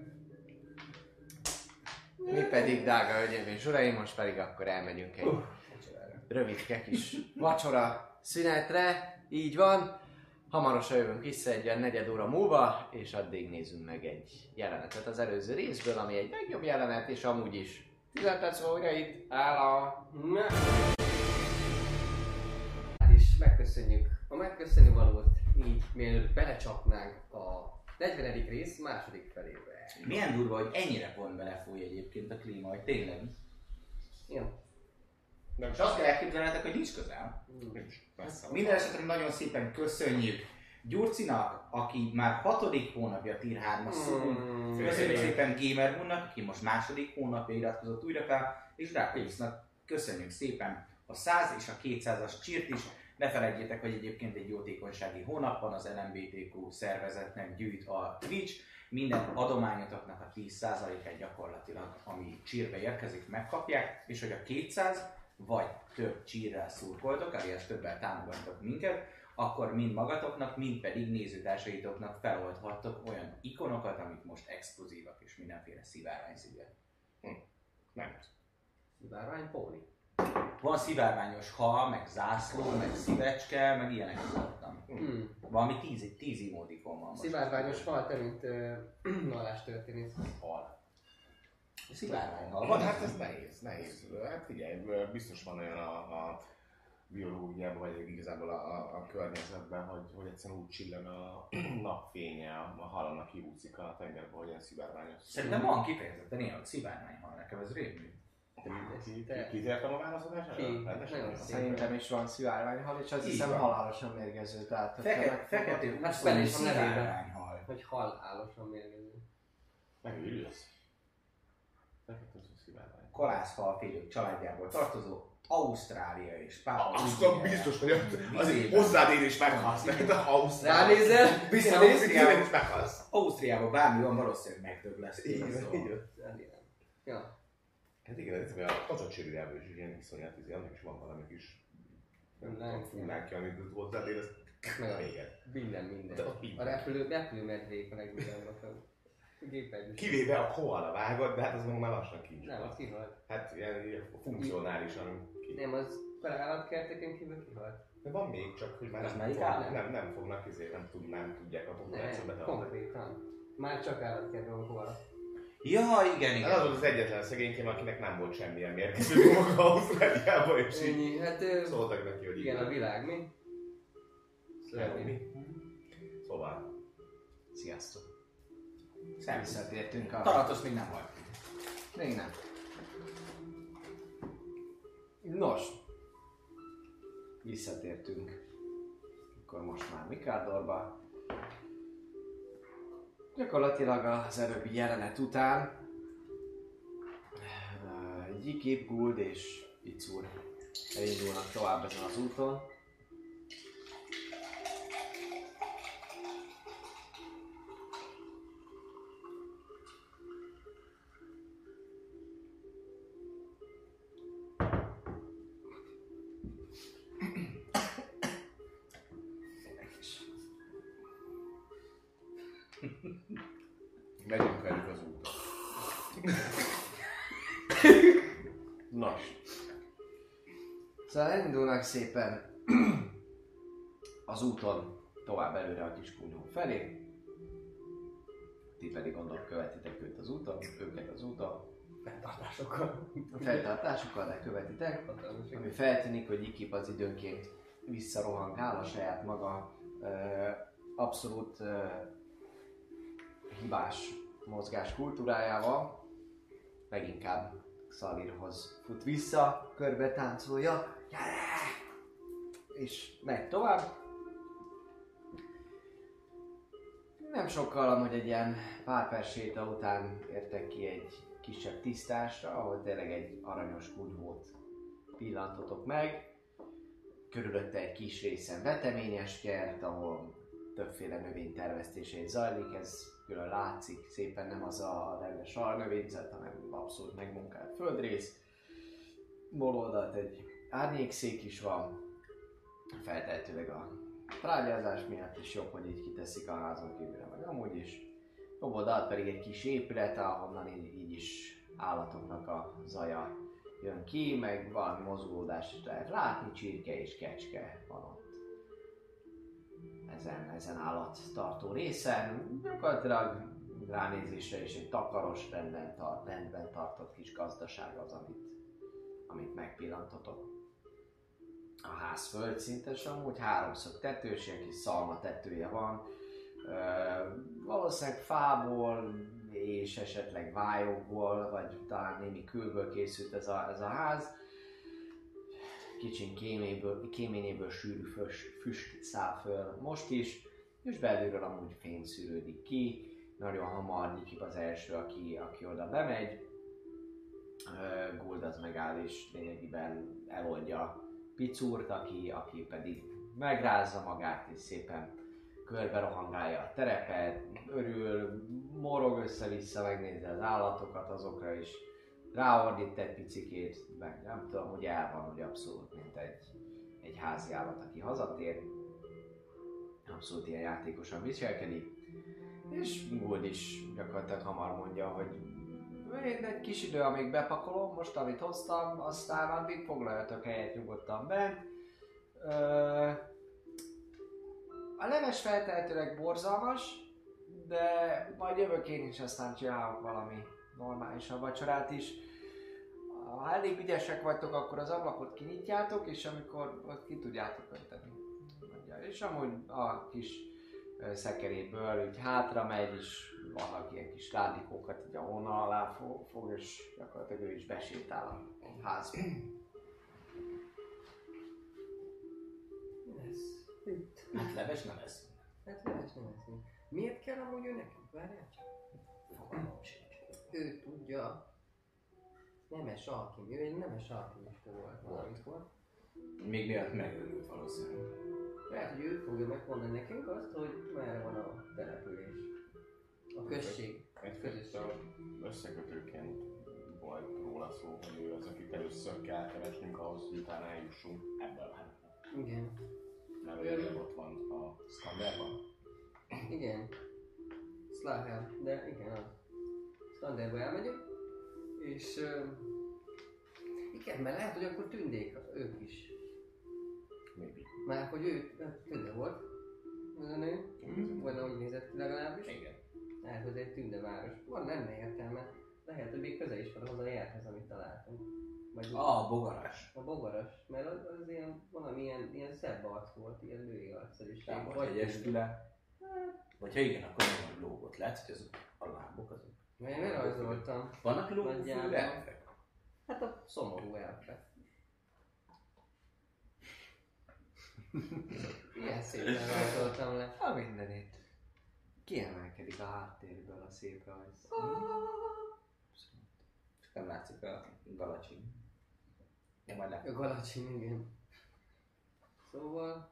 Mi pedig, drága hölgyeim és uraim, most pedig akkor elmegyünk egy rövidke kis vacsora szünetre, így van. Hamarosan jövünk vissza egy olyan 4 óra múlva, és addig nézzünk meg egy jelenetet az előző részből, ami egy legjobb jelenet, és amúgy is 10 perc múlva újra itt áll a... És megköszönjük a megköszönni valót, így mielőtt belecsapnánk a 40. rész második felébe. Milyen durva, hogy ennyire pont belefúj egyébként a klíma, hogy tényleg. Igen. És azt kell elképzelnetek, hogy nincs közel. Minden esetre nagyon szépen köszönjük Gyurcinak, aki már 6. hónapja Tier 3-as szólunk. Köszönjük szépen Gamermoonnak, aki most 2. hónapja iratkozott újra fel, és Drákovicsnak köszönjük szépen a 100 és a 200-as csírt is. Ne felejtjétek, hogy egyébként egy jótékonysági hónapban az LMBTQ szervezetnek gyűjt a Twitch. Minden adományotoknak a 10%-át gyakorlatilag, ami csírbe érkezik, megkapják, és hogy a 200 vagy több csírrel szurkoltok, alias többel támogattok minket, akkor mind magatoknak, mind pedig nézőtársaitoknak feloldhattok olyan ikonokat, amik most exkluzívak és mindenféle szivárványszívet. Nem. Szivárvány póni. Van szivárványos hal, meg zászló, meg szívecske, meg ilyeneket láttam. Valami 10 imódikon van most. Szivárványos hal, te mint vallástörténész. Hal. Szivárványhal. Van, Hát ez nehéz. Hát figyelj, biztos van olyan a biológiában, vagy igazából a környezetben, hogy egyszerűen úgy csillan a napfénye, a halnak kiúszik a tengerbe, hogy ilyen szivárványos. Szerintem van kifejezetten ilyen, hogy szivárványhal, nekem ez rémű. Kitértem a válaszadásra? Nagyon Szerintem is van szivárványhal, és azt Így hiszem van. halálosan mérgező. Tehát Fekető Hát húszó fel is van nevében. szivárványhal. Hogy halálosan mérgező. Megőrülsz? Fekete szivárvány. Kolászhal félők családjából tartozó Ausztrália és Pápua. Azt biztos, hogy azért hozzád én is meghalsz, mert a Ausztrál. Ránézel? Visszanézni, is meghalsz. Ausztriában bármi van, valószínűleg megdög lesz. Ja. Hát igen, ez a kacsacsérőjelből is ilyen iszonyat, annak is van valami kis fúrnánk ki, amit hozzád én, ezt Meg a véged. minden. De ott minden. A repülőmedvék a legvidámabb. Kivéve a koala vágod, de hát az már lassan kincs. Nem, az kihalt. Hát ilyen funkcionálisan ki. Nem, az állatkerteken kívül kihalt. De van még, csak hogy már Az nem, melyik fognak, állat? nem fognak, nem tudják a populációt Nem, betartani. konkrétan. Már csak állatkertben van koala. Ja, igen. Hát az volt az egyetlen szegénykém, akinek nem volt semmilyen mérgező dolog Ausztráliában, és így Ennyi, hát szóltak neki, hogy igen, a világ, mi? Szörnyű. Szóval. Sziasztok. Szervusz. Visszatértünk a... Taratos még nem volt. Még nem. Nos. Visszatértünk. Akkor most már Mikádorba. Gyakorlatilag az előbbi jelenet után Gyikip, Guld és Icur elindulnak tovább ezen az úton. Megyünk velük az úton. Nos. Szóval elindulnak szépen az úton tovább előre a kis kunyhó felé. Ti pedig gondolom követitek őket az úton. Fenntartásokkal. A feltartásokkal, de követitek. Ami feltűnik, hogy Ikip az időnként visszarohangál a saját maga abszolút hibás mozgás kultúrájával. Leginkább Szalirhoz fut vissza, körbe táncolja. Gyere! És megy tovább. Nem sokkal amúgy egy ilyen pár perc séta után értek ki egy kisebb tisztásra, ahol tényleg egy aranyos kunyhót pillantotok meg. Körülötte egy kis részen veteményes kert, ahol többféle növénytermesztés is zajlik, ez külön látszik, szépen nem az a rendes alnövényzet, hanem abszolút megmunkált földrész. Bal oldalt egy árnyékszék is van, feltehetőleg a trágyázás miatt is jobb, hogy így kiteszik a házon kívülre, meg amúgy is. Jobb oldalt pedig egy kis épület, ahonnan így is állatoknak a zaja jön ki, meg valami mozgódás is lehet látni, csirke és kecske van ott. Ezen állattartó részen, gyakorlatilag ránézésre is egy takaros, rendben tartott kis gazdaság az, amit megpillantotok. A ház földszintes amúgy, háromszög tetős, ilyen kis szalma tetője van. Valószínűleg fából és esetleg vályokból, vagy talán némi kőből készült ez a ház. Kicsin kéményéből sűrű füst száll föl most is, és belülről amúgy fény szűrődik ki. Nagyon hamar Gyikip az első, aki oda bemegy. Guld az megáll és lényegében eloldja Picurt, aki pedig megrázza magát és szépen körbe rohangálja a terepet, örül, morog össze-vissza, megnézi az állatokat, azokra is ráordít egy picikét, meg nem tudom, hogy el van, hogy abszolút mint egy házi állat, aki hazatér. abszolút ilyen játékosan viselkedik. És Gould is gyakorlatilag hamar mondja, hogy még egy kis idő, amíg bepakolom most, amit hoztam, aztán addig foglaljatok helyet nyugodtan bent. A leves feltehetőleg borzalmas, de majd jövök én is, aztán csinálok valami normálisabb vacsorát is. Ha elég ügyesek vagytok, akkor az ablakot kinyitjátok, és amikor ott ki tudjátok önteni. És amúgy a kis szekeréből így hátra megy, és vannak ilyen kis rádikókat így a hóna alá fog, és gyakorlatilag ő is besétál a házba. Mi lesz? Itt. Hát leves nem eszünk. Hát leves nem eszünk. Miért kell amúgy ő nekünk? Várjál csak. Fogalmam sincs. Ő tudja. Nemes alkim. Ő egy nemes alkimista volt valamikor. Még miatt megőrült valószínűleg. Lehet, hogy ő fogja megmondani nekünk azt, hogy merre van a település. A község. Egyfajta összekötőként volt róla szó, hogy ő az, akit először kell keresnünk ahhoz, hogy utána eljussunk ebbe a városba. Igen. Mert ő ott van a Skanderban. Igen. Slahel. De igen, az. Skanderbe elmegyünk. És... igen, mert lehet, hogy akkor tündék ők is. Maybe. Már hogy ő tünde volt. Az a nő. Vagy úgy nézett ki legalábbis. Igen. Lehet, hogy egy tündeváros. Van, lenne értelme. Lehet, hogy még közel is van ahhoz a jelhez, amit találtunk. Vagy A bogaras. a bogaras, mert az ilyen, valami ilyen szebb arc volt, ilyen női arcszerűség. Nem volt egyes füle. Vagy ha igen, akkor nem van lógot. Látsz, hogy azok a lábok azok? Mert én rajzoltam. Vannak lógó Nagyjából. fülű elfek? Hát a szomorú elfek. Ilyen szépen rajzoltam le. A mindenét. Kiemelkedik a háttérből a szép rajz. Nem látszik a galacsin. Ja, majd A látom. galacsin, igen. Szóval...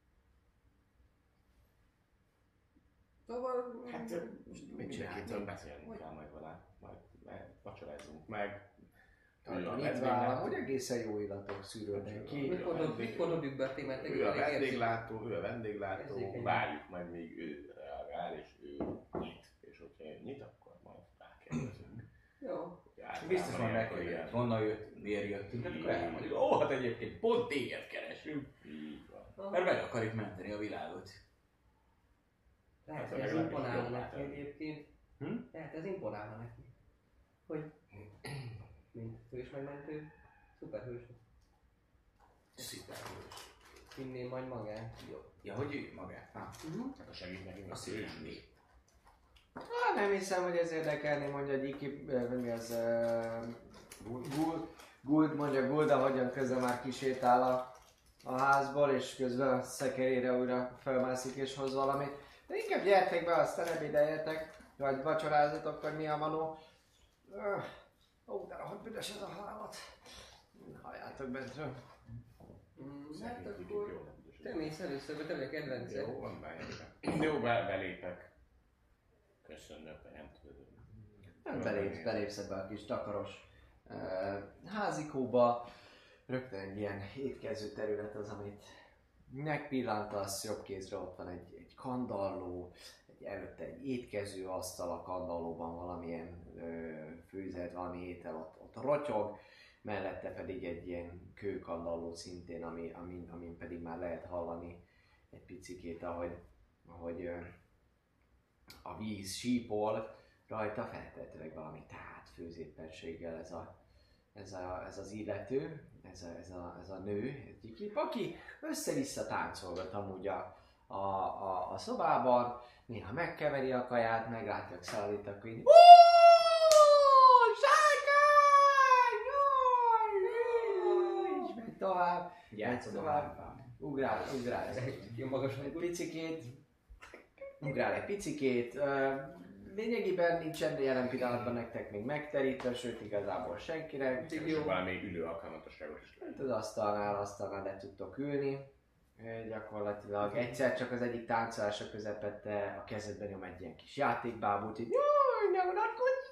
Hát most mindenképpen beszélnünk kell majd vele, majd vacsorázzunk meg. Itt vállam, hogy egészen jó illatok szűrődnek ki. Mikor dobjuk be a témát? Ő a vendéglátó, várjuk meg, míg ő reagál, és ő nyit. És hogyha nyit, akkor majd rákérdezünk. Jó. Biztos van megkérdez. Honnan jött, miért jöttünk, hát akkor elmondjuk. Ó, hát egyébként pont téged keresünk. Így van. Mert meg akarjuk menteni a világot. Lehet, Hát, hogy ez legalábbis imponálna jobb neki látni. egyébként. Lehet, ez imponálna neki. Hogy... mint hős megmentő, szuperhős. Szuperhős. Hinném majd magát. Jó. Ja, hogy ő magát? Ah, Hát a segít nekünk, azt ő ő is. nem mi. Nem hiszem, hogy ez érdekelni, mondja Gyiki, mi az... Gould, mondja Gould, ahogyan közben már kisétál a házból, és közben a szekerére újra felmászik és hoz valamit. De inkább gyertek be, aztán ebédeljetek, vagy vacsorázatok, vagy mi a manó. Ó, de hogy büdös ez a halamat. Halljátok bentről. Hát akkor te mész először, vagy te vagy a kedvenced. Jó, van bejövök. Jó, belépek. Köszönök, nem tudom. Belépsz ebbe a kis takaros házikóba. Rögtön egy ilyen étkező terület az, amit megpillantasz, jobb kézre ott van egy kandalló, előtte egy étkező asztal, a kandallóban valamilyen főzet, valami étel ott rotyog, mellette pedig egy ilyen kőkandalló szintén, amin pedig már lehet hallani egy picikét, ahogy a víz sípol, rajta feltehetőleg valami tát főzéppenséggel ez az illető, ez a nő, egyik, aki össze-vissza táncolgat amúgy a szobában, néha megkeveri a kaját, meglátja a Xalit, akkor így és megy tovább, Játszod a lámpám. ugrál Ki a magas egy picikét, lényegében nincsen jelen pillanatban nektek még megterítve, sőt igazából senkinek. És valami ülő alkalmatosságos is lehet. Az asztalnál le tudtok ülni. Gyakorlatilag egyszer csak az egyik táncolása közepette a kezedben nyom egy ilyen kis játékbábút, így jaj, ne unatkozz!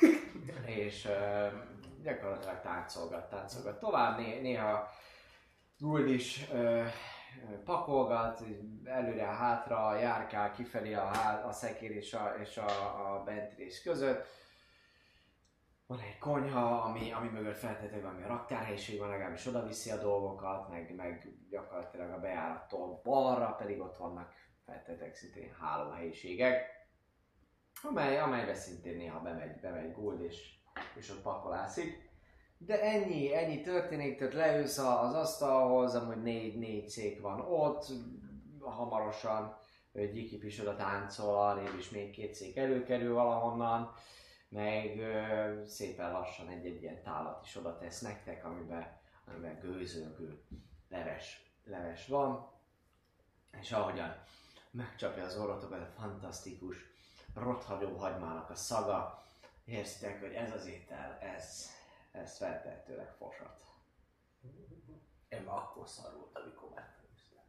És gyakorlatilag táncolgat tovább, néha Guld is pakolgat, előre-hátra, járkál kifelé a szekér és a benti rész között. Van egy konyha, ami mögött feltétlenül valami raktárhelység van, legalábbis oda viszi a dolgokat, meg gyakorlatilag a bejárattól balra pedig ott vannak feltétlenül szintén hálóhelyiségek, amelybe szintén néha bemegy Guld és ott pakolászik. De ennyi történik, tehát leülsz az asztalhoz, amúgy négy szék van ott, hamarosan Gyikip is oda táncol, arrébb is még 2 szék előkerül valahonnan, meg szépen lassan egy ilyen tálat is oda tesz nektek, amiben gőzölgő leves van, és ahogyan megcsapja az orrotokat a fantasztikus rothadó hagymának a szaga, érzitek, hogy ez az étel, ez feltehetőleg fosat. Én már akkor szarult, amikor megfőztem.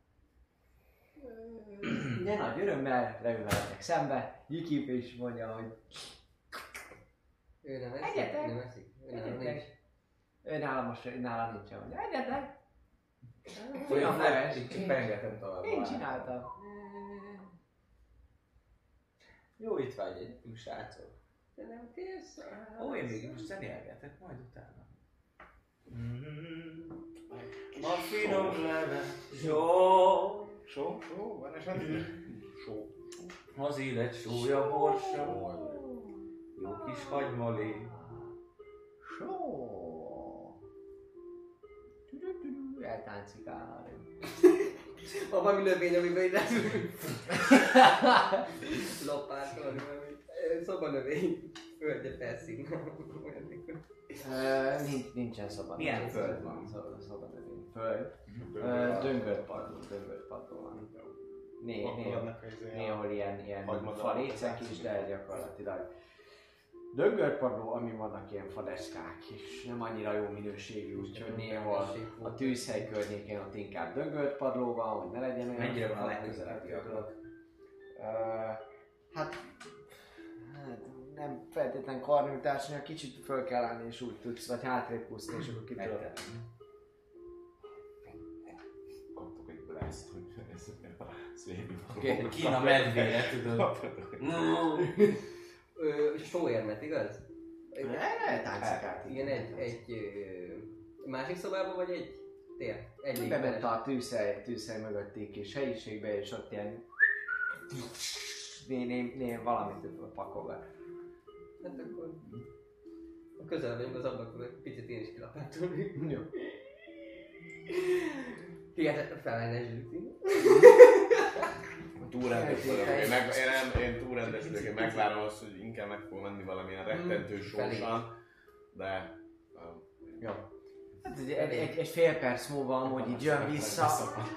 De nagy örömmel leül veletek szembe, Gyikip is mondja, hogy Ő nem eszik? Egyetek! Nem eszik? Ő nálam nincs. nálam nincsen, mondja, egyetek! Olyan leves. így pengetem tovább. Én csináltam. Jó, itt vagy egy srácok. De nem kész? Ó, én még most zenélgetek, majd utána. A finom leves, jó. Só? Van esetleg? Só. Az élet sója borsa, jó kis hagymalé. Só! Eltáncikál. Van valami növény, amiben így lesz. Lopás, valami. Szobanövény. Földje felszín. Nincsen szoba. Milyen föld van? Szoba növény. Föld. Döngölt padló van. Néhol ilyen falécek is, de gyakorlatilag döngölt padló, ami vannak ilyen fadeszkák is, nem annyira jó minőségű, úgyhogy néhol a tűzhely környékén ott inkább döngölt padló van, hogy ne legyen olyan. Mennyire van a legközelebbi ablak? Hát nem feltétlen karnyújtásnál, kicsit föl kell állni és úgy tudsz, vagy hátrébb húzni és akkor ki tudod. Kaptok egy blast, hogy ez a szvébi Egy Kína medvére, tudod. Sóérmet, igaz? Eltáncikált. Igen, egy másik szobában vagy egy tér? Egy Bement a tűzhely mögötti kis helyiségbe és ott ilyen néha valamit pakolgat. Hát akkor közel vagyunk az ablakon, egy picit én is kilapáltam. Jó. Hihetetlen feleljesültünk. Túlrendes vagyok. Én túlrendes vagyok, én megvárom azt, hogy inkább meg fog menni valamilyen rettentő sósan, de... Jó. Hát egy fél perc múlva amúgy így jön vissza.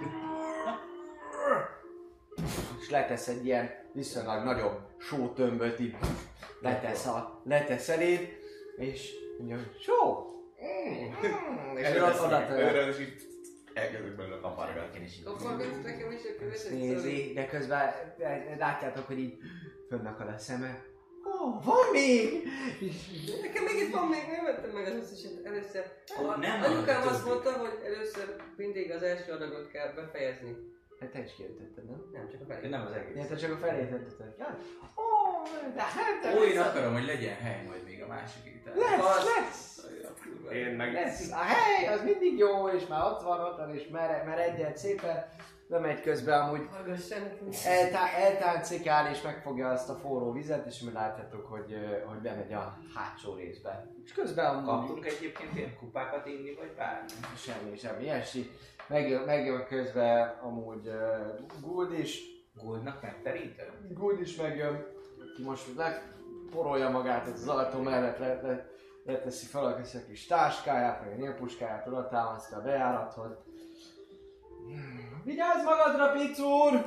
És letesz egy ilyen viszonylag nagyobb sótömböt így letesz eléd, és mondja, hogy só! És oda Őről is így elkezdek belőle kapargatni. Kapargatsz nekem is, akkor Ezt nézi, de közben látjátok, hogy így fönnakad a szeme. Ó, van még! Nekem még itt van még, nem vettem meg az összeset először. Nem Anyukám van azt többi. mondta, hogy először mindig az első adagot kell befejezni. Hát te is kijöttetted, nem? Nem, csak a felé. Nem az Ja, egész. te csak a felét tetted. Ja. Ó, de hát Ó, én akarom, hogy legyen hely majd még a másik étel. lesz! Én meg... Lesz! A hely az mindig jó, és már ott van, és mer egyet szépen bemegy közben amúgy Hallgassál nekem. eltáncikál és megfogja azt a forró vizet, és mi látjátok, hogy bemegy a hátsó részbe. És közben amúgy Kaptunk egyébként ilyen kupákat inni, vagy bármi? semmi ilyesmi. Megjön közben amúgy Guld is. Goldnak megteríted? Guld is megjön, ki most leporolja magát az ajtó mellett, leteszi fel a kis táskáját, meg a nyílpuskáját, oda támasztja a bejárathoz. Vigyázz magadra, picúr!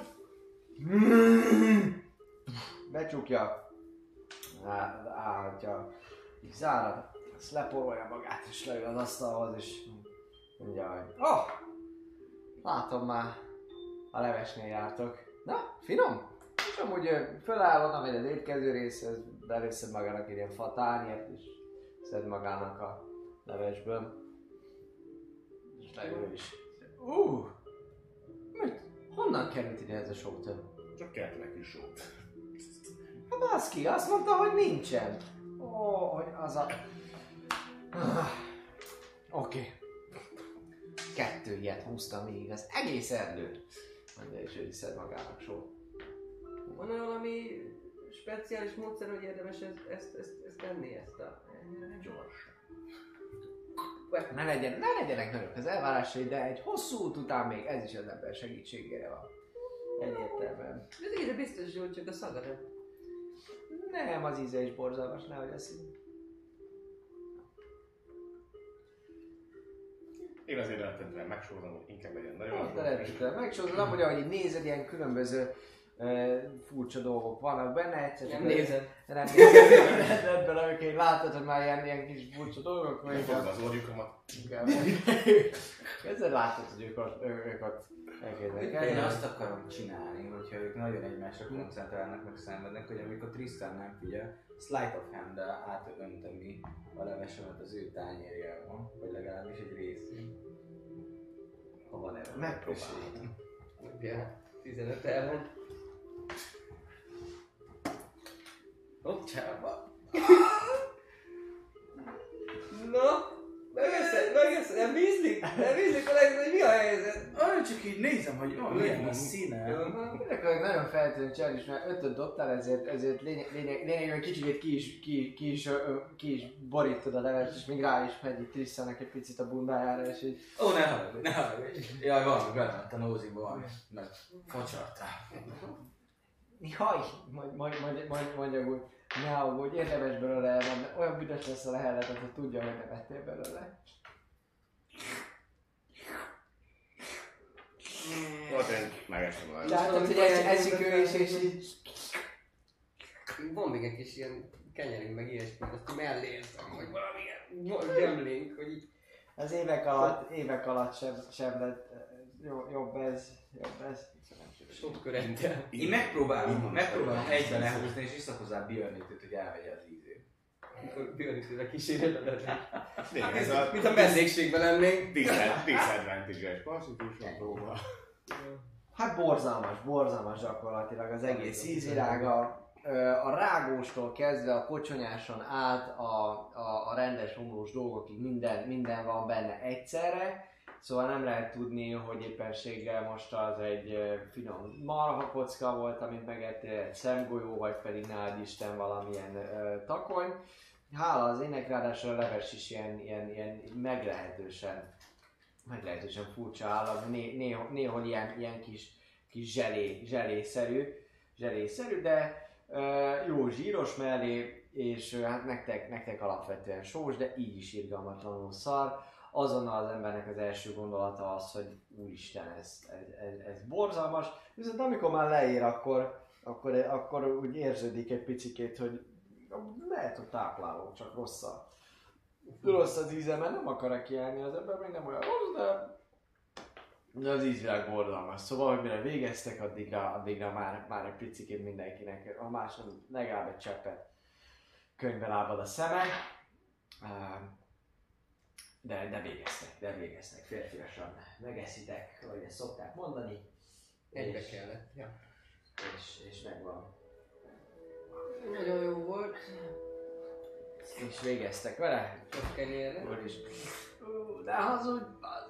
Becsukja, állhatja a zárat, azt leporolja magát és leül az asztalhoz, és mondja, hogy látom már, a levesnél jártok. Na, finom? És amúgy föláll onnan, megy az étkező részhez, belőszed magának egy ilyen fatányért, és szed magának a levesből. És leül is. Mit? Honnan került ide ez a sótöm? Csak kert neki sót. Hát baszki, azt mondta, hogy nincsen. Hogy az a... Oké. 2 ilyet húztam végig, az egész erdőt. Mondja, és ő viszed magának sót. Van-e valami speciális módszer, hogy érdemes ezt tenni, ezt a... Gyors. Ne legyenek nagyok az elvárásai, de egy hosszú út után még ez is az ember segítségére van. Egyértelműen. Ez íze biztos jó, csak a szaga nem. Nem, az íze is borzalmas, nehogy azt hiszem. Én azért rettentően megsózom, hogy inkább legyen nagyon De rettentően megsózod, amúgy ahogy így nézed, ilyen különböző furcsa dolgok vannak benne, egyszer Nem nézed. Nem nézed, ebből amikor így látod, hogy már ilyen kis furcsa dolgok, vagy fogd az orjukomat. ezzel látod, hogy ők ott elkezdenek. Én azt akarom csinálni, hogyha ők nagyon egymásra koncentrálnak, meg szenvednek, hogy amikor Tristan nem figyel, Sleight of Hand-del átöntömi a levesemet az ő tányérjába, vagy legalábbis egy részén. Ha van erre. Megpróbálom. Ugye, 15 ellen. Hopp, csába. No, megeszed, nem bízlik, hogy mi a helyzet? Csak így nézem, hogy milyen a színe. Mindenkinek nagyon feltűnő csinálni, mert 5-öt dobtál, ezért lényegében kicsit ki is borítod a levet, és még rá is megy itt Tristannak egy picit a bundájára, és így... Ó, ne haragudj. Jaj, valami belement a nóziba, meg facsartál. Jaj, mondja úgy, ne aggódj, érdemes belőle elvenni, olyan büdös lesz a lehelletet, hogy tudja, hogy nem ettél belőle. Volt én megesem a Látod, hogy eszik ő is, és így... Van még egy kis ilyen kenyerünk, meg ilyesmi, azt mellé érzem, hogy valamilyen gemlénk, hogy így... Az évek alatt sem lett jobb ez. Sok körettel. Én megpróbálom egyben lehúzni és visszahozzá Björnitőt, hogy elvegye az ízét. Björnitőre kísérletet. ez a... Mint a vendégségben lennénk. Disadvantage-es Constitution próba. Hát borzalmas gyakorlatilag az egész ízirága. A rágóstól kezdve a kocsonyáson át a rendes homlós dolgokig minden van benne egyszerre. Szóval nem lehet tudni, hogy éppenséggel most az egy finom marhakocka volt, amit megettél, egy szemgolyó, vagy pedig nálad Isten valamilyen takony. Hála az ének, ráadásul a leves is ilyen meglehetősen furcsa állam, néhol ilyen kis zselészerű, de jó zsíros mellé, és hát nektek alapvetően sós, de így is irgalmatlanul szar. Azonnal az embernek az első gondolata az, hogy úristen, ez borzalmas, viszont amikor már leér, akkor úgy érződik egy picikét, hogy lehet, hogy tápláló, csak rossz az íze, mert nem akar kiállni az ember, még nem olyan rossz, de az ízvilág borzalmas. Szóval, hogy mire végeztek, addigra már egy picikét mindenkinek, a másod legalább egy cseppet könyvbe lábad a szeme. De végeztek, férfiasan megeszitek, ahogy ezt szokták mondani. Egybe kellett. Ja. És megvan. Nagyon jó volt. És végeztek vele. Sok kenyérre. Úr is. De hazudj, bazzeg.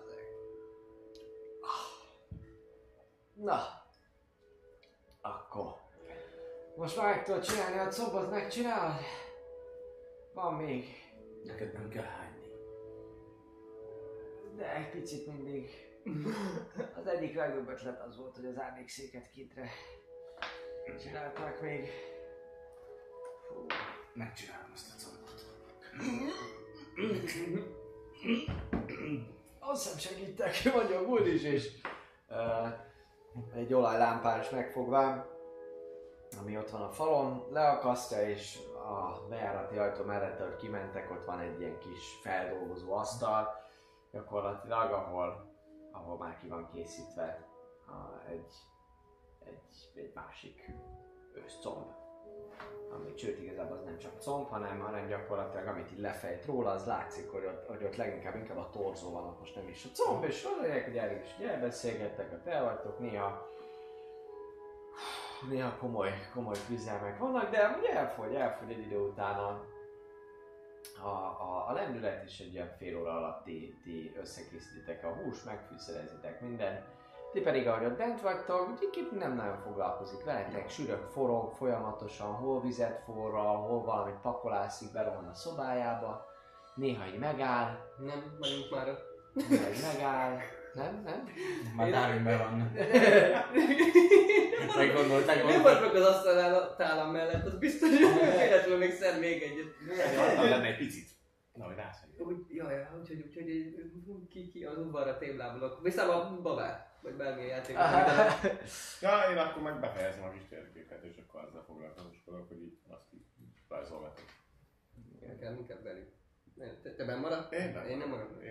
Na. Akkor. Most már meg tudod csinálni a combot, megcsinálod? Van még. Neked nem kell hányni. De egy picit mindig. Az egyik legjobb ötlet az volt, hogy az árnyékszéket kintre csinálták még. Fú. Megcsinálom azt a combot. Azt hiszem segítek, mondja a Wood is, és egy olajlámpás megfogván, ami ott van a falon, leakasztja, és a bejárati ajtó mellett, ahogy kimentek, ott van egy ilyen kis feldolgozó asztal, gyakorlatilag, ahol már ki van készítve egy másik őszcomb. sőt igazából az nem csak comb, hanem gyakorlatilag amit így lefejt róla, az látszik, hogy ott leginkább inkább a torzó van, ott most nem is a comb, és mondják, hogy elég is elbeszélgettek, hogy el vagytok, néha komoly küzdelmek vannak, de ugye elfogy egy idő után a lendület, és egy ilyen fél óra alatt ti összekészítitek a húst, megfűszerezitek minden. Ti pedig ahogy ott bent vagytok, úgyhogy nem nagyon foglalkozik veletek, sűrök, forog folyamatosan, hol vizet forral, hol valamit pakolászik, berohan a szobájába, néha így megáll. Nem, vagyunk már ott. Néha így megáll. Nem? Már nálunk be van. Meggondolták Nem vagy meg az asztalnál tálam mellett, az biztos, hogy véletlenül még szed még egyet. Adtam lenne egy picit. Na, hogy rászoljuk. Jaj, úgyhogy ki az udvarra témlábolok. Viszem a babát, vagy bármilyen játékot. Ja, én akkor meg befejezem a kis térképet, és akkor azzal foglalkozoskodok, hogy így azt így rajzolgatok. Inkább velük. Te benn maradsz? Én nem maradok.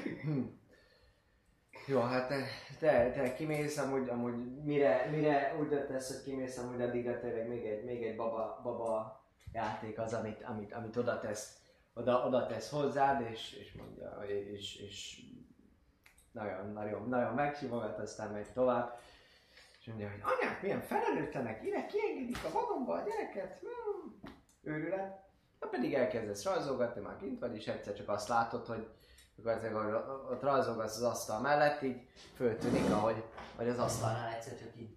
Jó, hát te kimész, amúgy mire úgy döntesz, hogy kimész, amúgy addigra tényleg még egy baba játék az, amit oda tesz hozzád, és mondja, és nagyon megsimogat, aztán megy tovább. És mondja, hogy anyák, milyen felelőtlenek, ide kiengedik a vagomba a gyereket, őrület. Na pedig elkezdesz rajzolgatni, már kint vagy, és egyszer csak azt látod, hogy ott rajzolgatsz az asztal mellett, így föltűnik, ahogy az asztalnál egyszer csak így.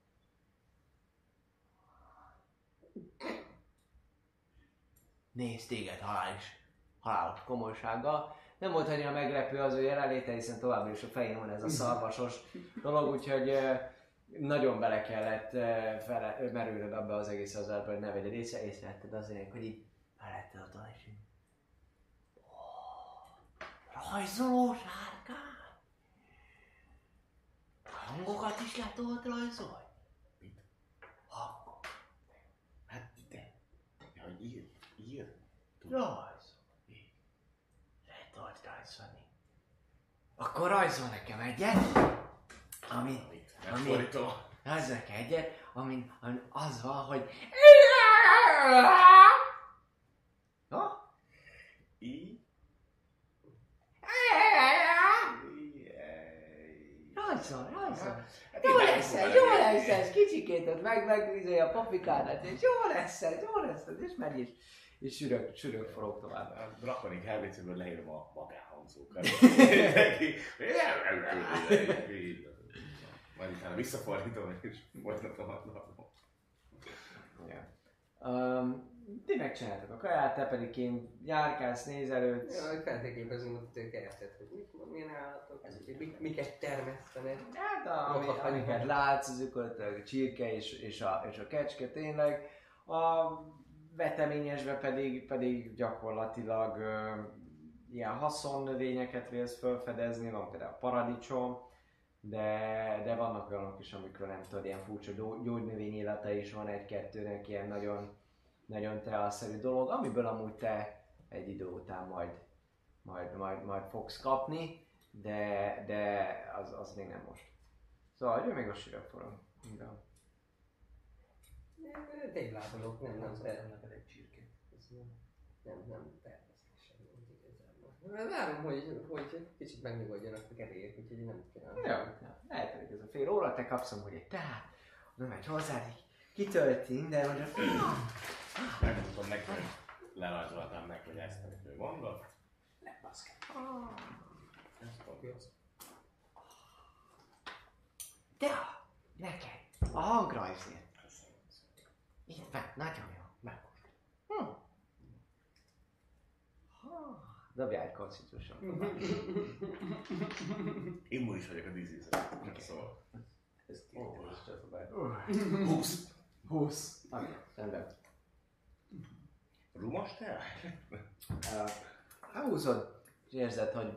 Nézd téged halálos komolysággal. Nem volt annyira meglepő az ő jelenléte, hiszen továbbra is a fején van ez a szarvasos dolog, úgyhogy nagyon bele kellett merülnöd abba az egész azálba, hogy ne vegyed észrevetted azért, hogy így melletted ott van, és így. Rajzoló sárkány! Hangokat is le tudod rajzolni? Mit? Hangok. Hát de. Ja, hogy ír. Rajzol. Le tudod rajzolni. Akkor rajzol nekem egyet, rajzol nekem egyet, amin az van, hogy... Ha? Rajzol. Jó lesz ez, kicsikét ott megvizolj a paprikádat, és jó lesz ez, és megy és sürög forog tovább. A Draconic Helvéciből leírom a magánhangzókat. Majd utána visszafordítom, és folytatom a dolgot. Ti megcsináltak a kaját, te pedig kint járkálsz, nézelődsz. Ja, hogy feltérképezünk ott a kertet, hogy milyen állatok, miket termesztenek. Hát amiket látsz, azok a csirke és a kecske tényleg. A veteményesbe pedig gyakorlatilag ilyen haszonnövényeket vélsz felfedezni, van például a paradicsom, de vannak olyanok is, amikor nem tudod, ilyen furcsa gyógynövény élete is van egy-kettőnek, ilyen nagyon tealszerű dolog, amiből amúgy te egy idő után majd fogsz kapni, de az még nem most. Szóval ő még most sírok forog. Témlábolok, nem szeretem. neked egy csirkét. Nem természetesen igazából. Várom, hogy kicsit megnyugodjanak a kerélyek, úgyhogy nem csinálom. Jó, eltelik ez a fél óra, te kapsz amúgy egy teát, oda megy hozzád, így kitölti minden, hogy Megmutatom neki, hogy lerajzoltam meg, hogy ezt, amit ő mondott. ne baszki. Ez fogja. Tea, neked, a hangrajzért. Itt van, nagyon jó, megkóstolj. Dobjál egy konstitúción. Immun is vagyok a díszízre. Szóval. Ez 10 csatobály. 20. Rendben. Rumos te? Elhúzod, és érzed, hogy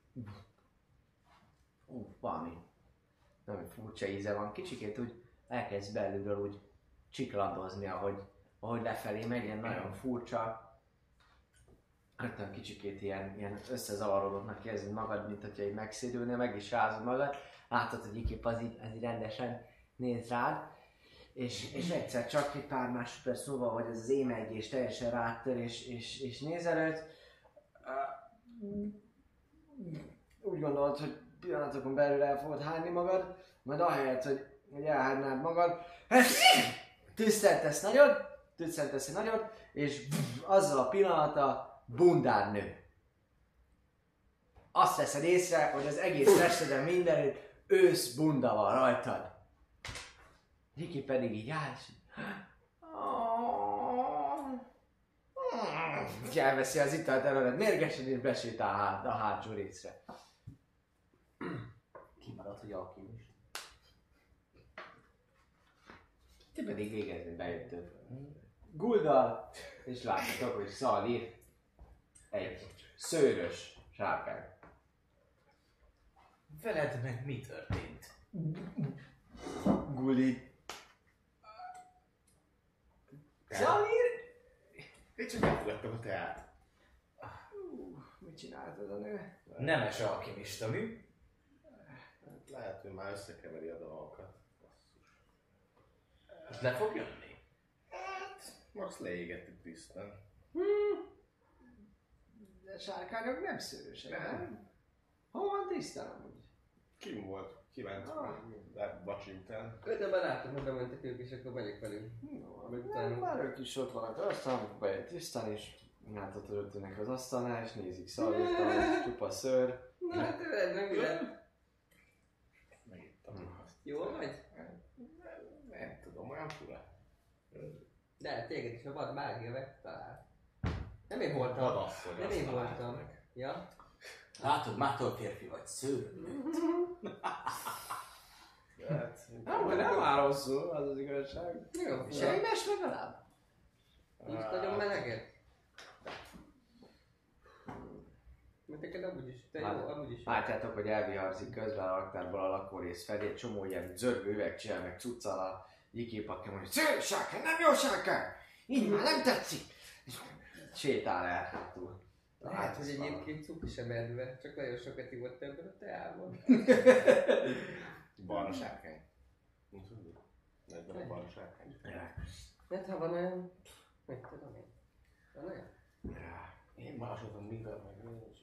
valami furcsa íze van. Kicsikét úgy elkezd belülről úgy csiklandozni, ahogy lefelé megy, ilyen nagyon furcsa. Rögtön kicsikét ilyen összezavarodottnak érzed magad, mint hogyha így megszédülnél, meg is rázod magad. Látod, hogy épp az így rendesen néz rád. és egyszer csak egy pár másodperc múlva, hogy ez az émegés teljesen rátör és nézelőd, úgy gondolod, hogy pillanatokon belül el fogod hányni magad, majd ahelyett, hogy elhánynád magad, tüsszentesz egy nagyot, és azzal a pillanata bundán nő. Azt veszed észre, hogy az egész testeden mindenütt ősz bunda van rajtad. Riki pedig így áll, és elveszi az italt előled mérgesen, és besétál a hátsó részre. Kimaradt, hogy alkimist. Ti pedig végezni bejöttök. Guldal, és látjátok, hogy Szalír egy szőrös sárkány. Veled meg mi történt? Guli. Szalír? Én csak megfogadtam a teát. Mit csináltad a nő? Nemes alkimista mű. Lehet, hogy már összekeveri a dolgokat. És le fog jönni? Max leégettük tisztán. De sárkányok nem szőrösek, nem? Hol van tisztán amúgy? Kim volt? Kiment bacsi után. Ötben látom, hogy bementek ők is, akkor megyek velük. Nem, már ők is ott vannak, aztán bejött tisztán, és látott rögtönnek az asztalnál, és nézik Szalírt, ahogy csupa szőr. Na hát ez mi lett? Megittam azt. Jól vagy? Nem tudom, olyan fura. De téged is a vad mágia megtalált. Nem én voltam. Vadasszony, Nem azt én találta voltam. meg. Ja? Látod, mától férfi vagy, szőröm. Nem áll rosszul, az az igazság. Jó. Semmi más legalább? Nincs nagyon meleged? Mert neked amúgy is, te jó, amúgy is jó. Látjátok, hogy elviharzik közben a raktárból a lakórész felé, egy csomó ilyen zörgő üvegcsel, meg cuccal a Jiki-pakja, mondja, szőrös sárkány, nem jó sárkány! Így már nem tetszik! És sétál el hátul. Hát, hogy egyébként cuki sem edve, csak nagyon sokat ivott ebből a teában. Barna sárkány. Nagyban a barna sárkány. Hát ha van olyan, mit tudom én. Van olyan? Én másoltam mivel meg nincs.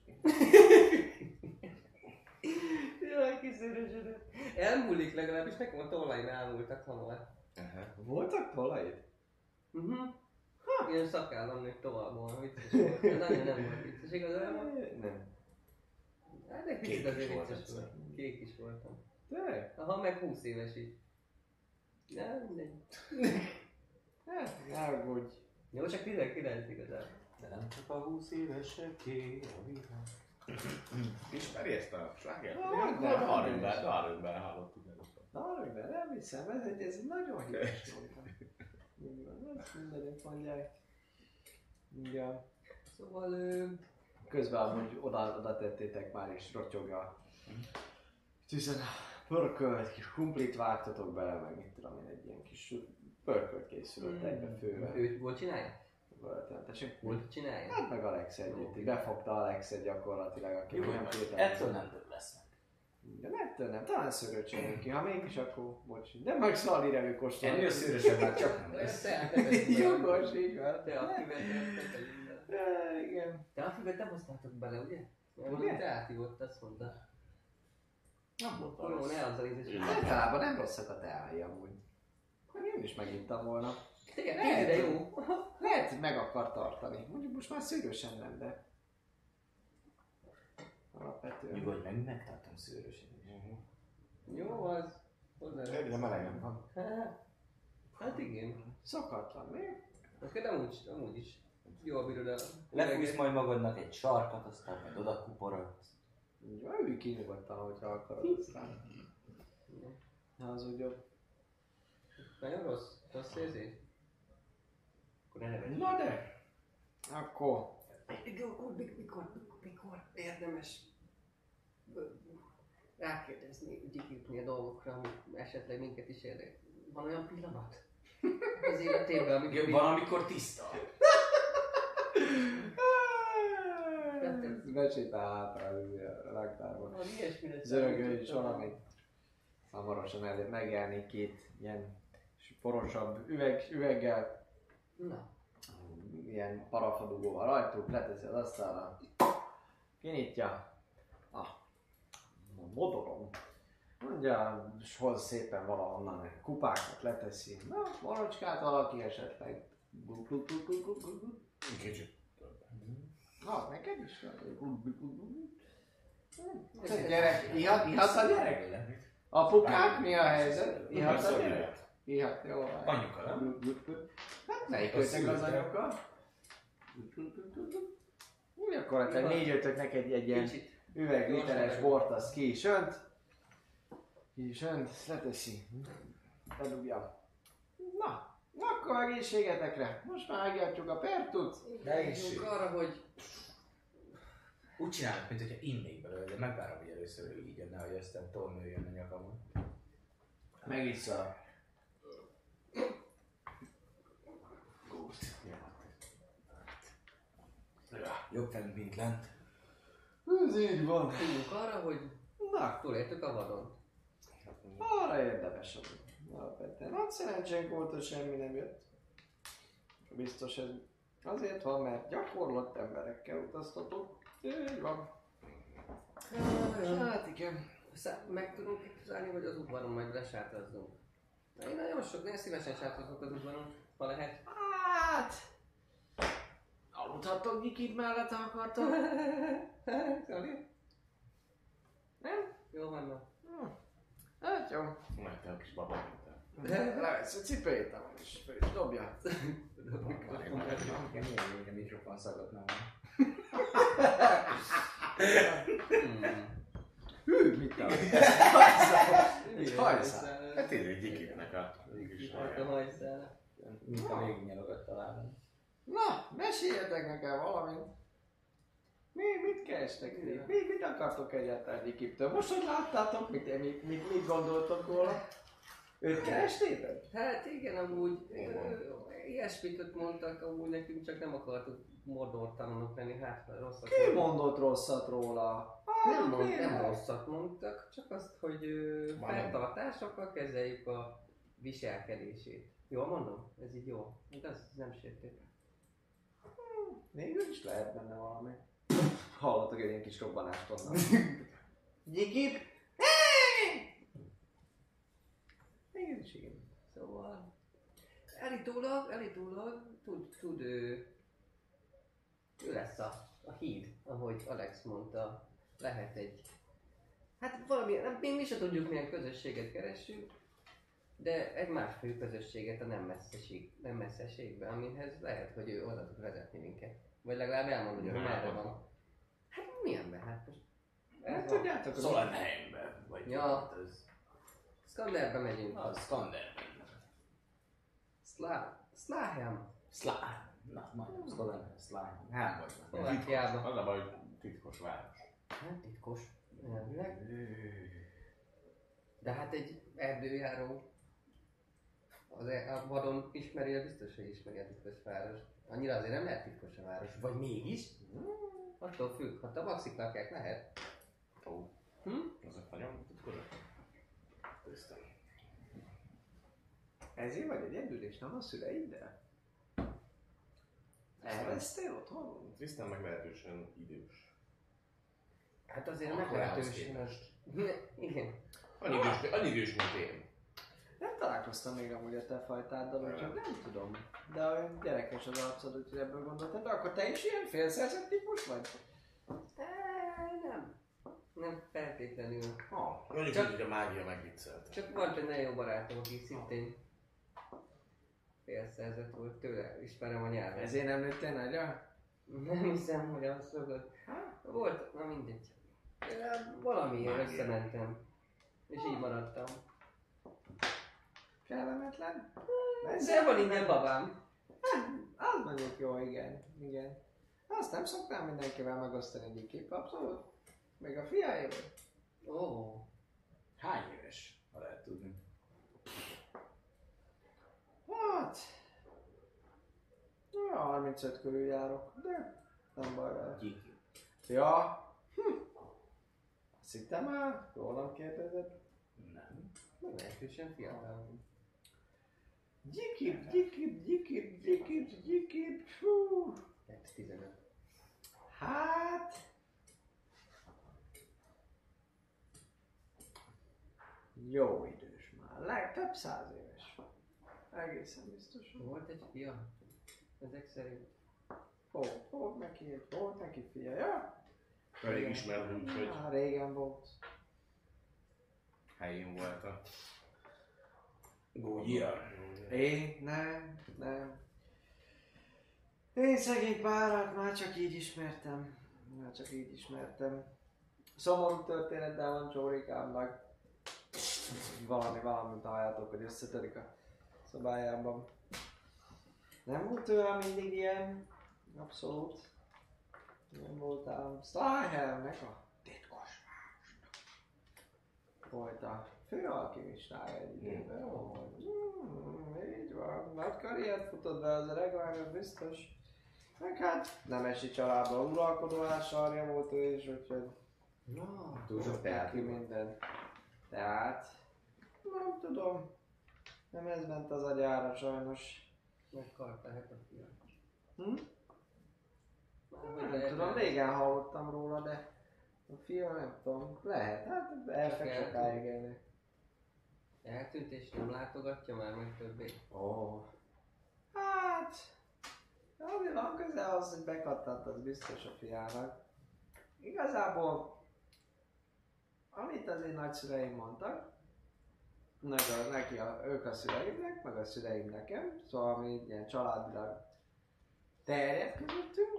Jaj, kiszörösödött. Elmúlik legalábbis, nekem a tollaim elmúltak hamar. Voltak tollaid? Ilyen szakállam nőtt tovább, vicces volt. De nagyon nem volt vicces, igazából. Nem. Hát egy Kék kicsit is azért volt vicces egyszer. volt. Kék is voltam. Te? Aha, meg 20 éves is. Nem, mindegy. Hát, elgódj. Jó, csak 19 igazából. De nem csak a 20 éveseké a világ. Ismeri ezt a slágert? Nem. Darwinben hallottuk először. Darwinben nem hiszem, ez egy nagyon híres mondta. Igen, ezt mindenütt mondják. Igen. Szóval Közben amúgy oda tettétek már is rotyogja. Hiszen pörkölt kis krumplit vágtatok bele, meg mit tudom én, egy ilyen kis pörkölt készülött egybe fővel. ő volt csinálja? Tessék? Volt csinálja? Hát meg Alex együtt, így befogta Alexet gyakorlatilag, aki nem kétel. Ettől nem több lesz meg. De ettől nem, talán szöröt csináljuk ki, ha mégis akkor bocs. De meg Szalír előkóstol. Ennél szőrösebb már csak nem lesz. Te Jogos, így van. Te a fivet Igen. Te a fivet nem hoztátok bele, ugye? Ugye? Mert te átívott, azt mondta. Nem volt Jó, rossz. ne azzal ízes. Általában nem rosszak a teái amúgy. Én is megittam volna. Tényleg, de jó. Lehet, hogy meg akar tartani. Mondjuk most már szűrösen nem, de... Alapvetően. Nyugodj meg, megtartom szőrösen is. Jó az. Hozzá. De melegem van. Hát igen. Szokatlan, mi? Neked amúgy is. Jól bírod el. Lefújsz majd magadnak egy sarkat, aztán majd oda kuporolsz. Így van, ülj ki nyugodtan, hogyha akarod, aztán. Na, az úgy jobb. Nagyon rossz érzés. Akkor ne nevezd. Na de! Akkor... Mikor érdemes rákérdezni, gyikítni a dolgokra, amik esetleg minket is érdekel. Van olyan pillanat az életében, amikor Van, amikor tiszta. Besétál hátra a raktárban. van ilyesmi lesz. Zörögő is valamit. Hamarosan megjelenik két ilyen és porosabb üveggel, Na. ilyen parafadugóval rajtuk, leteszi az asztalra, kinyitja. Modorom. Mondja, és hoz szépen valahonnan kupákat leteszi. Na, borocskát valaki esetleg. Kicsit több. Na, neked is? Gyerek, ihat a gyerek? Apukák, mi a helyzet? Ihat a gyerek? Ihat, jó. Anyuka, nem? Hát melyikőtek az anyuka? Úgy akkor te négy-ötöknek egy ilyen üvegliteres bort, az ki is önt. Ki is önt, leteszi. Bedugja. Na, akkor egészségetekre. Most már megjátjuk a pertut. Egészség. Arra, hogy Úgy csinálok, mint hogyha innék belőle, de megvárom, hogy először így jönne, hogy aztán tornőjön a nyakamon. Megissza. Jobb fent, mint lent. Ez így van. tudjuk arra, hogy Na, túléltük a vadon. arra érdemes alapvetően. Nagy szerencsénk volt, hogy semmi nem jött. Biztos ez azért van, mert gyakorlott emberekkel utaztatok. Így van. Hát igen. Meg tudunk itt állni, vagy az udvaron majd lesátrazzunk? Én nagyon szívesen sátrazok az udvaron, ha lehet. Hát... Aludhattok Gyikit mellett, ha akartok. Szali? Nem? Jó van, na. Hát jó. Majd te a kis baba mintál. Levesz a cipőjét, és fel is dobja. Milyen mikrofon szagot nem van. Hű, mit talál? Egy hajszál. Hát tényleg Gyikitnek a kis A hajjal. hajszál. Mint a végignyalogat találom. Na, meséljetek nekem valamit. Mit kerestek? Mit akartok egyáltalán Gyikitől? Most, hogy láttátok, mit gondoltok róla? Őt kerestétek? Hát igen, amúgy ilyesmit ott mondtak, amúgy nekünk csak nem akartuk Mordor-talanok lenni, hát rosszat Ki mondott rosszat róla? nem rosszat mondtak, csak azt, hogy fenntartásokkal kezeljük a viselkedését. Jól mondom? Ez így jó? Ez nem sértő. Végül is lehet benne valami. Hallottak egy ilyen kis robbanást onnan. Gyikit? Végül is igen. Szóval elítólag tud ő lesz a híd, ahogy Alex mondta, lehet egy, hát valami, még mi sem tudjuk milyen közösséget keressünk, de egy másfél közösséget a nem messzeségben, amihez lehet, hogy ő oda tud vezetni minket. Vagy legalább elmondani, hogy merre van. Hát milyenben? Hát most... Hát tudjátok, Solenheimben, vagy Ja. az... Skanderbe megyünk. A Skanderben. Slahem. Na, majd Solenheim, Slahem. Hát vagy. Szlovákiában. Az a baj, hogy titkos város. Hát titkos. Elvileg. De hát egy erdőjáró a vadon ismeri, biztos, hogy ismeri a titkos város. Annyira azért nem lehet titkos a város. Vagy mégis? Attól függ, ha tabaxik lakják, lehet. Ó, azok nagyon titkosak. Tisztem. ezért vagy egyedül és nem a szüleiddel? Elvesztél otthon? Tisztán meglehetősen idős. Hát azért A meglehetősen korához az... Igen. Annyi idős, mint én. Nem találkoztam még amúgy a te fajtáddal, úgyhogy nem tudom. De olyan gyerekes az arcod, úgyhogy ebből gondoltam. De akkor te is ilyen félszerzett típus vagy? Nem. Nem feltétlenül. Mondjuk Csak- úgy, hogy a mágia megviccelte. Csak volt egy nagyon jó barátom, aki szintén félszerzett volt, tőle ismerem a nyelvet. Ezért nem nőttél nagyra? Nem hiszem, hogy az szokott. Volt, na mindegy. Valamiért összementem. És így maradtam. Kellemetlen? De van ingyen babám. Az mondjuk jó, igen. Igen. Azt nem szoktam mindenkivel megosztani egyik abszolút. Meg a fiáéval. Ó. Hány éves, ha lehet tudni? Hát... Ja, 35 körül járok, de nem baj vele. Gyiki. Ja. Azt hittem már, rólam kérdezett. Nem. Meglehetősen fiatal. Gyikib, fú. 15. Hát... Jó idős már, legtöbb 100 éves. Egészen biztos. Volt egy fia? Ezek szerint. Volt neki fia, ja? Elég ismert, úgyhogy Régen volt. helyén volt a... Én? Nem. Én szegény párat már csak így ismertem. Szomorú történettel van Csórikámnak. Valamit halljátok, hogy összetörik a szobájában. Nem volt olyan mindig ilyen. Abszolút. Nem voltál Starhelmnek a titkos városnak. Volt a főalkimistája egy időben. Így van. Nagy karriert futott be az öreg, az biztos. Meg hát nemesi családban uralkodóás sarja volt ő is, úgyhogy Túl sok teát. ki minden. Tehát, nem tudom. Nem ez ment az agyára sajnos. Megkarták a fiat. Nem tudom, régen hallottam róla, de a fia nem tudom. Lehet, hát elfek sokáig élni. Eltűnt és nem látogatja már meg többé. Hát, ami van köze az, hogy bekattant, az biztos a fiának. Igazából, amit az én nagyszüleim mondtak, ők a szüleimnek, meg a szüleim nekem, szóval mi ilyen családilag terjedt közöttünk,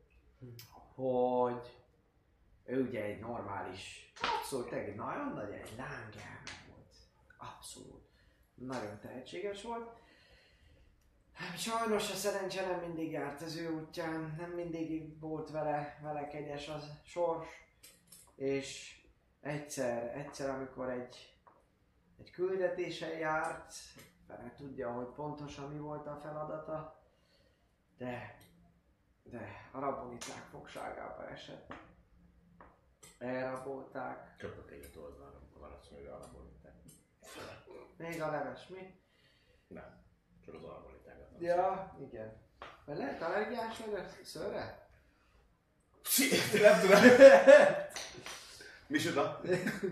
hogy ő ugye egy normális, abszolút egy nagyon nagy, egy lángelme volt. Abszolút. Nagyon tehetséges volt. Sajnos a szerencse nem mindig járt az ő útján, nem mindig volt vele kegyes az sors. És egyszer amikor egy küldetésen járt, fele tudja, hogy pontosan mi volt a feladata, de a raboniták fogságába esett. Elrabolták. Köpök egyet oldalra, van azt mondja, hogy alapolíták. Még a leves, mi? Nem, csak az alapolítákat. Ja, igen. Mert lehet allergiás vagy a szőre? Nem tudom. Micsoda?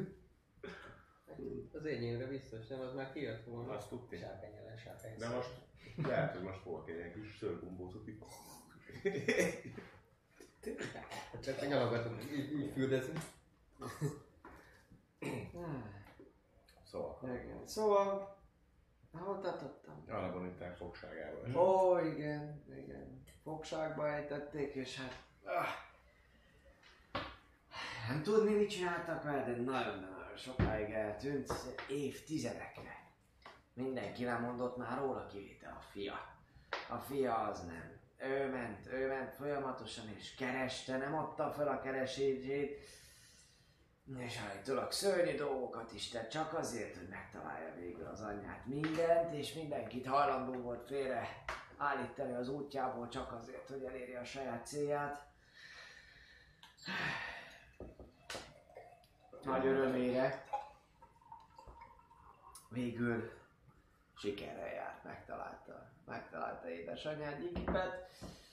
Az enyémre biztos, nem? Az már kijött volna. Azt tudti. Sárkányelen, sárkány. De most lehet, hogy most fogok egy ilyen kis szőrgombózot itt. Csak a nyalogatunk, így fürdezünk. Szóval. Igen. Szóval, hol tartottam? Alapolíták fogságával. Igen. Fogságba ejtették, és hát... Nem tudni, mit csináltak vele, de nagyon-nagyon sokáig eltűnt, évtizedekre. Mindenki lemondott már róla, kivétel a fia. A fia az nem. Ő ment folyamatosan és kereste, nem adta fel a keresését. És állítólag szörnyű dolgokat is tett, csak azért, hogy megtalálja végül az anyját. Mindent és mindenkit hajlandó volt félre állítani az útjából, csak azért, hogy elérje a saját célját. Nagy örömére végül sikerrel járt, megtalálta édesanyját, Gyikipet,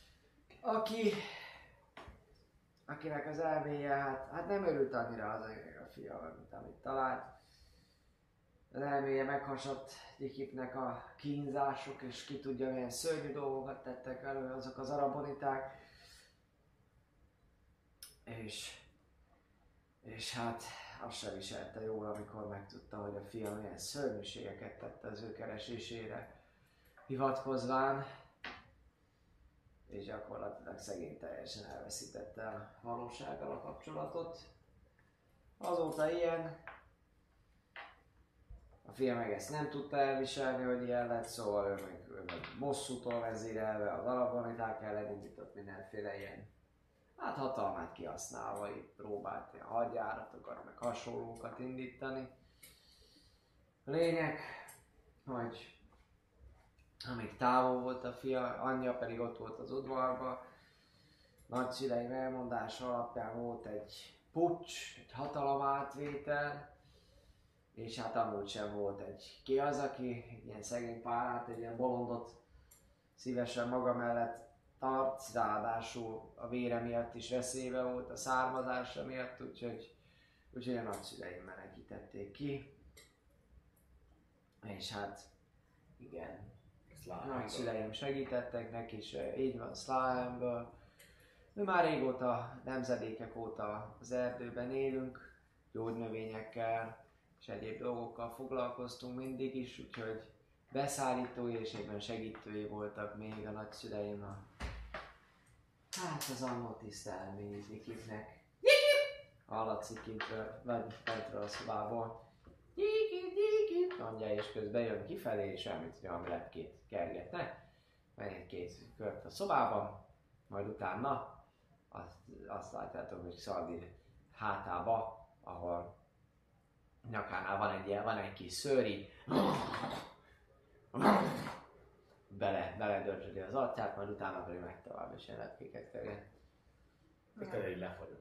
akinek az elméje, hát nem örült annyira az a fia, mint amit talált. Az elméje meghasadt Gyikipnek a kínzások, és ki tudja milyen szörnyű dolgokat tettek elő azok az araboniták. És hát azt sem viselte jól, amikor megtudta, hogy a fia milyen szörnyűségeket tette az ő keresésére hivatkozván. És gyakorlatilag szegény teljesen elveszítette a valósággal a kapcsolatot. Azóta ilyen. A fia meg ezt nem tudta elviselni, hogy ilyen lett, szóval ő meg bosszútól vezérelve az araboniták ellen indított mindenféle ilyen, hát hatalmát kihasználva itt próbált ilyen hadjáratokat, meg hasonlókat indítani. A lényeg, hogy amíg távol volt a fia, anyja pedig ott volt az udvarban, nagyszüleim elmondása alapján volt egy puccs, egy hatalomátvétel, És hát amúgy sem volt ki az, aki ilyen szegény párát, egy ilyen bolondot szívesen maga mellett tart, ráadásul a vére miatt is veszélybe volt, a származása miatt, úgyhogy a nagyszüleim menekítették ki. És hát igen, a nagyszüleim segítettek neki is, így van, Sláhemből. Mi már régóta, nemzedékek óta az erdőben élünk, gyógynövényekkel és egyéb dolgokkal foglalkoztunk mindig is, úgyhogy beszállítói és egyben segítői voltak még a nagyszüleim az annó tisztelmény Nikiknek. Hallatszik kintről, vagy bentről a szobából. Mondja, és közben jön kifelé, és elmint, hogy valami lepkét kergetne. Menj két kört a szobában, majd utána azt látjátok, hogy Szaldir hátába, ahol nyakánál van egy kis szőr, így beledörzsöli az arcát, majd utána pedig meg tovább, és ilyen lepkéket kerget. Te így lefagyok.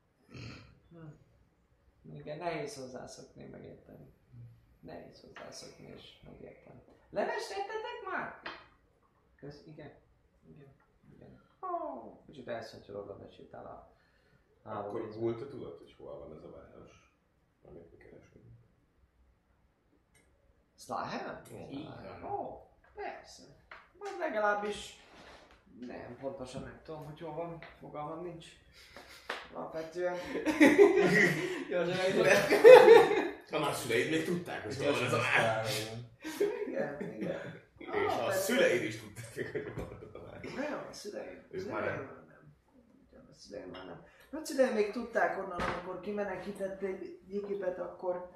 Igen, nehéz hozzászokni, megérteni. Nehéz hozzászokni és megérteni. Levest ettetek már? Igen. Kicsit elszöntyorogva besétál a Akkor Gul, te tudod, hogy hol van ez a város, amit mi keresünk? Sláhem? Igen. Persze. Majd legalábbis nem, pontosan nem tudom, hogy hol van, fogalmam nincs. Alapvetően. A nagyszüleid még tudták, hogy hol van ez a város. Igen. És a szüleid is tudták, hogy hol van ez a város. Nem, a szüleim. Ők már nem. A szüleim már nem. A szüleim még tudták onnan, amikor kimenekítették Gyikipet, akkor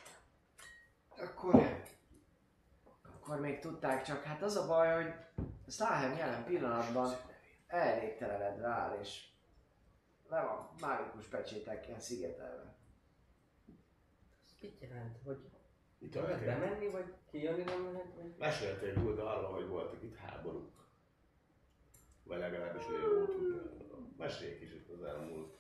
még tudták, csak hát az a baj, hogy Sláhem jelen pillanatban elégtelenedve áll, és le van mágikus pecsétekkel szigetelve. Mit jelent? Hogy Itt lehet történt. bemenni, vagy kijönni nem lehet? Vagy... Mesélték Gul arról, hogy voltak itt háborúk. Vagy legalábbis olyan meséljék is itt az elmúlt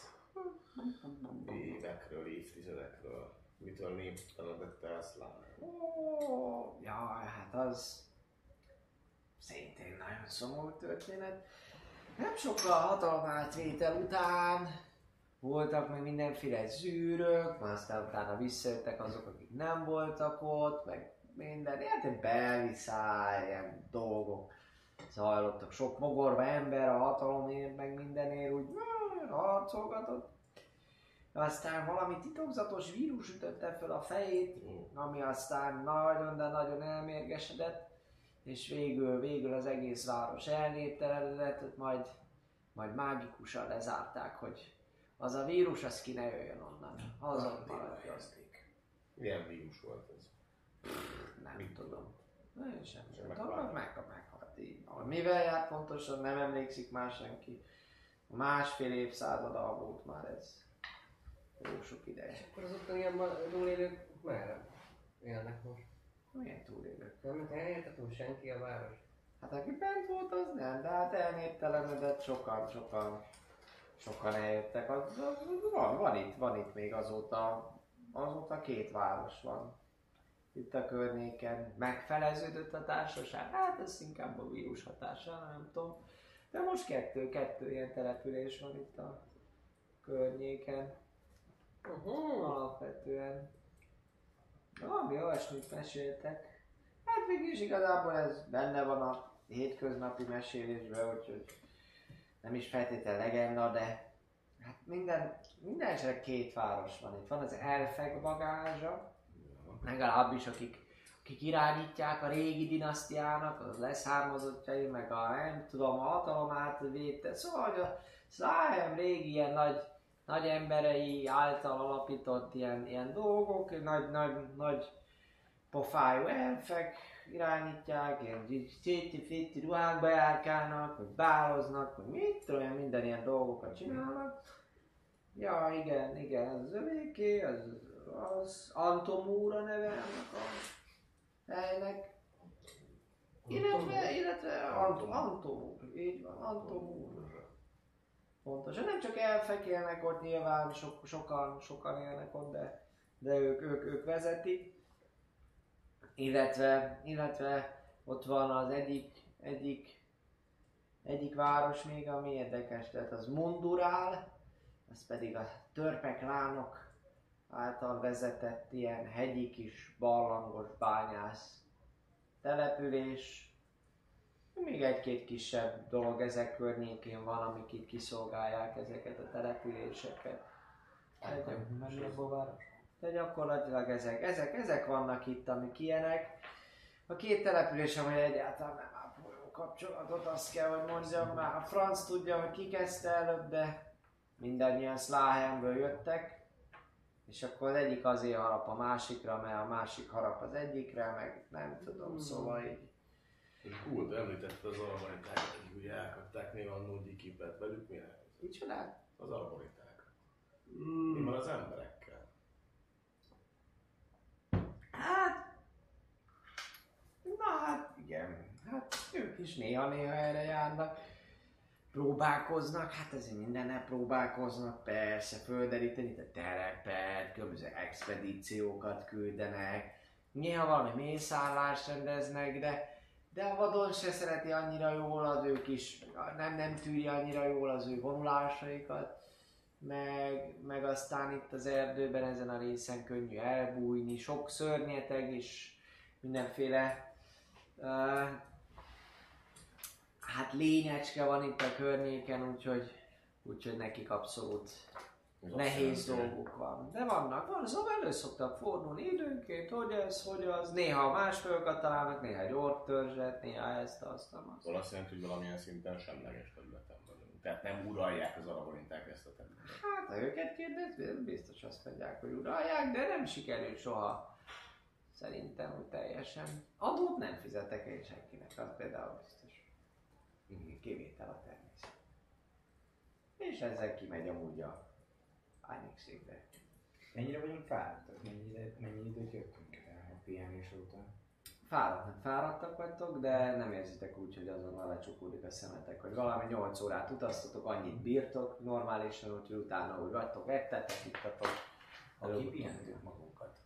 évekről, évtizedekről. Mitől néptelen lett el Sláhem. Jaj, hát az szintén nagyon szomorú történet. Nem sokkal hatalomátvétel után voltak még mindenféle zűrök, aztán utána visszajöttek azok, akik nem voltak ott, meg minden, ilyen belviszály, ilyen dolgok zajlottak. Sok mogorva ember a hatalomért, meg mindenért úgy harcolgatott. Aztán valami titokzatos vírus ütötte fel a fejét, ami aztán nagyon, de nagyon elmérgesedett, és végül az egész város elnéptelenedett, majd mágikusan lezárták, hogy az a vírus, az ki ne jöjjön onnan. Azon maradjon. Milyen vírus volt ez? Nem tudom. Nagyon sem tudom, meghalt így. Mivel járt pontosan, nem emlékszik már senki. Másfél évszázada volt már ez. Jó sok ideje. És akkor az ottani túlélők merre élnek most? Milyen túlélők? Nem elértető senki a város. Hát aki bent volt, az nem, de hát elnéptelenedett, sokan eljöttek. Van itt még azóta két város van. Itt a környéken megfeleződött a társaság, hát ez inkább a vírus hatására, nem tudom. De most kettő ilyen település van itt a környéken. Alapvetően. Valami olyasmit meséltek. Hát végülis igazából ez benne van a hétköznapi mesélésben, úgyhogy nem is feltétlenül legenda, de hát minden esetre két város van. Itt van az elfek bagázsa, legalábbis akik irányítják a régi dinasztiának, az leszármazottjai, meg a nem tudom, a hatalom átvétel. Szóval, hogy a Sláhem régi ilyen nagy emberei által alapított ilyen dolgok, nagy pofájú elfek irányítják, ilyen fitti ruhákba járkálnak, vagy báloznak, vagy mit tudom, minden ilyen dolgokat csinálnak. Ja, igen, ez az övéké, az Antomúra neve ennek a helynek. Illetve Antomúr, így van, Antomúr. Pontosan, nem csak elfek élnek ott nyilván, sokan élnek ott, de ők vezetik. Illetve ott van az egyik város még, ami érdekes, tehát az Mundurál, az pedig a törpeklánok által vezetett ilyen hegyi kis barlangos bányász település. Még egy-két kisebb dolog ezek környékén van, amik itt kiszolgálják ezeket a településeket. De gyakorlatilag ezek vannak itt, amik ilyenek. A két település, amely egyáltalán nem ápoló kapcsolatot, azt kell, hogy mondjam, már a franc tudja, hogy ki kezdte előbb, de mindannyian Sláhenből jöttek. És akkor az egyik azért harap a másikra, mert a másik harap az egyikre, meg nem tudom, szóval így. És Kult említette az arboritákat, akik ugye elkapták még annó Dikipet, velük mi lehet? Micsodát? Az arboritákat. Mi van az emberekkel? Hát igen, hát ők is néha-néha erre járnak, próbálkoznak, hát ezért mindennel próbálkoznak, persze, földeríteni a terepet, különböző expedíciókat küldenek, néha valami mészállást rendeznek, de a vadon se szereti annyira jól az ők is, nem tűri annyira jól az ő vonulásaikat, meg aztán itt az erdőben ezen a részen könnyű elbújni, sok szörnyeteg is, mindenféle hát lényecske van itt a környéken, úgyhogy nekik abszolút nehéz dolguk van. De van, szóval elő szoktak fordulni időnként, hogy ez, hogy az. Néha más fajokat találnak, néha egy orktörzset, néha ezt, azt. Szóval azt jelenti, hogy valamilyen szinten semleges területen vagyunk. Tehát nem uralják az araborinták ezt a területet. Hát, ha őket kérdez, biztos azt mondják, hogy uralják, de nem sikerül soha. Szerintem, hogy teljesen. Adót nem fizetek én senkinek, az például biztos. Kivétel a természet. És ezzel kimegy amúgy a Ányékszékbe. Mennyire vagyunk fáradtak? Mennyi időt jöttünk el a pihenés után? Fáradtak vagytok, de nem érzitek úgy, hogy azonnal lecsukódik a szemetek, hogy valami 8 órát utaztatok, annyit bírtok normálisan, úgyhogy utána úgy vagytok, ettetek, ittatok. Ha kipihentünk magunkat,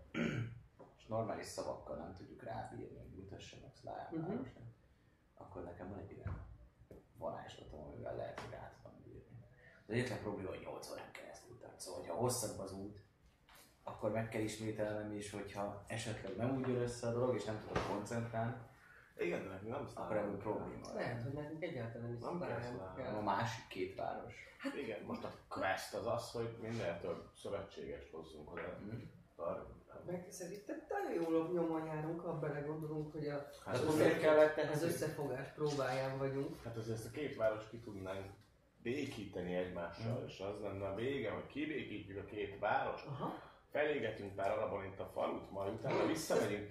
és normális szavakkal nem tudjuk rábírni, hogy mutassanak Sláhenvárosnak, akkor nekem van egy ilyen varázslatom, amivel lehet, hogy rá tudom bírni. Az egyetlen probléma, hogy 8 órán keresztül tart, szóval ha hosszabb az út, akkor meg kell ismételnem is, hogyha esetleg nem úgy jön össze a dolog, és nem tudok koncentrálni, Igen, de nekünk nem akkor ebből probléma Lehet, hogy nekünk egyáltalán nem is Nem kell Sláhen Sláhen. a másik két város. Hát igen, most a quest az, hogy minél több szövetségest hozzunk oda. Meg szerintem nagyon jól nyomon járunk, ha belegondolunk, hogy Hát azért kellett az összefogás próbáján vagyunk. Hát azért ezt a két város ki tudnánk békíteni egymással, és az lenne a vége, hogy kibékítjük a két várost, felégetünk pár arabonint a falut, majd utána visszamegyünk.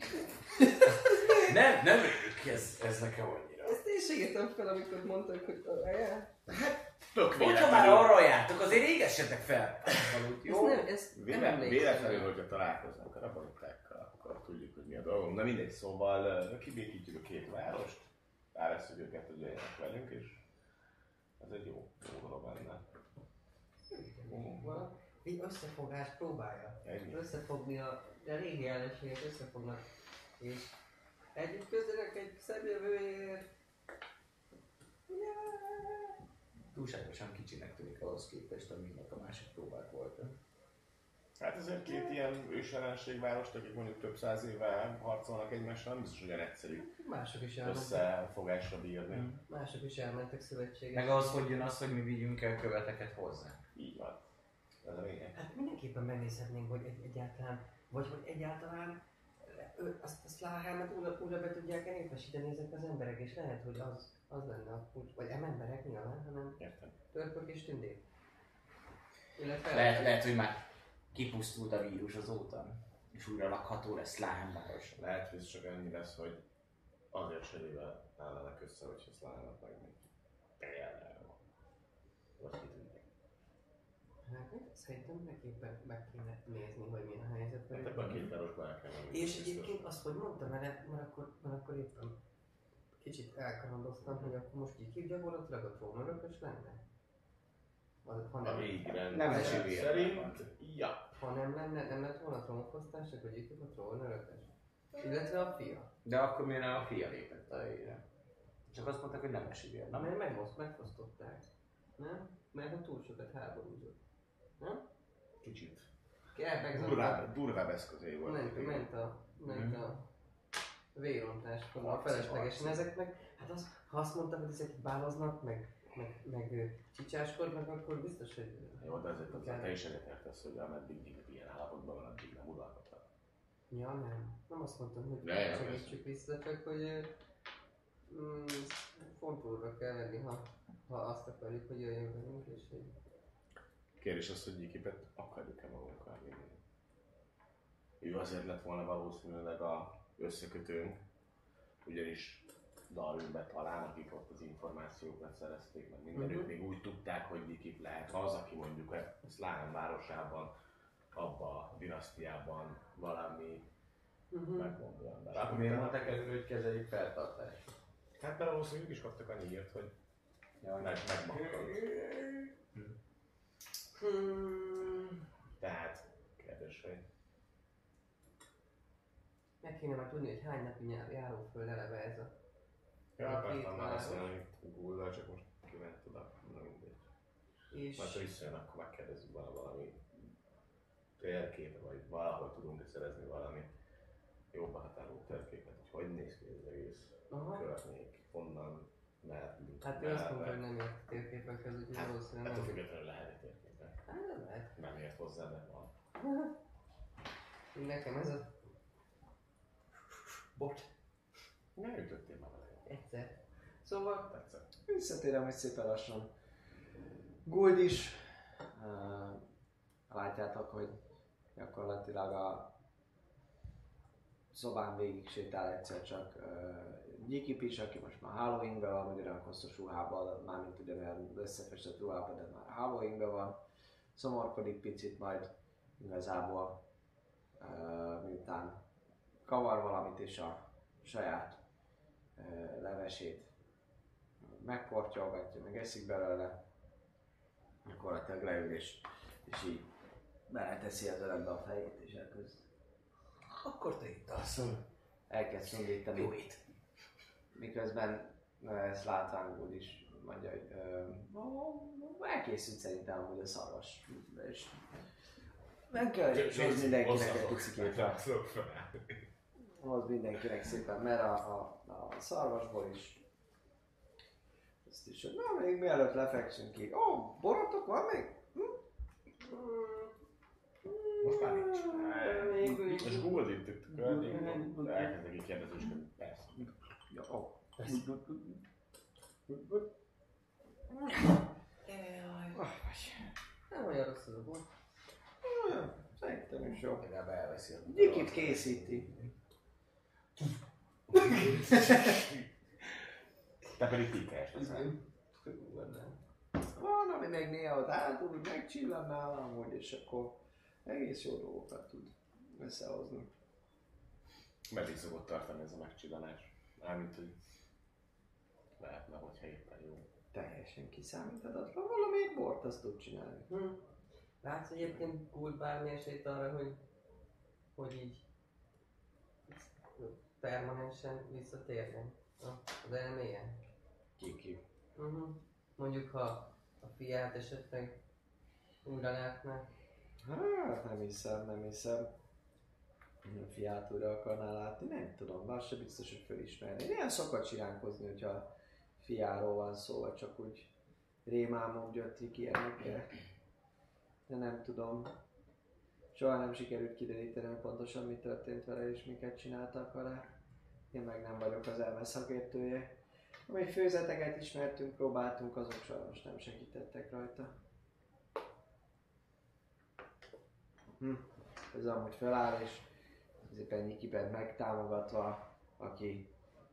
Nem érik ez nekem annyira. Ezt én ségetem fel, amikor mondtak, hogy Tök Hogyha már arra jártok, azért égessetek fel! Jó? ezt nem emlékszem. Véletlenül, hogyha találkoznak arabonitákkal, akkor tudjuk, hogy mi a dolgunk. Na mindegy, szóval kibékítjük a két várost, rávesszük őket, hogy jöjjenek velünk, és ez egy jó dolog lenne. Egy összefogás próbálja. Ennyi. Összefogni a régi ellenségek összefognak. És együtt közlenek egy szebb jövőért. Túlságosan kicsinek tűnik ahhoz képest, aminek a másik próbák voltak. Hát ezért két ilyen ősellenségvárost, akik mondjuk több száz éve harcolnak egymással, nem biztos, hogy olyan egyszerű Mások is elmentek. összefogásra bírni. Mások is elmentek szövetséget. Meg ahhoz, hogy jön az, hogy mi vigyünk el követeket hozzá. Így van. Ez a lényeg. Hát mindenképpen megnézhetnénk, hogy egyáltalán, vagy hogy egyáltalán azt a Sláhemet újra be tudják népesíteni ezek az emberek, és lehet, hogy az lenne a kulcs, vagy nem emberek nyilván, hanem Értem. törpök és tündék. Lehet, hogy már kipusztult a vírus azóta, és újra lakható lesz Sláhenváros. Lehet, hogy ez csak ennyi lesz, hogy azért cserével állnának össze, hogyha Sláhennak meg még Tejelnáról. Vagy ki tudják. Hát szerintem mindenképpen meg kéne nézni, hogy milyen a helyzet Hát velük. ebben a két városban el kell menni. És egyébként azt, hogy mondtam, mert akkor éppen kicsit elkalandoztam, hogy akkor most így gyakorlatilag a trónörökös lenne. A végrend Nem esik szerint, ja. Ha nem lett volna trónfosztás, akkor gyűjtjük a trónörökös. Illetve a fia. De akkor miért nem a fia lépett a helyére? Csak azt mondták, hogy nem esik Na, mert megfosztották. Nem? Mert túl sokat háborúzott. Nem? Kicsit durvább eszközé volt. Ment a vérontás, a feleslegesen ezeknek. Hát ha azt mondta, hogy ezek báloznak, meg csicsáskodnak, akkor biztos, hogy... Jó, de azért te is egyetértesz, hogy ameddig ilyen állapotban van, addig nem uralkodtak. Ja, nem. Nem azt mondtam, hogy Ne, segítsük vissza, csak hogy fontolóra kell venni, ha azt akarjuk, hogy jöjjön velünk, és hogy... Kérdés az, hogy Gyikipet akarjuk-e magunkkal vinni. Ő azért lett volna valószínűleg a összekötőnk, ugyanis Darwinbe talán, akik ott az információkat szerezték, meg mindenütt még úgy tudták, hogy Gyikip lehet az, aki mondjuk a Szláven városában, abba a dinasztiában valami megmondó ember. Akkor miért mondták előre, hogy kezeljük feltartást? Hát mert valószínűleg ők is kaptak annyi hírt, hogy megmakkad. Tehát, kérdés, hogy... Meg kéne már tudni, hogy hány napi járóföld eleve ez a... Ja, akartam már azt mondani, hogy Google-dal, csak most kiment oda, na mindegy. És... Majd ha visszajön, akkor megkérdezzük valami térkép, vagy valahol tudunk szerezni valami jobb határú térképet, hogy néz ki az egész környék, honnan, mertünk. Hát ő azt mondta, hogy nem ért térképekhez, úgyhogy valószínűleg Hát a nem. függetlenül lehet egy térképek. Hát nem lehet. Nem ért hozzá, de van. Nekem ez a... Bocs. Nem ütöttél már vele. Egyszer. Szóval... Tetszett. Visszatérem, hogy szépen lassan. Guld is. Látjátok, hogy gyakorlatilag a szobán végig sétál egyszer csak Gyikip is, aki most már Halloweenben van, ugyanolyan hosszos ruhában, mármint ugyanolyan összefestett ruhában, de már Halloweenben van. Szomorkodik picit, majd igazából miután kavar valamit és a saját levesét megportyolgatja, meg eszik belőle, gyakorlatilag leül és így beleteszi az ölembe a fejét és elkezd. Akkor te itt alszol. Elkezd szundítani. Jó itt. Miközben ezt látván úgy is mondja, hogy elkészült szerintem amúgy a szarvas. És nem kell, és hoz mindenkinek egy picikét. Hoz mindenkinek szépen, mert a szarvasból is. Ezt is, hogy na még mielőtt lefekszünk ki. Borotok van még? Most már nincs. És Google itt a környékben, elkezdek így kérdezősködni. Persze. Ja, Nem olyan rossz az a bor. Szerintem is jó. Legalább elveszi a... Gyikip készíti. Te pedig pikás leszel. Van, ami meg néha ott hátul, hogy megcsillan nálam, hogy és akkor egész jó dolgokat tud összehozni. Meddig szokott tartani ez a megcsillanás? Mármint, hogy lehetne, hogyha éppen jó. Teljesen kiszámíthatatlan. Valamelyik bort azt tud csinálni. Látsz egyébként Gould bármi esélyt arra, hogy így permanensen visszatérjen az elméje? Kiki. Mondjuk, ha a fiát esetleg újra látná. Hát nem hiszem. A fiát újra akarná látni, nem tudom, bár se biztos, hogy fölismerni. Ilyen szokott siránkozni, hogyha a fiáról van szó, vagy csak úgy rémámok gyötrik ilyenekre. De nem tudom. Soha nem sikerült kideríteni pontosan, mi történt vele és miket csináltak vele. Én meg nem vagyok az elme szakértője. Amíg főzeteket ismertünk, próbáltunk, azok sajnos nem segítettek rajta. Ez amúgy feláll, és szépen Gyikipet megtámogatva, aki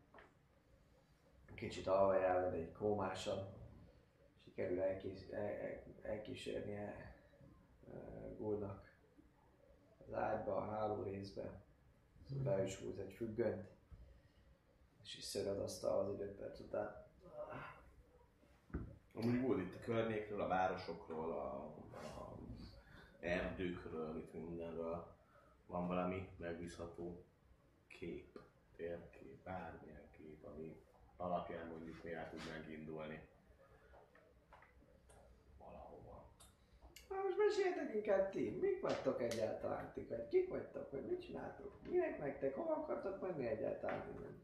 kicsit alvajál, de egy kómásan sikerül elkísérnie Gouldnak az ágyba, a háló részbe. Be is húz egy függönyt, és is szöröd azt az 5 perc után. Amúgy volt itt a környékről, a városokról, a erdőkről, itt mindenről. Van valami megbízható kép, térkép, bármilyen kép, ami alapján mondjuk mi el tudnánk indulni. Valahova. Most meséljetek inkább ti, mik vagytok egyáltalán ti, vagy kik vagytok, vagy mit csináltok? Minek nektek, hova akartok menni egyáltalán innen?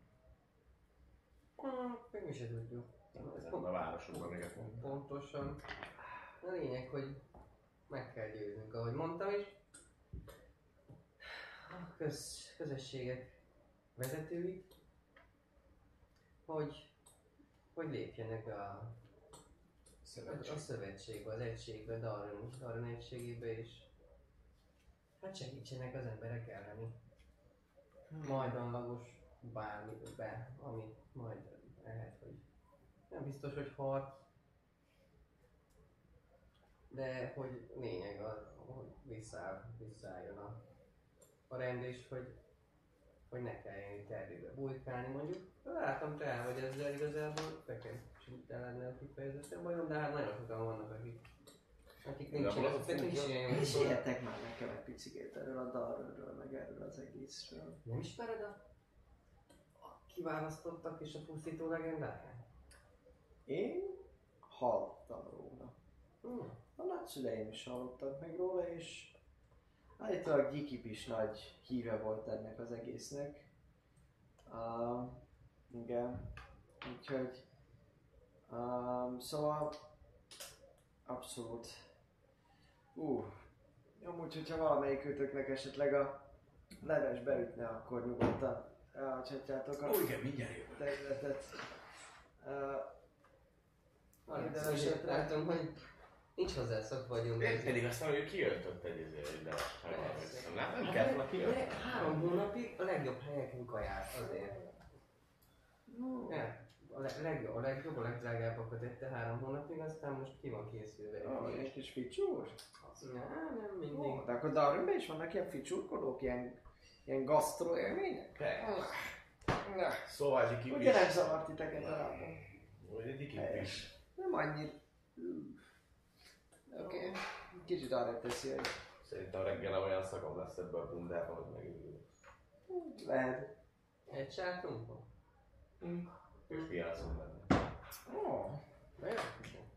Még mi se tudjuk. Ezekben a városokban még Pontosan. A lényeg, hogy meg kell győznünk, ahogy mondtam is. A közösségek vezetői, hogy lépjenek a szövetségbe, az egységbe, Darwin egységébe is. Hát segítsenek az emberek elleni. Majdonlagos bármibe, ami majd lehet, hogy nem biztos, hogy harc, de hogy lényeg az, hogy visszaálljon a rend, és hogy ne kelljen itt erdőbe bujkálni mondjuk. Látom te, hogy ezzel igazából te lenne kifejezetten bajom, de hát nagyon sokan vannak, akik nincs ilyen jó. Meséljetek már nekem egy picikét erről a Darwinről, meg erről az egészről. Nem ismered a kiválasztottak és a pusztító legendáját? Én hallottam róla. A nagyszüleim is hallottak meg róla, és állítólag Gyikip is nagy híve volt ennek az egésznek. Igen, úgyhogy szóval abszolút. Amúgy, hogyha valamelyikőtöknek esetleg a leves beütne, akkor nyugodtan elhagyhatjátok a Igen, mindjárt jövök. területet. Látom, hogy nincs hozzászokva vagyunk. Én pedig azt mondom, hogy kiöltött egy leves hajót. Nem kellett volna kiölteni. 3 hónapig a legjobb helyeken kajál azért. A legjobb, a legdrágábbakat ette 3 hónapig, aztán most ki van készülve. Egy kis ficsúr? Nem mindig. De akkor Darwinben is vannak ilyen ficsúrkodók, ilyen gasztro élmények? Szóval Gyikip Ugye nem is. zavart titeket a lábon? Ugye Gyikip is. Nem annyira. Oké. Kicsit arra teszi, hogy Szerintem reggel olyan szagom lesz ebből a bundában, hogy megülünk. lehet. Egy sátunk van? És piászunk benne. Na jó.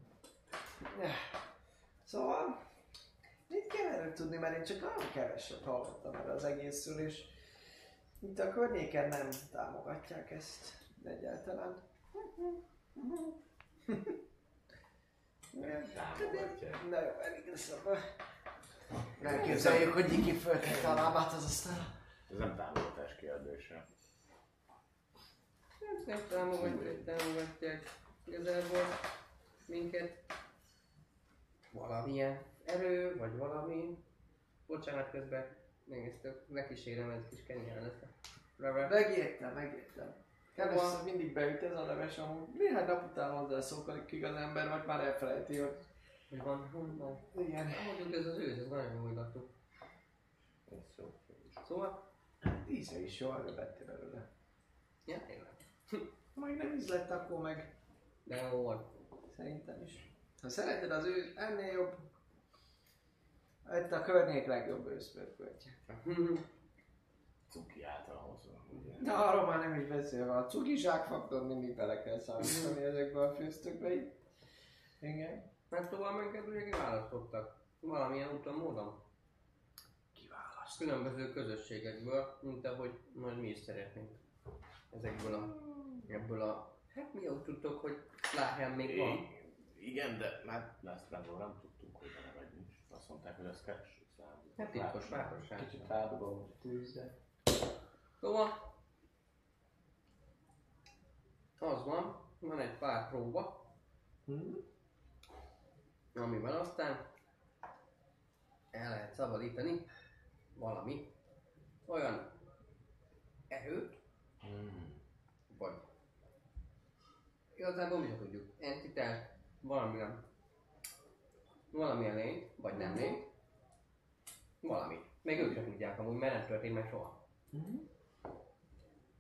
Szóval, mit kell erről tudni, mert én csak nagyon keveset hallottam erről az egészről, és itt a környéken nem támogatják ezt egyáltalán. Támogatják. Na jó, elég szóval. Elképzeljük, hogy Gyiki föltette a lábát az asztalra. Ez nem támogatás kérdése. Nem támogatják igazából minket. Valamilyen erő, vagy valami. Bocsánat, közben megnéztük, lekísérem ez kis kenyér lesz. Megértem. Először mindig beüt ez a leves, amúgy néhány nap után hozzászokalik az ember, vagy már elfelejti, hogy... Hogy van, honnan? Igen. Mondjuk ez az ősz, ez nagyon jó illatú. Ez jó. Szóval? Íze is jó, elővettél belőle. Ja, tényleg. Ha meg nem íz lett, akkor meg De jó volt. szerintem is. Ha szereted az ősz, ennél jobb. Itt a környék legjobb őszpörköltje. Cuki általában, ugye? Na, arról már nem is beszélve. A cuki zsákfaktor mindig bele kell számítani ezekbe a főztökbe itt. Igen. Mert szóval minket ugye kiválasztottak. Valamilyen úton, módon. Kiválaszt. Különböző közösségekből, mint ahogy majd mi is szeretnénk. Ebből a... Hát mi úgy tudtok, hogy Láhán még van. Igen, de már Lászlánból nem tudtunk, hogy benne vagy nincs. Azt mondták, hogy ezt keressük számít. Hát titkos városság. Kicsit rádugom, hogy tűzzel. Szóval... Az van egy pár próba, amivel aztán el lehet szabadítani valami olyan erőt, vagy igazából mi sem tudjuk, entitást, valamilyen lényt, vagy nem lényt, valami. Még ők sem tudják amúgy, mert nem történt meg soha.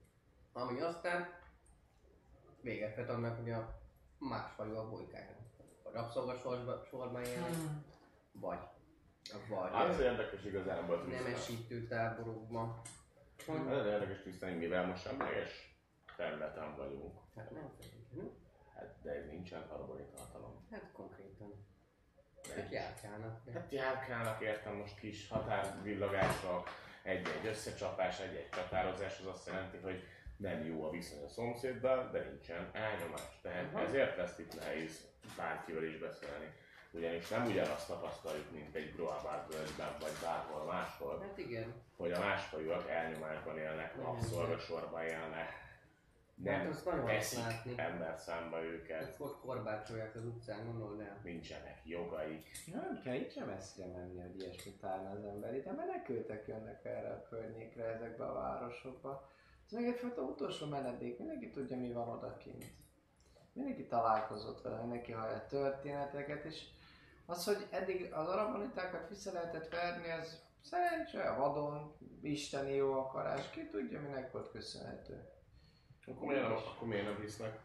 Ami aztán véget vet annak, hogy a másfajúak bolykáknak. rabszolgasorban élnek, vagy Az érdekes igazából nemesítő táborokban. Ez érdekes tisztán, mivel most semleges területen vagyunk. Hát nem feltétlenül. Hát de nincsen karboni tartalom. Hát konkrétan. Ők járkálnak. Hát járkálnak, értem, most kis határvillogások, egy-egy összecsapás, egy-egy csatározás, az azt jelenti, hogy nem jó a viszony a szomszéddal, de nincsen elnyomás. Tehát ezért lesz itt nehéz bárkivel is beszélni. Ugyanis nem ugyanazt tapasztaljuk, mint egy Groabard-völgyben, vagy bárhol máshol. Hát igen. Hogy a másfajúak elnyomásban élnek, rabszolgasorban élnek. Nem Hát azt nagyon veszik látni. ember számba őket, Hát ott korbácsolják az utcán, gondold el. nincsenek jogaik. Nem kell itt sem messzire menni, hogy ilyesmit állna az ember. Ide menekültek jönnek erre a környékre, ezekbe a városokba. Ez meg egyfajta utolsó menedék, mindenki tudja, mi van odakint. Mindenki találkozott vele, mindenki hallja történeteket, és az, hogy eddig az arabonitákat vissza lehetett verni, az szerencse, a vadon, isteni jó akarás, ki tudja, minek volt köszönhető. Akkor miért nem hisznek?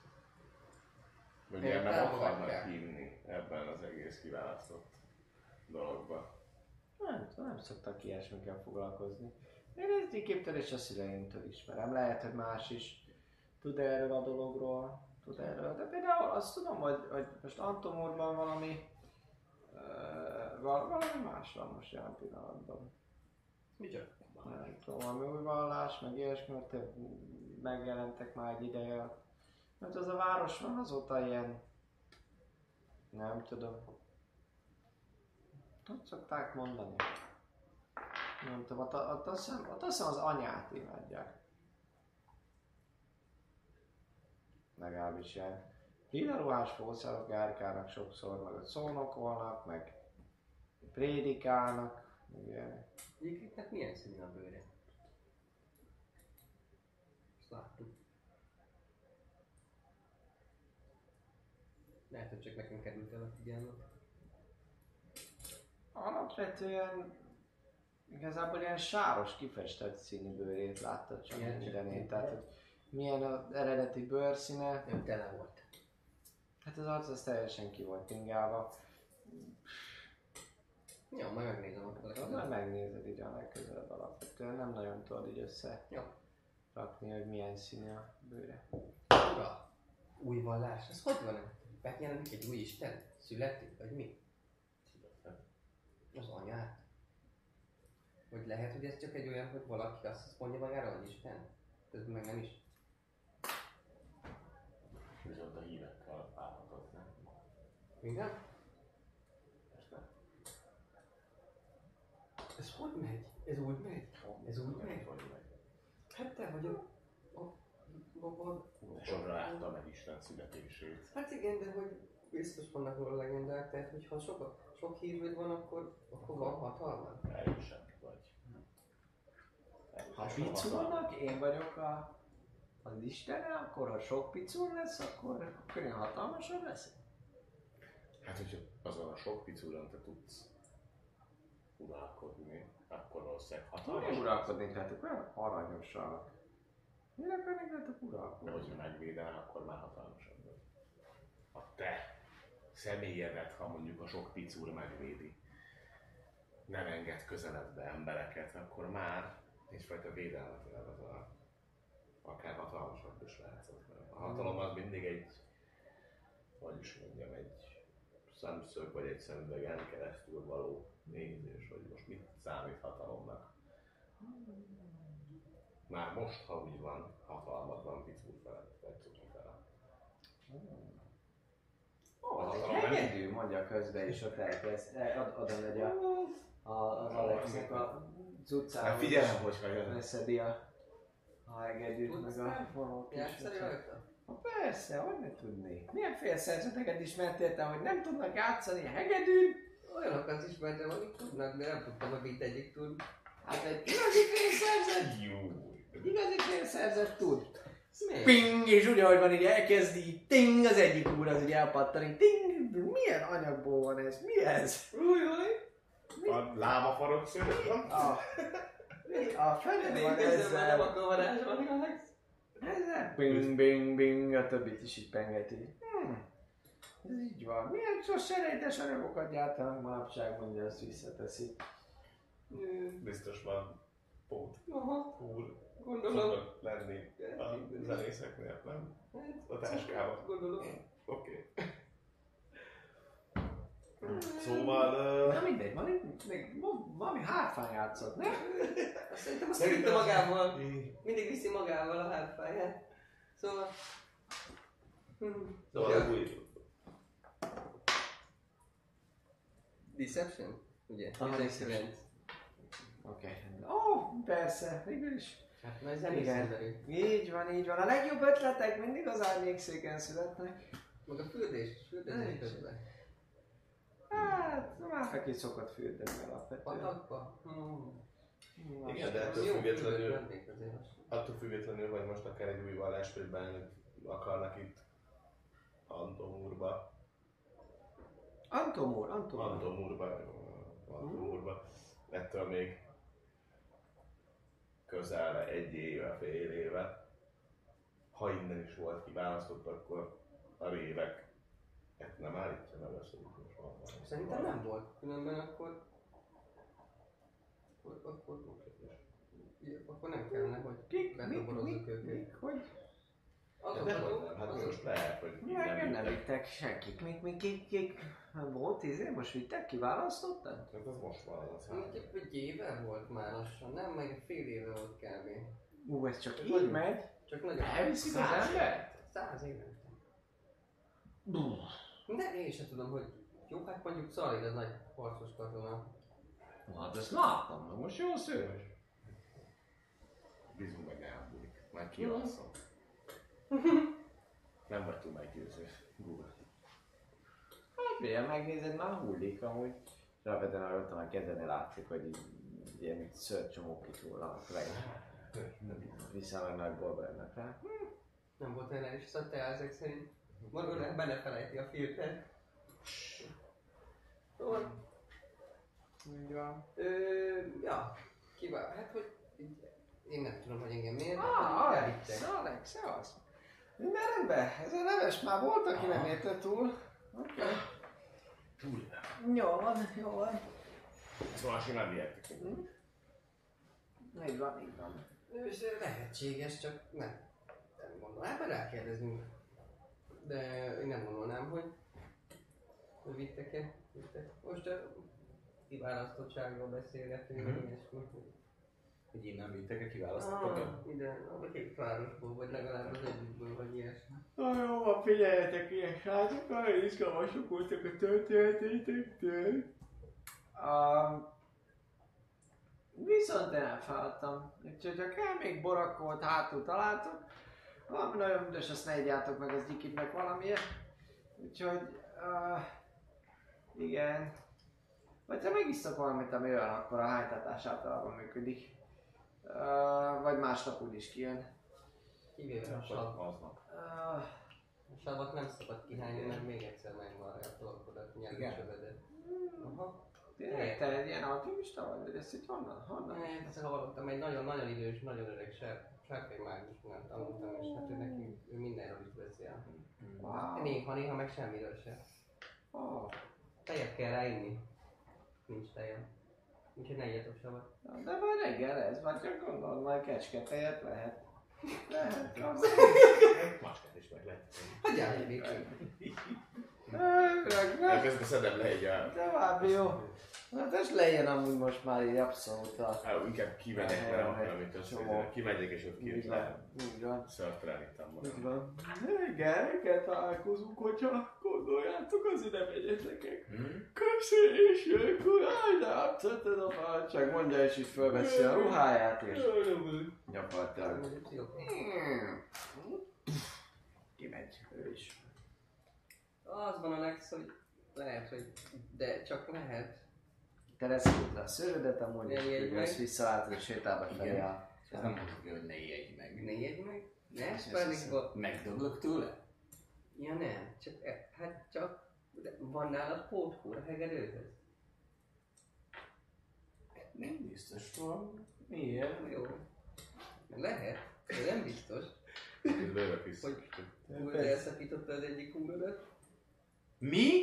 Vagy Miért meg támogatják? akarnak hívni ebben az egész kiválasztott dologban. Nem szoktak ilyesmikkel foglalkozni. Én ezt Egyiptől és a szüleimtől ismerem. Lehet, hogy más is tud erről a dologról, de például azt tudom, hogy most Antomorban valami más van most jelen pillanatban. Micsoda? Nem tudom, valami új vallás, meg ilyesmi, ott megjelentek már egy ideje. Mert az a város van azóta ilyen, nem tudom. Hogy szokták mondani? Nem tudom, ott azt hiszem az anyát imádják. Legalábbis ilyen lila-ruhás fószárok járkálnak sokszor, meg ott szónokolnak, meg prédikálnak, meg ilyenek. Egyébként milyen színű a bőre? Ezt láttuk. Lehet, hogy csak nekem került el a figyelmet. Alapvetően igazából ilyen sáros, kifestett színű bőrét láttad csak Igen, mindenét, tehát hogy milyen az eredeti bőrszíne. Nem tele volt. Hát az arc az teljesen ki volt pingálva. Ja, majd megnézem akkor. Az már megnézed így a legközelebb alapvetően, nem nagyon tudod így összerakni, hogy milyen színű a bőre. Ura, új vallás, ez hogy van? Megjelenik egy új isten? Születik, vagy mi? Az anyát? Vagy lehet, hogy ez csak egy olyan, hogy valaki azt mondja magára, hogy Isten? Közben meg nem is. Viszont a hívekkel állhatott, nem? Igen? Persze. Ez hogy megy? Ez úgy megy? Ez úgy megy? Hát te vagy a Sorra látta meg Isten születését. Hát igen, de hogy biztos vannak róla legendák, tehát hogyha sok hírvőd van, akkor van hatalmad. Erősebb vagy. Ha piculnak, én vagyok az Istene, akkor ha sok picul lesz, akkor én hatalmasabb leszek. Hát, hogyha azon a sok picúron te tudsz uralkodni, akkor valószínűleg Tudnék hatalmas. uralkodni, tehát olyan aranyosak. Miért akarnék lehetek De uralkodni? hogyha megvédel, akkor már hatalmasabb vagy. A te személyedet, ha mondjuk a sok picúr megvédi, nem enged közeledbe embereket, akkor már egyfajta védelmet az akár hatalmasabb is lehetett. A hatalom az mindig egy, hogy is mondjam, egy szemszög vagy egy szemüvegen keresztül való nézés, hogy most mit számít hatalomnak. Már most, ha úgy van, hatalmad van picúr felett, vagy cuki felett. Hegedű, mondja közben, és ott elkezd, oda megy az Alexnek a cuccával. Figyelem, hogyha jön. Leszedi a hegedűt, meg a vonót is. Játszani rajta? Persze, hogy ne tudnék. Milyen félszerzeteket ismertél te, hogy nem tudnak játszani a hegedűn? Olyanokat ismertem, akik tudnak, de nem tudtam, hogy mit egyik tud. Hát egy igazi félszerzet, Jó. egy igazi félszerzet tud. Ez miért? Ping, és ugyanúgy van, így elkezdi, így ting, az egyik úr az így elpattani, ting, milyen anyagból van ez, mi ez? Újjaj! A lábafarok szőrös, nem? A fene van Nem ezzel, akar varázsolni, Alex. ezzel, bing, bing, bing, a többit is így pengeti. Ez így van. Milyen csak serejtes anyagokat gyártanak manapság, mondja, azt visszateszi. Biztos van pót. Aha, Úr. gondolom. Szokott lenni a zenészeknél, nem? A táskában. Gondolom. Oké. Szóval... Na mindegy, valami hárfán játszott, nem? Szerintem azt vitte magával. Mindig viszi magával a hátfáját. Szóval... Szóval új... Deception? Ugye? Aha, 19. Oké. Ó, persze, végül is. Hát majd Igen. zenészemberű. Így van, így van. A legjobb ötletek mindig az árnyékszéken születnek. Meg a fürdés közben. Hát, már fekét szokott fürdeni alapvetően. Patakba? Igen, de attól függetlenül, hogy most akár egy új valláskönyvben akarnak itt Antomúrba. Antomúrba. Ettől még közel 1 éve, fél éve. Ha innen is volt kiválasztott, akkor a révek nem állítja meg azt, hogy most van. Szerintem nem volt. Különben akkor nem kellene, hogy bedoborozzuk őket. Hogy? Hát most lehet, hogy Engem nem vittek senkik. Kik? Volt most vittek? Kiválasztottak? Hát az most van az. Mondjuk, hogy éve volt már lassan, nem? Meg fél éve volt kb. Ez csak így megy? Csak nagyon... Elviszik az embert? 100 éve. De én sem tudom, hogy jó, hát mondjuk Szalid az nagy harcos katona. Hát ezt látom, most jó szőrös. Bízunk meg elbújik. Már kialszom. Nem vagy túl meggyőző. Google. Hát miért megnézed, már hullik amúgy. Rávetően arra a kezednél látszik, hogy így ilyen szörcsomók kitúlnak vissza meg nagy bolbernek rá. Nem volt olyan is a te ezek szerint. Margónak belefelejti a filtert. Szóval... Úgy van. Ja, kíván. Hát, hogy én nem tudom, hogy engem miért. Alex, szevasz. Minden rendben, ez a neves már volt, aki nem érte túl. Oké. Jó van. Szóval simán vihettek. Így van. És lehetséges, csak nem gondolom. Hát majd rákérdezünk. De én nem gondolnám, hogy vittek-e. Most a kiválasztottságról beszélgetünk, ilyesmi. Hogy innen vittek-e kiválasztottak? Ide, a két városból, vagy legalább az egyikből, vagy ilyesmi. Na jó, van, figyeljetek ilyen srácok, nagyon izgalmasok voltak a történeteitek. Viszont én elfáradtam. Úgyhogy ha kell még borakolt hátul találtok, valami nagyon üdös, azt ne egyátok meg, az gyikit meg valamiért. Úgyhogy, igen. Vagy ha megisztok valamit, ami olyan, akkor a hánytatás általában működik. Vagy másnap úgy is kijön. Kivéve a sav. A savat nem szabad kihányni, mert még egyszer megmarja a torkodat, nyelőcsövedet. Aha. Tényleg, te egy ilyen alkimista vagy? Vagy ezt itt honnan? Hát ezt hallottam, egy nagyon-nagyon idős, nagyon öreg sárkánymágusnál tanultam, és hát ő mindenről is beszél. Wow. Néha meg semmiről sem. Tejet kell ráinni. Nincs tejem. Úgyhogy ne igyatok savat. De már reggel ez, vagy csak gondolod, majd kecsketejet lehet. Macskát is meg lehet. Hagyjál egy békén. Elkezdve szedem le egy a... Tovább jó. Hát ez legyen amúgy most már így abszolút a... Inkább kimegyek, mert amit össze... Kimegyek és ott Így van. szörtrálítam magam. Így van. Reggel találkozunk, hogyha gondoljátok, az ide megyetek. Köszi, és akkor átszedted a fáradtság, mondja, és így fölveszi a ruháját, és gyakorlatilag kimegy ő is. Az van a legszor, hogy hogy... De csak lehet. Te leszkült le a szőrödet, amúgy Ne jössz visszaálltad, és sétálva felé a... Ez nem mondjuk, hogy ne ijedj meg. Ne ijedj meg? Ne pánikba. Megdöglök tőle? Ja nem, csak... De van nálad pótkúr a hegedőhöz? Nem biztos van. Miért? Jó. Lehet, de nem biztos. Lőlök vissza. Hogy újra elszakította az egyik kúrodat. Mi?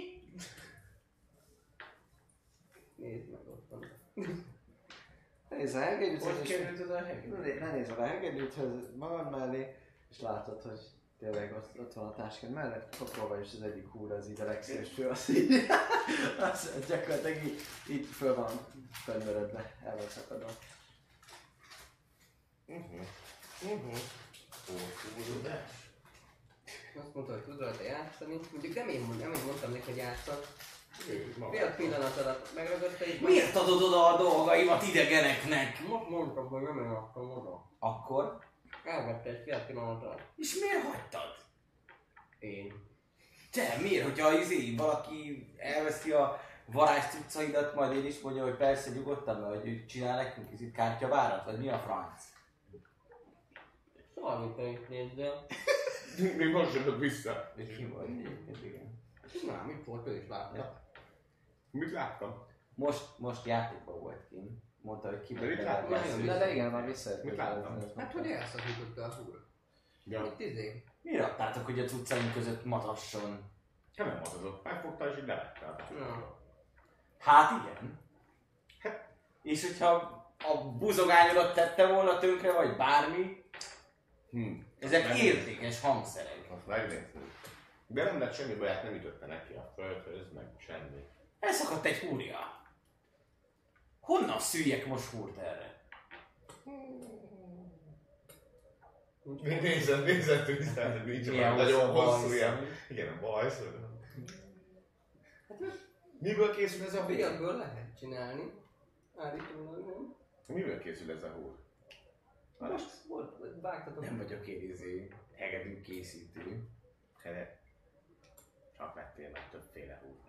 Nézd meg ott van. Nézd a hegedűt, Hogy kerülted a hegedűt? ne nézd a hegedűthöz magad mellé, és látod, hogy tényleg ott van a táskád mellett, pakolva is az egyik húr az így a legszélső, az így, az gyakorlatilag így föl van fennveredve, el van szakadva. Azt mondta, hogy tud rajta játszani. Mondjuk nem én mondtam neki, hogy játszak. Fél pillanat alatt megragadta így. Miért adod oda a dolgaimat idegeneknek? Most mondtam, hogy nem én raktam oda. Akkor? Elvette egy fél pillanat alatt. És miért hagytad? Én. Te, miért, hogyha valaki elveszi a varázs cuccaidat, majd én is mondja, hogy persze nyugodtan, mert hogy ő csinál nekünk itt kártyavárat, vagy mi a franc? Valami pénzt nézzel. Még most sem jött vissza. És ki vagy egyébként, igen. Na, mit volt, ő is látta. Mit láttam? Most játékban volt kint. Mondta, hogy ki De mit vagy láttam? vele. De igen, már visszaért. Mit láttam? Hát, hogy elszakította a húr. Ja. Itt izé. Miért adtátok, hogy a cuccaink között matasson? Nem matazott. Megfogta és így levette. Ja. Hát igen. És hogyha a buzogányodat tette volna tönkre, vagy bármi, ezek értékes hangszerek. Azt megnéztük. De nem lett semmi baját, nem ütötte neki a földhöz, meg semmi. Elszakadt egy húrja. Honnan szüljek most húrt erre? Nézett vissza, hogy nincs Milyen olyan nagyon hosszú hosszú bajsz. ilyen. Igen, a bajsz. Miből készül ez a húr? Viadból lehet csinálni. Állítólag nem. Miből készül ez a húr? Most vágtatok. Nem vagyok én hegedű készítő. Hele. Csak vettél meg többféle húr.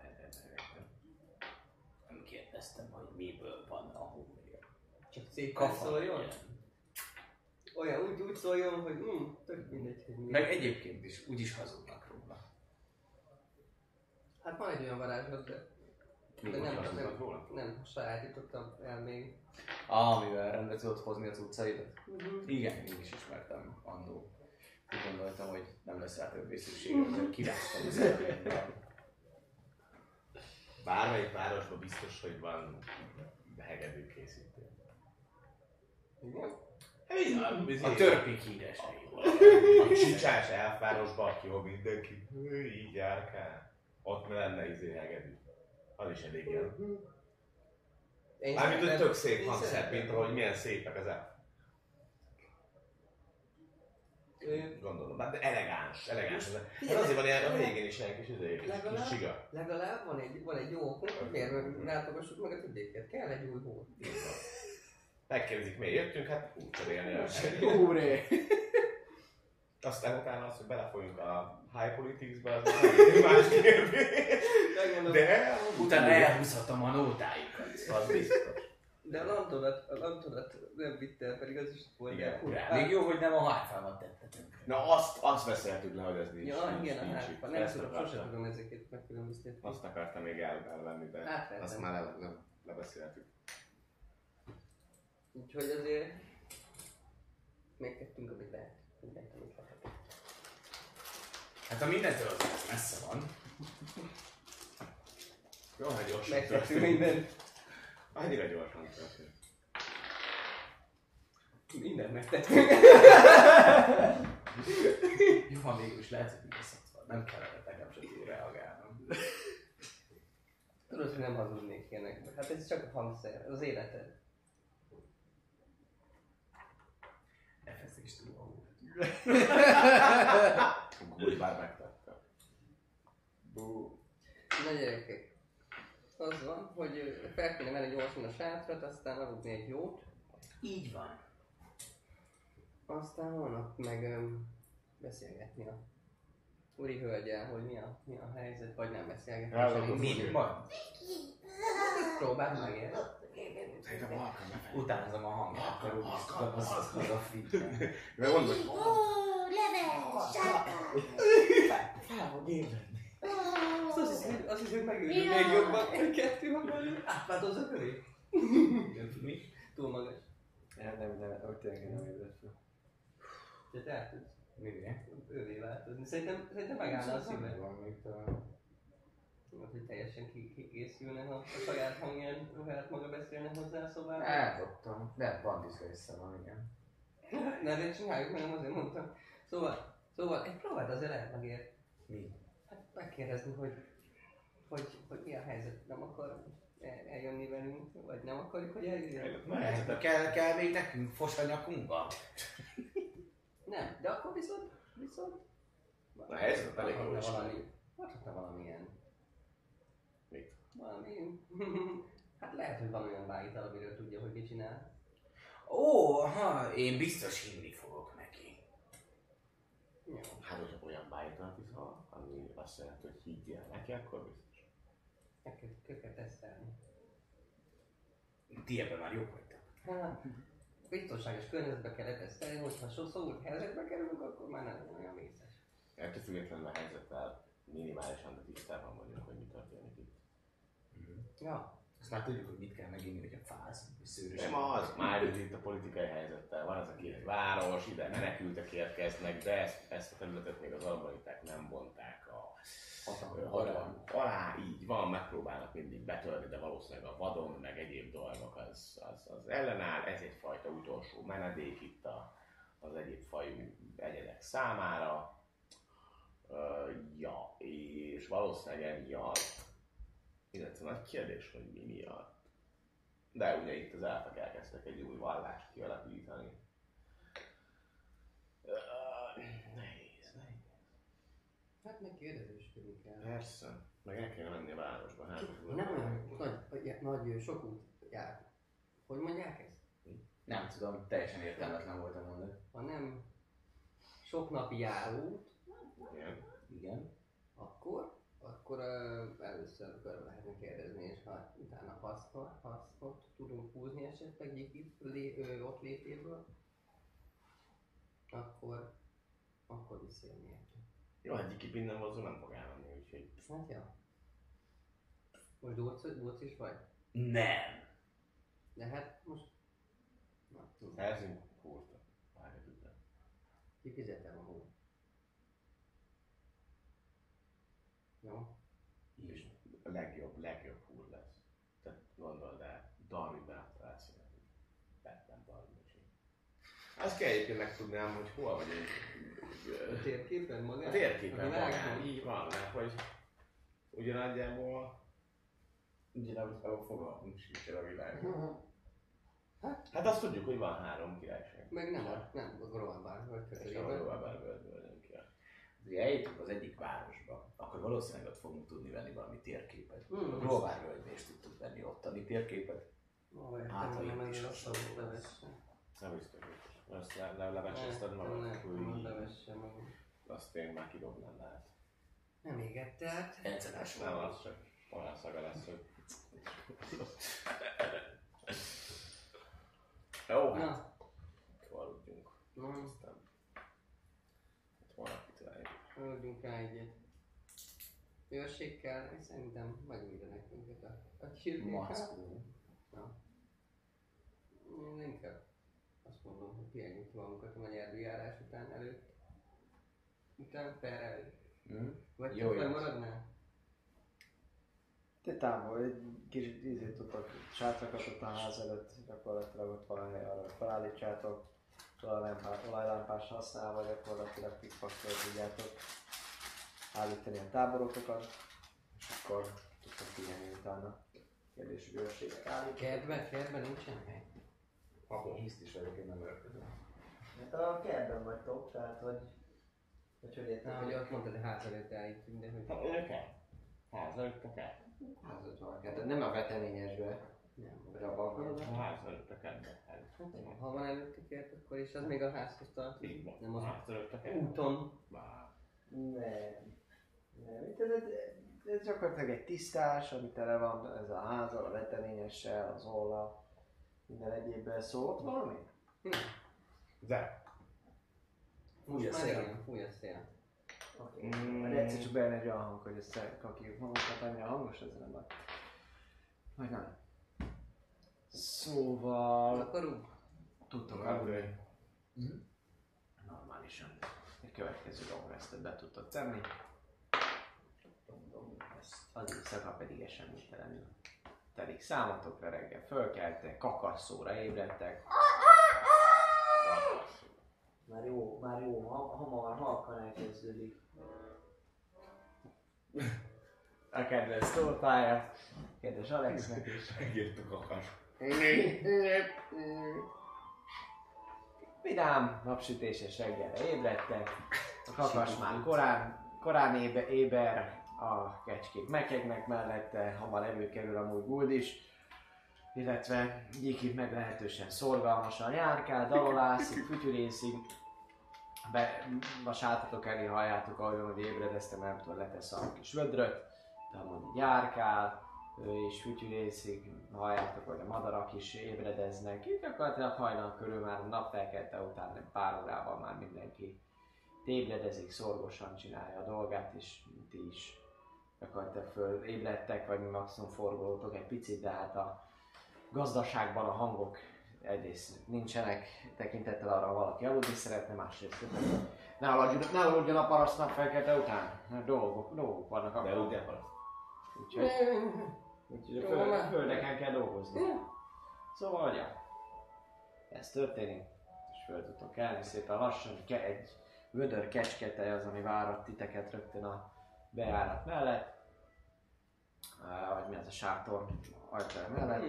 Nem kérdeztem, hogy miből van a húrja. Csak szépen szóljon. Olyan úgy szóljon, hogy tök mindegy, hogy mi. Meg egyébként is úgyis hazudnak róla. Hát van egy olyan varázslat, de Mikor hazudnak róla? nem sajátítottam el még. Amivel rendbe tudod hozni a cuccaidat? Igen, én is ismertem annó. Úgy gondoltam, hogy nem lesz rá több szükségem, ezért kiráztam az elmélyben. Bármelyik városban biztos, hogy van hegedű készítő. Igen? A törpik híresei. A csicsás elfvárosban, ahol mindenki így járkál. Ott lenne hegedű. Az is elég ilyen. Mármint, hogy tök szép hangszer, mint ahogy milyen szépek az elf. Gondolom, de elegáns. Hát azért van ilyen a végén is ilyen kis csiga. Legalább van egy jó okunk, hogy miért látogassuk meg a többieket. Kell egy új hó. Megkérdezik, miért jöttünk, hát úgy cserélni a Úré! Aztán utána az, hogy belefolyunk a high politics-be, az más kérdés. De Utána elhúzhatom a nótáikat. az biztos. De a lantodat nem vitte el, pedig az is volt. Igen. Urá, még jó, hogy nem a hájfámat tettetek. Na azt beszéltük le, hogy ez nincs. Ja, nincs, igen, a nincs hátfa. itt. Nem Ezt tudom, akartam. sosem tudom ezeket megkülönböztetni. Azt akartam még elvenni, de Átvettem. azt már lebeszéltük. Úgyhogy azért megtettünk, amit lehet. Mindent, amit lehet. Hát a mindentől az messze van. Jó, hogy gyorsan Megtettünk történt. mindent. Annyira gyorsan történt. Mindent megtettünk. Jó, ha mégis lehet, hogy visszatva. Nem kellene nekem csak így reagálnom. Tudod, hogy nem hazudnék ilyenekbe. Hát ez csak a hangszer, az életed. Elfeszek is tudom a húrt. Gúri bár megtette. Na gyerekek, az van, hogy fel kéne menni gyorsan a sátrat, aztán aludni egy jót, Így van. aztán holnap meg beszélgetni a úri hölgyel, hogy mi a helyzet, vagy nem beszélgetni. Elvadott. Mi van? Próbáld meg el. Utánzom a hangot, akkor úgy is tudom az a fitben. De mondom, hogy Leves, sárkány! Fel fog ébredni. Azt hiszem, hogy megőrül még jobban, egy kettő van, átváltozza köré. Mi? Túl magas. Nem, hogy tényleg nem ébredt fel. De te át tudsz Miért? ővé változni. Szerintem megállna a szíved. Van még talán. hogy teljesen kikészülne, a saját hangján, saját maga beszélne hozzá, szóval... Eldobtam. De van diszka van, igen. Ne, de csináljuk, mert nem azért mondtam. Szóval egy próbáld azért lehet megért. Mi? Hát megkérdezni, hogy mi a helyzet, nem akar eljönni velünk, vagy nem akarjuk, hogy eljöjjön? Mert kell még nekünk fos a nyakunkba? Nem, de akkor viszont... A helyzet elég jól Mondhatna ismerjük. valami... Mondhatna valamilyen... Mit? Valami... Hát lehet, hogy van olyan bájital, amiről tudja, hogy mit csinál. Ó, aha, én biztos hinni fogok neki. Jó. Hát, hogyha olyan bájtalat iszol, ami azt jelenti, hogy higgyél neki, akkor biztos. Meg kell tesztelni. Ti ebben már jók vagytok. Hát, biztonságos környezetbe kell tesztelni, hogyha sokszor úgy helyzetbe kerülünk, akkor már nem olyan vészes. Ettől függetlenül a helyzettel minimálisan, de tisztában vagyunk, hogy mi történik itt. Ja. Azt már tudjuk, hogy mit kell meginni, hogyha fáz, vagy szőrös. Nem az, már itt a politikai helyzettel van, ez a két város, ide menekültek érkeznek, de ezt a területet még az albaniták nem vonták a hatalom alá, így van, megpróbálnak mindig betörni, de valószínűleg a vadon, meg egyéb dolgok az ellenáll, ez egyfajta utolsó menedék itt az egyéb fajú egyedek számára. Ja, és valószínűleg emiatt, illetve nagy kérdés, hogy mi miatt. De ugye itt az elfek elkezdtek egy új vallást kialakítani. Nehéz. Hát meg kérdezősködni kell. Persze, meg el kéne menni a városba. Hát, Nem olyan nagy sok út jár. Hogy mondják ezt? Nem tudom, teljesen értelmetlen volt a mondat. Ha nem sok napi járóút, Igen. Igen. akkor először körbe lehetne kérdezni, és ha utána hasznot tudunk húzni esetleg ott létéből, akkor visszajönni érte. Jó, hát Gyiki minden hozzá nem fog elmenni, úgyhogy... Hát ja. Most dóc is vagy? Nem. De hát most... Na, Szerzünk húrta. Várj után. kifizetem a húr. Jó? És a legjobb húr lesz. Tehát gondold el, Darwinben átalálsz Batman Darwin is. Azt kell egyébként megtudnám, hogy hol vagyunk. A térképen magán? A térképen A világban? magán, így van, mert hogy ugyanadjából... Ugyanabban fogalmunk sincs a világ. Hát azt tudjuk, hogy van 3 királyság. Meg nem a Grolbár vagy És nem a közelében. Róválbárből jön ki. Ha eljutunk az egyik városba, akkor valószínűleg ott fogunk tudni venni valami térképet. Hmm. A Gróvárvölgyben is tudtuk venni ottani térképet. Hát, ha itt is hasonló lesz. Nem biztos. Azt levecsezted magad? Nem levesse magam. Azt én már kidobnám lehet. Nem égette át. Enceles Nem, volt. az csak olyan szaga lesz, hogy... Jó, hát Na, aludjunk. Aztán... Hát holnap kitaláljuk. adjunk rá egyet. Őrségkel, és szerintem megvédenek minket a csirkék. Mackó. Na. Én inkább azt mondom, hogy pihenjük ki magunkat a nagy erdőjárás után előtt. Után fel előtt. Vagy Jó, te jó. maradnál? Te távol, egy kicsit ízét tudtok, sátrakat ott a ház előtt, gyakorlatilag ott valahely arra felállítsátok, olajlámpás használva gyakorlatilag pikpaktól tudjátok állítani a táborotokat, és akkor tudtok pihenni utána. Kérdés, hogy őrségek állítani. Kertben nincsen hely. Ahol hiszt is vagyok, én nem örködöm. Hát a kertben vagytok, tehát hogy hogy érted? Hogy azt mondtad, hogy ház előtt állítjuk, de hogy... Ház előtt a kert. Házat van. Hát nem a veteményesbe, Nem. vagy a balkonodba. A ház előtt a kertbe. Ha van előtte kert, akkor is az még a házhoz tartozik. Így van. Nem A az ház előtt a kert. úton. Bár. Nem. Itt ez gyakorlatilag egy tisztás, ami tele van ez a házzal, a veteményessel, az olla, minden egyébben szól. Ott valami? De. Fúj a Már szél. igen, fúj a szél. Oké. Majd egyszer csak bejön egy olyan hang, hogy ezt kakírjuk magunkat, annyira hangos, ez nem baj. Majd nem. Szóval... Akarunk? Tudtok aludni. Normálisan. Egy következő long restet be tudtok tenni. Az éjszaka pedig eseménytelenül telik számotokra, reggel fölkeltek, kakasszóra ébredtek. Már jó, hamar halkan elkezdődik. A kedves tortája, kedves Alexnek is. Megírtuk a kakas. Vidám, napsütéses reggelre ébredtek. A kakas már korán éber, a kecskék mekegnek mellette, hamar előkerül amúgy Guld is. Illetve Gyiki meglehetősen szorgalmasan járkál, dalolászik, fütyülészik. A sátatok elé halljátok, ahogy ébredeztem, nem tudom, letesz a kis vödröt, de amúgy járkál, és fütyülészik, halljátok, hogy a madarak is ébredeznek. Így gyakorlatilag hajnal körül már a nap felkelte után pár órával már mindenki ébredezik, szorgosan csinálja a dolgát, és ti is gyakorlatilag fölébredtek, vagy maximum forgolódtok egy picit, de hát a gazdaságban a hangok egyrészt nincsenek tekintettel arra, ha valaki aludni szeretne, másrészt ne aludjon a paraszt nap felkelte után, mert dolgok vannak akkor. De aludjál paraszt. Úgyhogy a földeken kell dolgozni. Szóval, ja, ez történik, és föl tudtok kelni szépen lassan, egy vödör kecsketej az, ami várat titeket rögtön a bejárat mellett. Vagy mi az a sátor ajtaja mellett.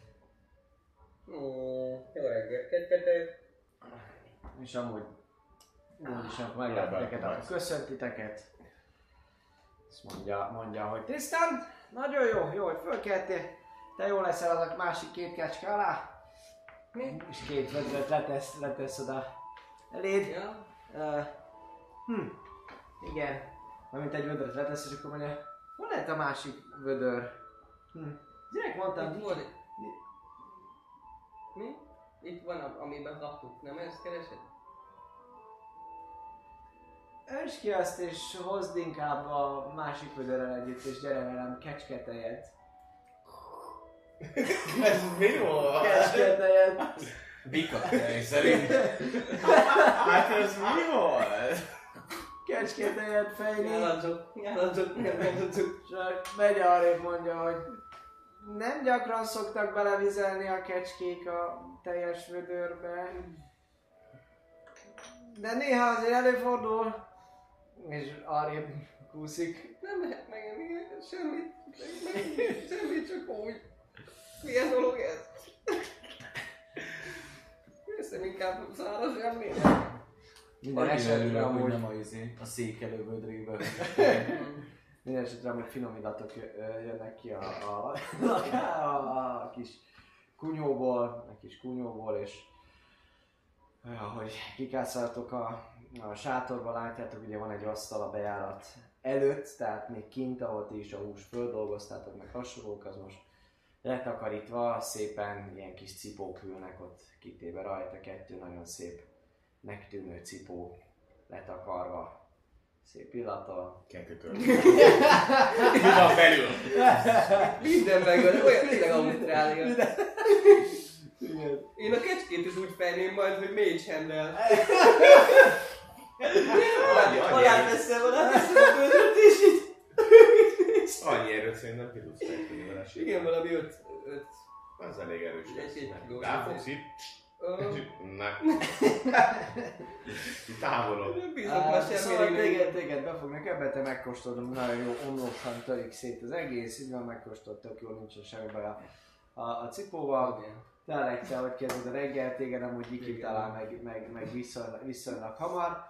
Jó reggelt, kecsketej. És amúgy is, amikor meglát titeket, akkor köszönt titeket. Ezt mondja, hogy tisztán, nagyon jó, hogy fölkeltél. Te jó leszel az a másik két kecske alá. Mi? És két vödröt letesz oda eléd. Ja. Igen. Valamint egy vödröt letesz, és akkor mondja, hol lehet a másik vödör? Direkt mondtam, Itt volt. Mi? Itt van, amiben kaptuk, nem ezt keresed? Ösd ki azt, és hozd inkább a másik vödörrel együtt, és gyere velem kecsketejet. Ez mi volt? Kecsketejet. Bikatej szerint. Hát ez mi volt? Kecsketejet fejni. Nyáladjuk. És megy arrébb, mondja, hogy nem gyakran szoktak belevizelni a kecskék a teljes vödörbe. De néha azért előfordul. És arrébb kúszik. Nem lehet megenni semmit, csak úgy. Milyen dolog ez? Hiszem inkább száraz zsemlé. Minden esetre amúgy... nem a székelő vödrébe. Minden esetre amúgy finomítatok jönnek ki a kis kunyóból, és ahogy kikászáltok a sátorba, látjátok, ugye van egy asztal a bejárat előtt, tehát még kint, ahol ti is a húst földolgoztátok, meg hasonlók, az most letakarítva, szépen ilyen kis cipók ülnek ott kitéve rajta, kettő nagyon szép megtűnő cipó letakarva. Szép illata. Kettőtől. Mi van belül? Minden megvan, olyan tényleg Ausztrália. Igen. Én a kecskét is úgy fejném majd, hogy mage handel. Alá teszem a vödröt és így. Annyi erőt szerintem ki tudsz fejteni vele. Igen, valami 5. Az elég erős lesz. Egy kiló. Ráfogsz itt? Na. Távolod. Nem bízok már Szóval semmire. téged befognak ebbe, te megkóstolod, nagyon jó omlósan törik szét az egész, így van megkóstolt, tök jó, nincsen semmi baj a cipóval. Te Alexia, hogy kezded a reggel, téged amúgy Gyiki talál meg viszonylag hamar.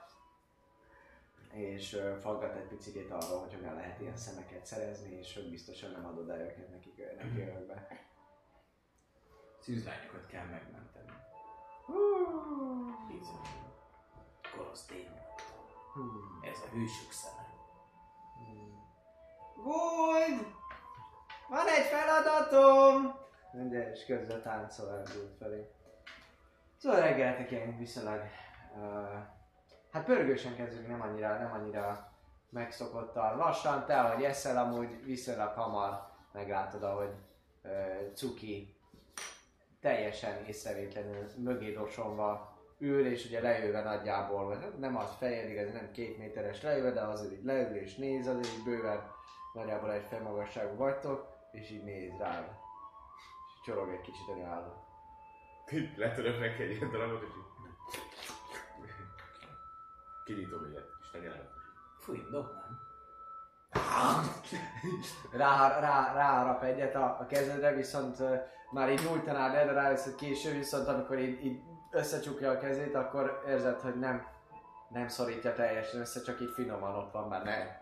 És faggat egy picit arról, hogy hogyan lehet ilyen szemeket szerezni, és hogy biztosan nem adod el őket neki örökbe. Szűzlányokat kell megmenteni. Bizony. Korosztény. Ez a hősök szeme. Guld! Van egy feladatom! Mondja, és közben táncol el Guld felé. Szóval reggeltek ilyen viszonylag... hát pörgősen kezdődik, nem annyira megszokottan. Lassan, te ahogy eszel, amúgy viszonylag hamar meglátod, ahogy Cuki teljesen észrevétlenül mögé dosonva ül, és ugye leülve nagyjából, nem az fejed, igaz, nem 2 méteres leülve, de azért így leül és néz, azért így bőven nagyjából egy fejmagasságú vagytok, és így néz rád. És csorog egy kicsit a nyálad. Letörök neki egy ilyen darabot, és így... Kinyitom egyet, és tenyelem. Fúj, dobnám. Ráharap egyet a kezedre, viszont már így nyújtanád el, de rájössz, hogy később, viszont amikor így összecsukja a kezét, akkor érzed, hogy nem szorítja teljesen össze, csak így finoman ott van benne.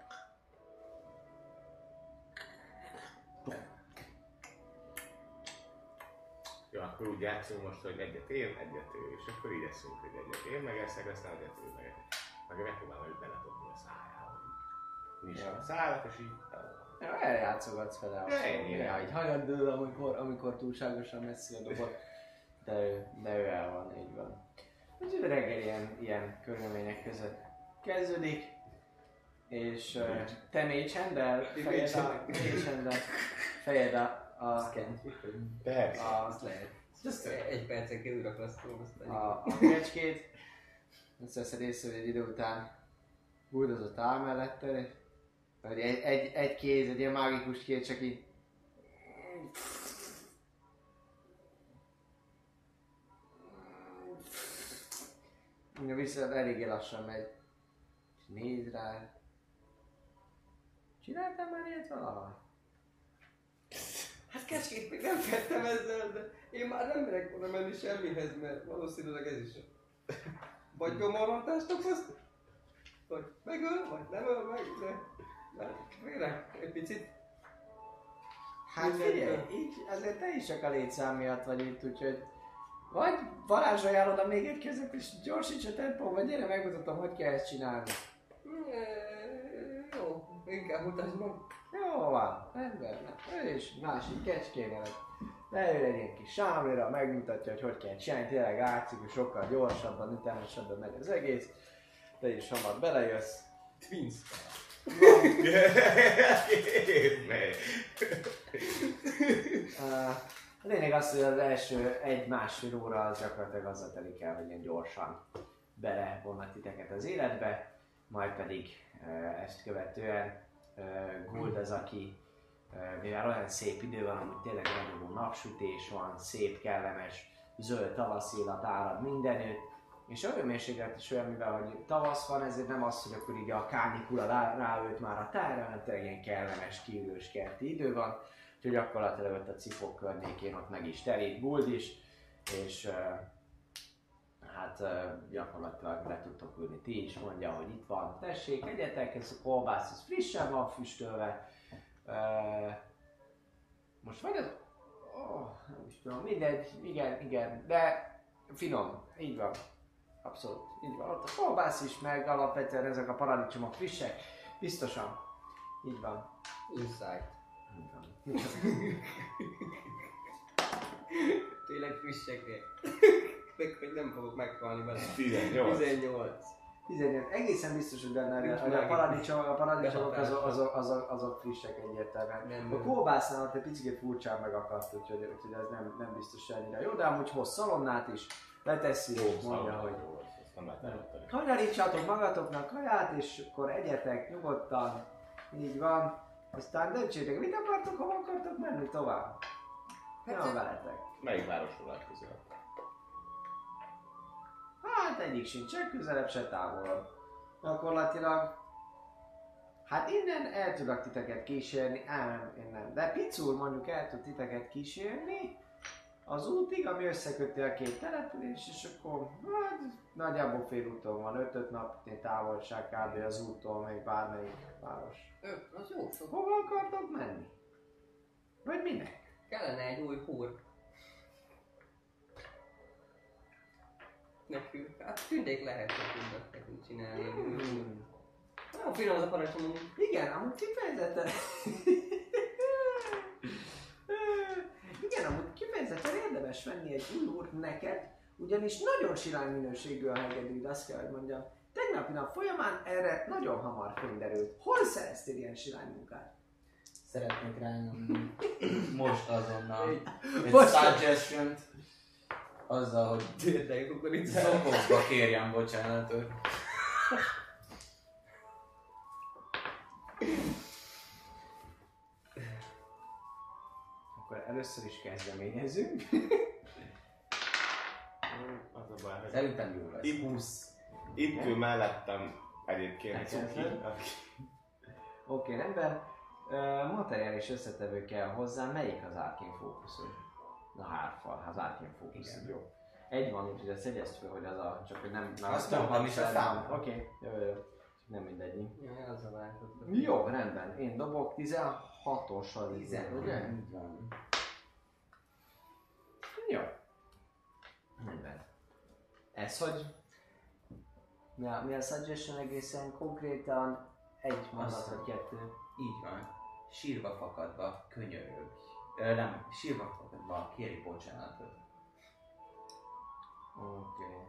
Jó, akkor úgy játszunk most, hogy egyet én, egyet ő, és akkor így eszünk, hogy egyet én megeszek, aztán egyet ő meg megpróbálom, hogy beletopni a szájába. Nyissam a szállat, és így... Ja, eljátszogatsz vele azt. Ja, így hagyd amikor túlságosan messzi a dobot. De ő el van, így van. Úgyhogy a reggel ilyen körülmények között kezdődik. És te mélycsenddel fejed a Persze. Azt lehet. Egy percen kívül akasztom, aztán... a kecskét. Azt veszed észre, hogy egy idő után buldozott áll mellette. Egy kéz, egy ilyen mágikus kéz, csak így... Viszont eléggé lassan megy. És néz rá. Csináltál már ilyet valahol? Hát kecskét még nem fettem ezzel, de én már nem merek volna menni semmihez, mert valószínűleg ez is vagy gyomorrontást okoz, vagy megöl, vagy nem öl meg, de félre egy picit. Hát figyelj, így azért te is csak a létszám miatt vagy itt, úgyhogy vagy varázsoljál oda még egy kezet és gyorsíts a tempó, vagy gyere megmutatom, hogy kell ezt csinálni. Jó, inkább mutasd meg. Jó van, rendben. Ő is másik kecskével leül egy ilyen kis sámlira, megmutatja, hogy kell csinálni, tényleg látszik, hogy sokkal gyorsabban, ütemesebben megy az egész. Te is hamar belejössz. Twins. A lényeg az, hogy az első 1-1,5 óra az gyakorlatilag azzal telik el, hogy ilyen gyorsan belevonnak titeket az életbe, majd pedig ezt követően Gould az, aki mivel olyan szép idő van, amúgy tényleg ragyogó napsütés van, szép, kellemes, zöld tavaszi illat árad mindenütt, és a hőmérséklet is olyan, mivel hogy tavasz van, ezért nem az, hogy akkor így a kánikula ráült már a tájra, hanem tényleg ilyen kellemes, kívülős kerti idő van, úgyhogy gyakorlatilag ott a Cipok környékén ott meg is terít Gould is, és hát gyakorlatilag le tudtok ülni ti is, mondja, hogy itt van, tessék, egyetek, ez a kolbász, ez frissen van füstölve. Most vagy az... nem is tudom, mindegy, igen, de finom, így van. Abszolút, így van. Ott a kolbász is, meg alapvetően ezek a paradicsomok frissek, biztosan. Így van. Insight. Így van. Tényleg frissek. Meg hogy nem fogok meghalni vele. 18. 18. Egészen biztos, hogy benne Nincs a paradicsomok azok frissek egyértelműen. Nem. A kóbásznál ott egy picit furcsán megakadt, úgyhogy ez nem biztos ennyire jó, de amúgy hoz szalonnát is, leteszi és mondja, hogy kanyarítsatok magatoknak kaját, és akkor egyetek nyugodtan, így van. Aztán döntsétek, mit akartok, hova akartok menni tovább? Mi van veletek? Melyik városról áll közel? Hát egyik sincs, se közelebb, se távolabb. Gyakorlatilag, hát innen el tudok titeket kísérni, én nem, de Picul mondjuk el tud titeket kísérni az útig, ami összeköti a két település, és akkor hát, nagyjából félúton van, 5 napnyi távolság kb. Az úttól, még bármelyik város. Az jó sok. Hova akartok menni? Vagy minek? Kellene egy új húr. Nekünk. Hát tündék lehet, hogy tudnak nekünk csinálni egy új húr. Nagyon finom az a paradicsom amúgy. Igen, amúgy kifejezetten... Igen, amúgy kifejezetten érdemes venni egy új úrt neked, ugyanis nagyon silány minőségű a hegedű, de azt kell, hogy mondjam. Tegnapi nap folyamán erre nagyon hamar fényderült. Hol szereztél ilyen silány munkát? Szeretnék rányomni most azonnal egy Most. suggestion-t azzal, hogy Tényleg, kukorica. szokokba kérjem bocsánatot. Akkor először is kezdeményezünk. Az a bár, hogy Szerintem jó lesz. Itt- 20. itt ül mellettem egyébként Cuki, Elkezded? Oké, rendben. Materiális összetevő kell hozzá. Melyik az Arcane Fókuszod? A hárfal, az Arcane Fókuszod. Igen. Jó. Egy van, úgyhogy ezt jegyezd fel, hogy az a... Csak hogy nem... Azt mondtam is, azt számolom. Oké, jó. Csak nem mindegy. Jaj, azzal váltottam. Jó, rendben. Én dobok 16-ossal. 10, ugye? így van. Jó. Rendben. Ez hogy? Mi a suggestion egészen konkrétan? Egy mondat vagy kettő. Így van. Sírva fakadva könyörög. Nem, sírva fakadva kéri bocsánatot. Oké.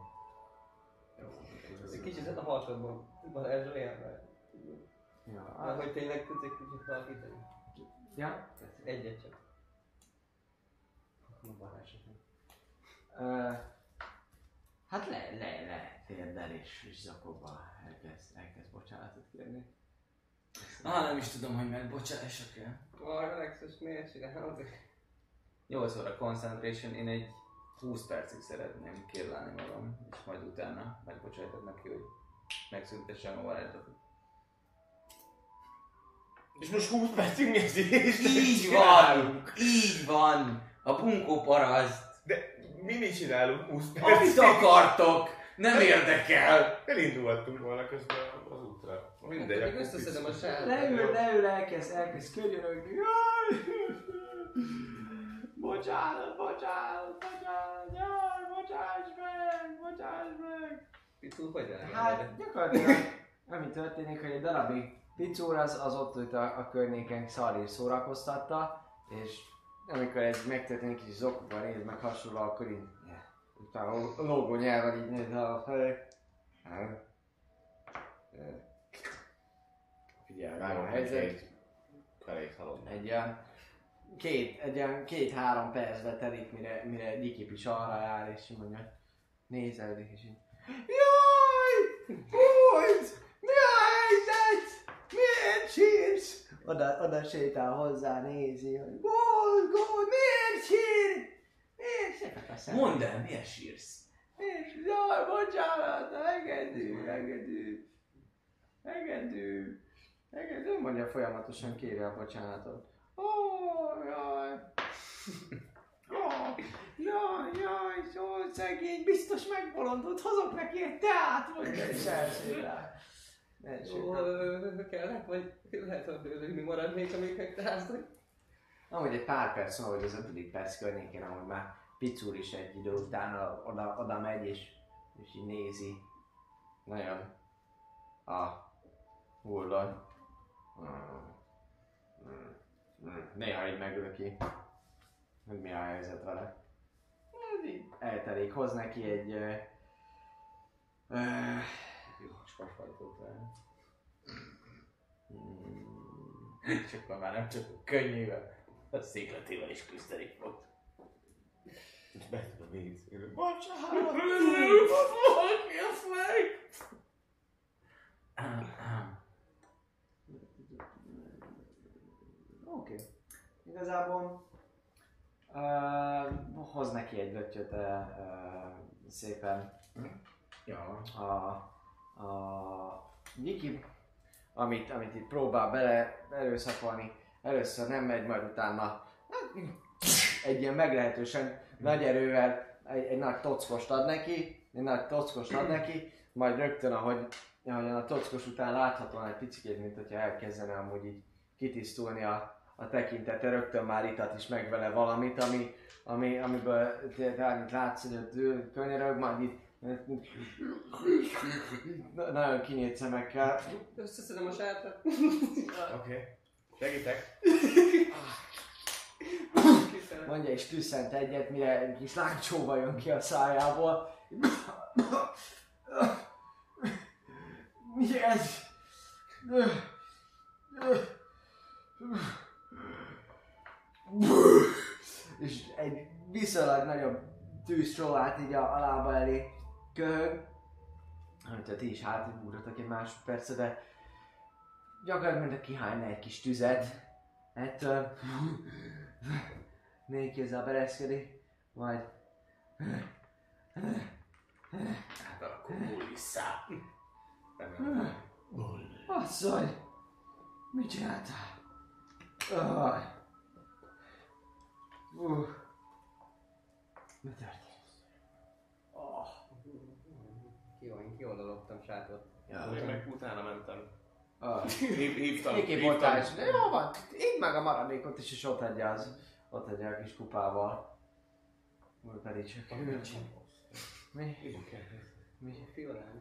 Egy kicsit a halkabban varázsolják már. Ja, Már hogy tényleg tudsz egy kicsit halkítani. ja. Egyet csak. Hát lehet térdel és zakokba elkezd bocsánatot kérni. Nem is tudom, hogy megbocsássak el. Relaxes, miért csinálod? 8 óra concentration, én egy 20 percig szeretném kérlelni magam, és majd utána megbocsájtod neki, hogy megszüntessem a varázslatot. És most 20 percig mi az is? Így van! Így van! A bunkó paraszt! De mi csinálunk 20 percig? Amit akartok! Nem érdekel! Elindulhattunk volna közben az útra. Mindegy, Még akkor összeszedem a vissza. sárga. Leül, elkezd könyörögni. Jaj! Bocsánat, jaj, bocsáss meg! Pitul, hogy van? Hát gyakorlatilag ami történik, hogy egy darabig Picúr az ott ült a környéken szarít szórakoztatta, és amikor ez megtörténik, kis zokogva néz meg hasonló, akkor így utána a lógó nyelven így néz a felé. Figyelj, Vágom a helyzet. Felét halom. Egy ilyen 2-3 percbe telik, mire Gyikip is arra áll, és így mondja, nézelődik, és így jaj! Bújt! Mi a helyzet? Miért sírsz? Oda sétál hozzá, nézi, hogy Gól, miért sír? Miért sír? Mondd el, miért sírsz? És jaj, bocsánat, engedő, mondja folyamatosan kéri a bocsánatot. Ó, jaj. Jaj, szóval szegény, biztos megbolondult, hozok neki egy teát, mondja, és elsétál. Kellett, vagy lehet, hogy mi marad még, amíg megtáznak? Ahogy egy pár perc, ahogy az 5. perc környékén, ahogy már Picúr is egy idő után oda megy, és így nézi nagyon a hullon. Néha így meglöki, hogy mi a helyzet vele. Ez így eltelik, hoz neki egy Jó, spasfajtót rá. És akkor már nem csak a könnyével, a székletével is küzdeni fog. És betud a víz. Bocsánat! Oké. Igazából hoz neki egy löttyöt szépen Ja. a Gyiki, amit itt próbál bele erőszakolni. Először nem megy, majd utána egy ilyen meglehetősen nagy erővel egy nagy tockost ad neki, majd rögtön, ahogyan a tockos után láthatóan egy picit, mint hogyha elkezdene amúgy így kitisztulni a tekintete, rögtön már itat is meg vele valamit, amiből látsz, hogy ott könyörög, majd itt nagyon kinyílt szemekkel. Összeszedem a sártat. Oké. Segítek. Mondja és tüsszent egyet, mire egy kis lángcsóva jön ki a szájából. Mi ez? És egy viszonylag nagyobb tűzcsóvát így a lába elé köhög. Amit ti is hátibúrtatok egy másodpercre, de gyakorlatilag mint a kihányna egy kis tüzet. Ettől 4 kézzel bereszkedik, majd... Hát akkor Bulisszá. Asszony! Mit csináltál? Mi történt? Kioldalogtam sátot. Én meg utána mentem. Hívtam. Jó van, így meg a maradékot is, és ott adja a kis kupával. Úgy pedig csak... Mi? Mi? Fiolán.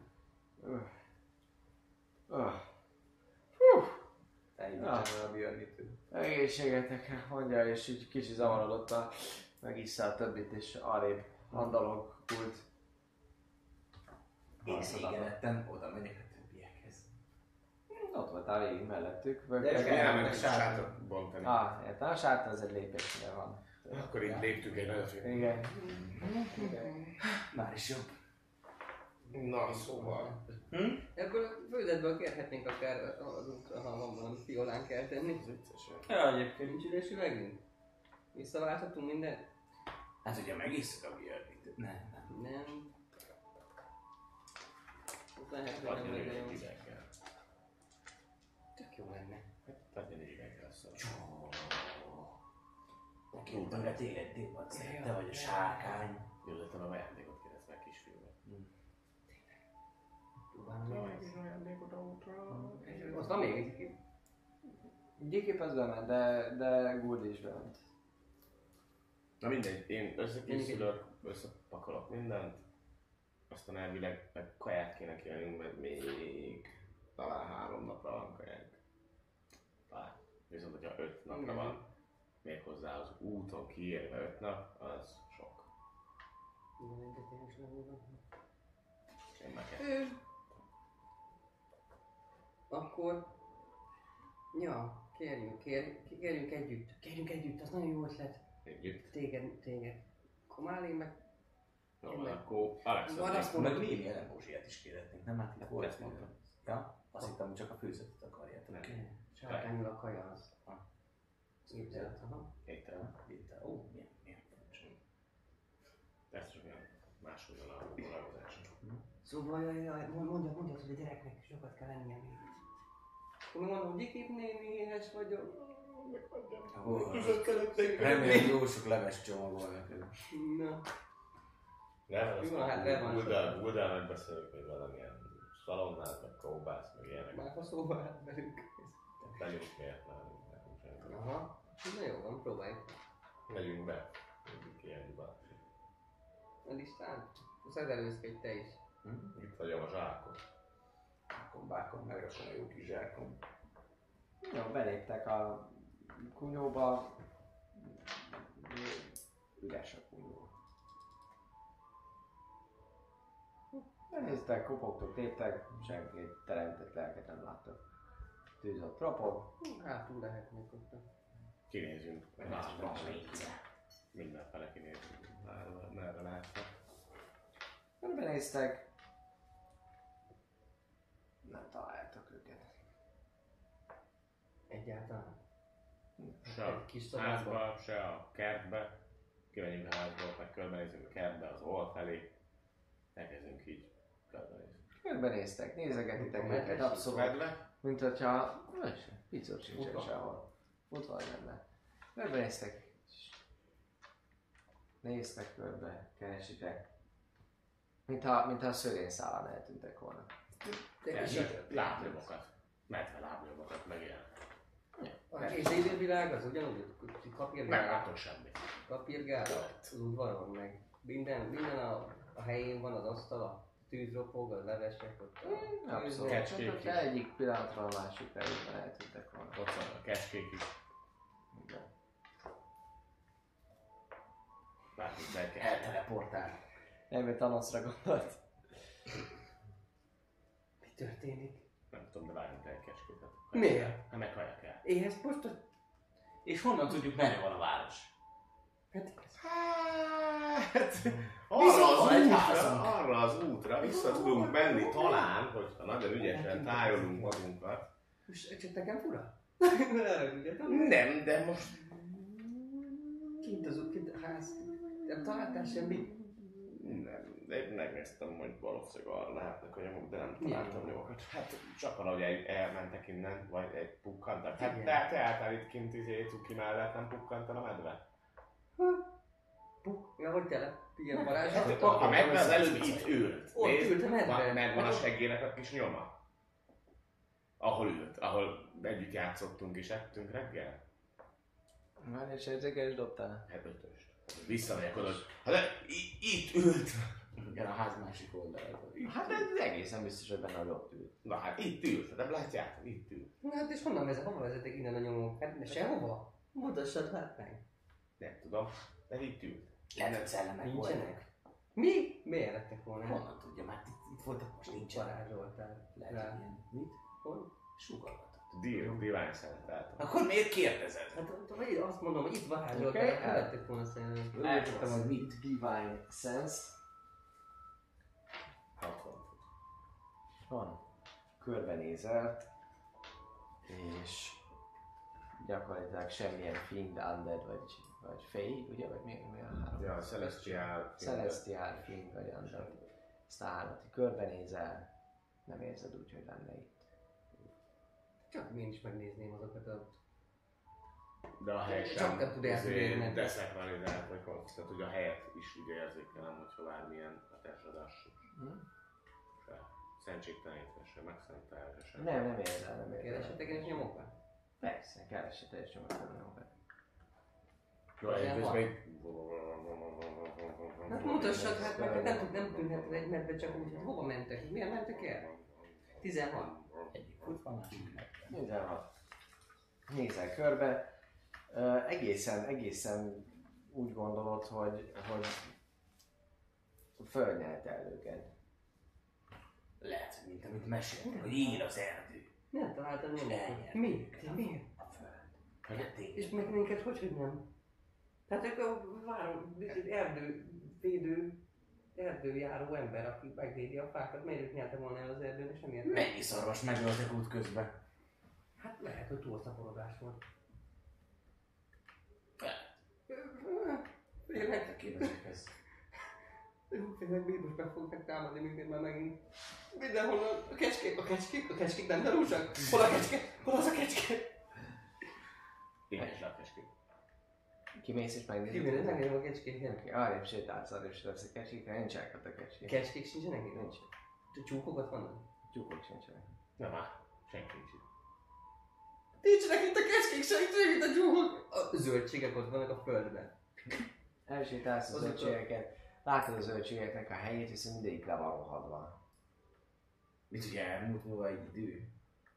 Elhívtam a Björnitől. Egészségetek, mondja, és így kicsit zavarodott megissza a többit, és arrébb andalog kult. Én szégelettem, oda megyek a többiekhez. Ott voltál végig mellettük. Elmentek a sátot bontani. Értem, a sát az egy lépésre van. Akkor itt léptük egy nagyot. Igen. Már is jobb. Na, szóval... Ebből a földetből kérhetnénk akár az útra, ha van valami fiolán kell tenni. Ja, egyébként. Nincs üres üvegünk? Visszaválthatunk mindent? Hát ugye megisszuk a Björnitől. Nem. Nem. Lehet, hogy Vagy nem egy legyen. üveggel. Tök jó lenne. Adjon egy üveggel szó. Kértem le téged, Dépac, te vagy a sárkány. Jöttem a ajándékot kérdezni meg kisfiúmat. Próbálom Van meg. egy ajándékot a útra. Ott van még egy. Gyikép az bement, de Guld is bement. Na mindegy, én összekészülök, összepakolok mindent. Aztán elvileg meg kaját kéne kérnünk, mert még talán 3 napra van kajánk. Talán. Viszont hogyha 5 napra van, még hozzá az úton kiérve 5 nap, az sok. Én meg kell. Akkor... Ja, kérjünk együtt, az nagyon jó ötlet. Együtt. Téged. Akkor már én meg... Jó, van, akkor Alexander. Azt mondom, Meg némi elembózsiát is kérhetnénk, nem? Hát itt volt. Ezt mondtam. Ja? Azt hittem, hogy csak a főzetet akarjátok. Nem. sárkányul a kaja az. Képzelt, aha. Étel. Étel. Ó, milyen furcsa. Ez csak olyan máshogyan a dolgozás. Szóval, mondjad, hogy a gyereknek sokat kell lennie még. Akkor mondom, Gyikip néni, éhes vagyok. Remélem, jó sok leves csomagol neked. Na. Nem, Jó, hát revansz. Buldán megbeszéljük még valamilyen szalonnát, meg kóbász, meg ilyenek. Már ha szóval hát velünk. Velünk miért nálunk, nekünk semmi. Aha. Na jó van, próbáljuk. Megyünk be, mindig kiállíba. A listán? Szedd előszkégy te is. Itt hagyom a zsákot. Bákom, megrakom a jó kis zsákom. Jó, beléptek a kunyóba. Üres a kunyó. Benéztek, kopogtok, téptek, senki egy teremtett lelket nem láttak. Tűz ott ropog. Hátul lehetnék ott. Kinézünk. Mindenfele kinézünk. Merre láttak. Benéztek. Nem találtak őket. Egyáltalán. Se a házba, se a kertbe. Kimegyünk a házból, meg körbenézünk a kertbe, az old felé. Elkezdünk így körbenézni. Körbenéztek, nézegetitek őket, abszolút. Medve? Mint hogyha... Picot sincsen sehol. Ott van benne. Körbenéztek. Néztek körbe, keresitek. Mintha a szőrényszálán eltűntek volna. Lábnyomokat. Medve lábnyomokat, meg ilyen. És élővilág az ugyanúgy, Nem kapirgál. látok semmit. Kapirgál az udvaron, meg minden a helyén van, az asztal, a tűz ropog, a levesek ott. Abszolút. Kecskék Csak is. egyik pillanatra a másikra éppen eltűntek volna. Ott van a kecskék is. Igen. Látunk be kecskék. Elteleportál. Nem, Thanosra gondolt. Mi történik? Nem tudom, de várjunk el egy kecskéket. Miért? Hát meg kajak el. Éhes postot? És honnan tudjuk, merre van a város? Arra az útra vissza tudunk menni talán, hogyha nagyon ügyesen tájolunk magunkat. Most csak nekem fura? Erre ugye? Nem, de most Kint a ház. Nem találtál semmit? Nem, én megnéztem, hogy valószínűleg arra lehetnek a nyomok, de nem találtam nyomokat. Hát csak valahogy elmentek innen, vagy egy pukkantak. Hát te álltál itt kint cuki mellett, nem pukkant el a medve? Ja, hogy tele? Igen, Balázs. A medve az előbb itt ült. Ott ült a medve. Megvan a seggének a kis nyoma. Ahol ült, ahol együtt játszottunk és ettünk reggel. Már egy sejtséges dobtál? Hát ötöst. Visszamegyek oda, hát itt ült. Igen, a ház másik oldalában. Hát ez egészen biztos, hogy benne, hogy ott ült. Na hát itt ült, nem látjátok, itt ült. Na hát és hova vezetek innen a nyomók? Hát sehova? Mutassad hát meg. Nem tudom, de itt ült. Lehet, hogy szellemek Nincsenek? voltak. Mi? Miért lettek volna? Honnan tudja, már itt voltak, most nincsenek. Varázsoltál. Lehet, rá. hogy ilyen. Mit? Hol? Sugalgatott. Divine Sense. Akkor miért kérdezed? Hát azt mondom, hogy itt varázsoltál, Oké, okay. lettek volna szerintem. Elcsaptam, hogy mit? Divine Sense. 60. Van. Körbenézel. És gyakorlatilag semmilyen Fiend, Undead vagy Fey, ugye? Vagy mi a három? Ja, Celestial. Celestial, Fiend vagy Undead. Ezt a hármat körbenézel, nem érzed úgy, hogy lenne itt. Csak én is megnézném azokat a... De a hely sem Csak te tud eltűnni. deszekralizált, vagy tehát ugye a helyet is ugye érzékelem, hogyha bármilyen hatásodás se szentségtelenítve, se megszentelve, se. Nem érzel, nem érzel. Keresettek és nyomokat? Persze, keresetek és nyomokat. Jó, ez még... Hát mutassad, hát meg nem tűnhet egy medve csak úgy, hogy hova mentek? Miért mentek el? 16. Egyik fut van, másik meg. 16. Nézel körbe. Egészen úgy gondolod, hogy fölnyelte el őket. Lehet, hogy mint amit meséltek, hogy ír az erdő. Nem találtam nyomokat. Elnyert. Miért? Miért? A föld. Ketté. És meg minket hogy nem? Tehát ők a várom, erdőjáró ember, aki megvédi a fákat, miért ők nyerte volna el az erdőn, és nem értem? Mennyi szarvas megöltek útközben? Hát lehet, hogy túlszaporodás volt. Félek, Kérdezik ezt. félek, bíbos meg fognak támadni minket már megint. Mindenhol a kecskék nem darúsak? Hol a kecske? Hol az a kecske? Én is látkeskép. Kimész és megnézed. Kiméred, megnézem a kecskéket. Arrébb sétálsz, arrébb sétálsz a kecskékre, nincsenek ott a kecskék. Kecskék sincsenek itt? Nincs. Csúkokat vannak? Tyúkok sincsenek. Na már, senki nincs itt. Nincsenek itt a kecskék, sincsenek itt a csúkok! A zöldségek ott vannak a földben. Elsétálsz a Azok a- zöldségeket, látod a zöldségeknek a helyét, viszont mindegyik le van rohadva. Mit ugye elmúlt múlva egy idő?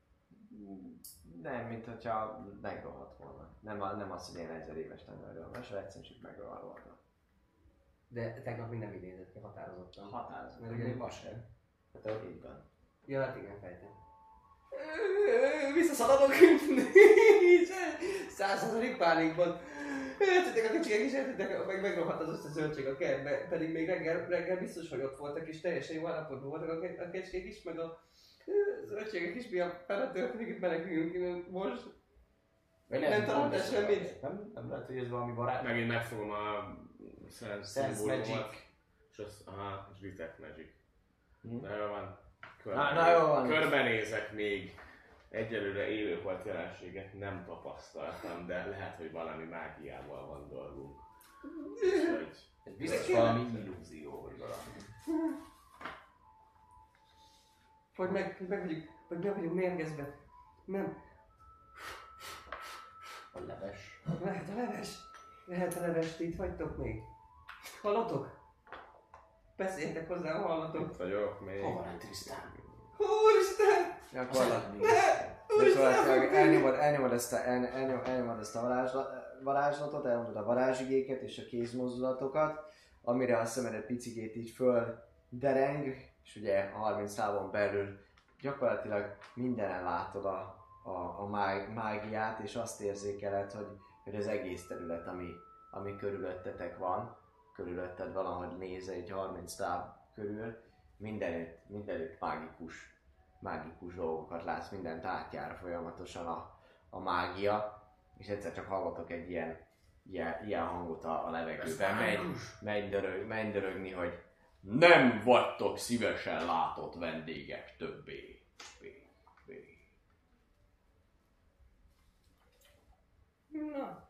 Nem, mint hogyha megrohadt volna. Nem az, hogy ilyen 1000 éves lenne a rölmes, egyszerűen csak megrohadt. De tegnap még nem idézett ki határozottan. Határozat. Mert ugye ma sem. Hát így van. Ja, hát igen, fejtem. Visszaszaladok! 100% pánikban. Értitek a kicsikek is, értitek, megrohadt az összes zöldség a kertbe, pedig még reggel biztos, hogy ott voltak, és teljesen jó állapotban voltak a kecskék is, meg a zöldségek is, mi a fele történik, itt menekülünk innen most. Nem találtál semmit? Nem lehet, hogy ez valami barát. Megint megfogom a Sense szimbólumomat, Magic. és az, és Detect Magic. Hm. Na jó van. Na jó van. Körbenézek még. Egyelőre élőholt jelenséget nem tapasztaltam, de lehet, hogy valami mágiával van dolgunk. Úgyhogy Ez biztos valami illúzió, vagy valami. Vagy meg vagyunk mérgezve. Nem. A leves. Lehet a leves. Lehet a leves, ti itt vagytok még. Hallatok? Beszéltek hozzám, hallatok? itt vagyok még. Hova van Trisztán? Úristen! Gyakorlatilag. Úristen! Gyakorlatilag elnyomod ezt a varázslatot, elmondod a varázsigéket és a kézmozdulatokat, amire a szemedet picikét így föl dereng, és ugye 30 távon belül gyakorlatilag mindenen látod a mágiát, és azt érzékeled, hogy az egész terület, ami körülöttetek van, körülötted valahogy nézze egy 30 táv körül, mindenütt mágikus dolgokat látsz, mindent átjár folyamatosan a mágia, és egyszer csak hallotok egy ilyen ilyen hangot a levegőben, megy dörögni, hogy nem vagytok szívesen látott vendégek többé. Na.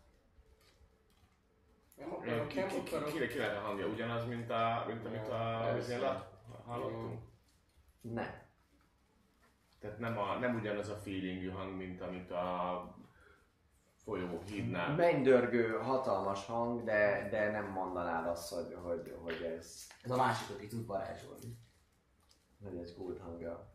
Ki lehet a hangja? Ugyanaz, mint amit a vizélet hallottunk? Nem. Tehát nem ugyanaz a feelingű hang, mint amit a folyó hídnál. Mennydörgő, hatalmas hang, de nem mondanád azt, hogy ez... Ez a másik, aki tud varázsolni. Hogy ez Gould hangja.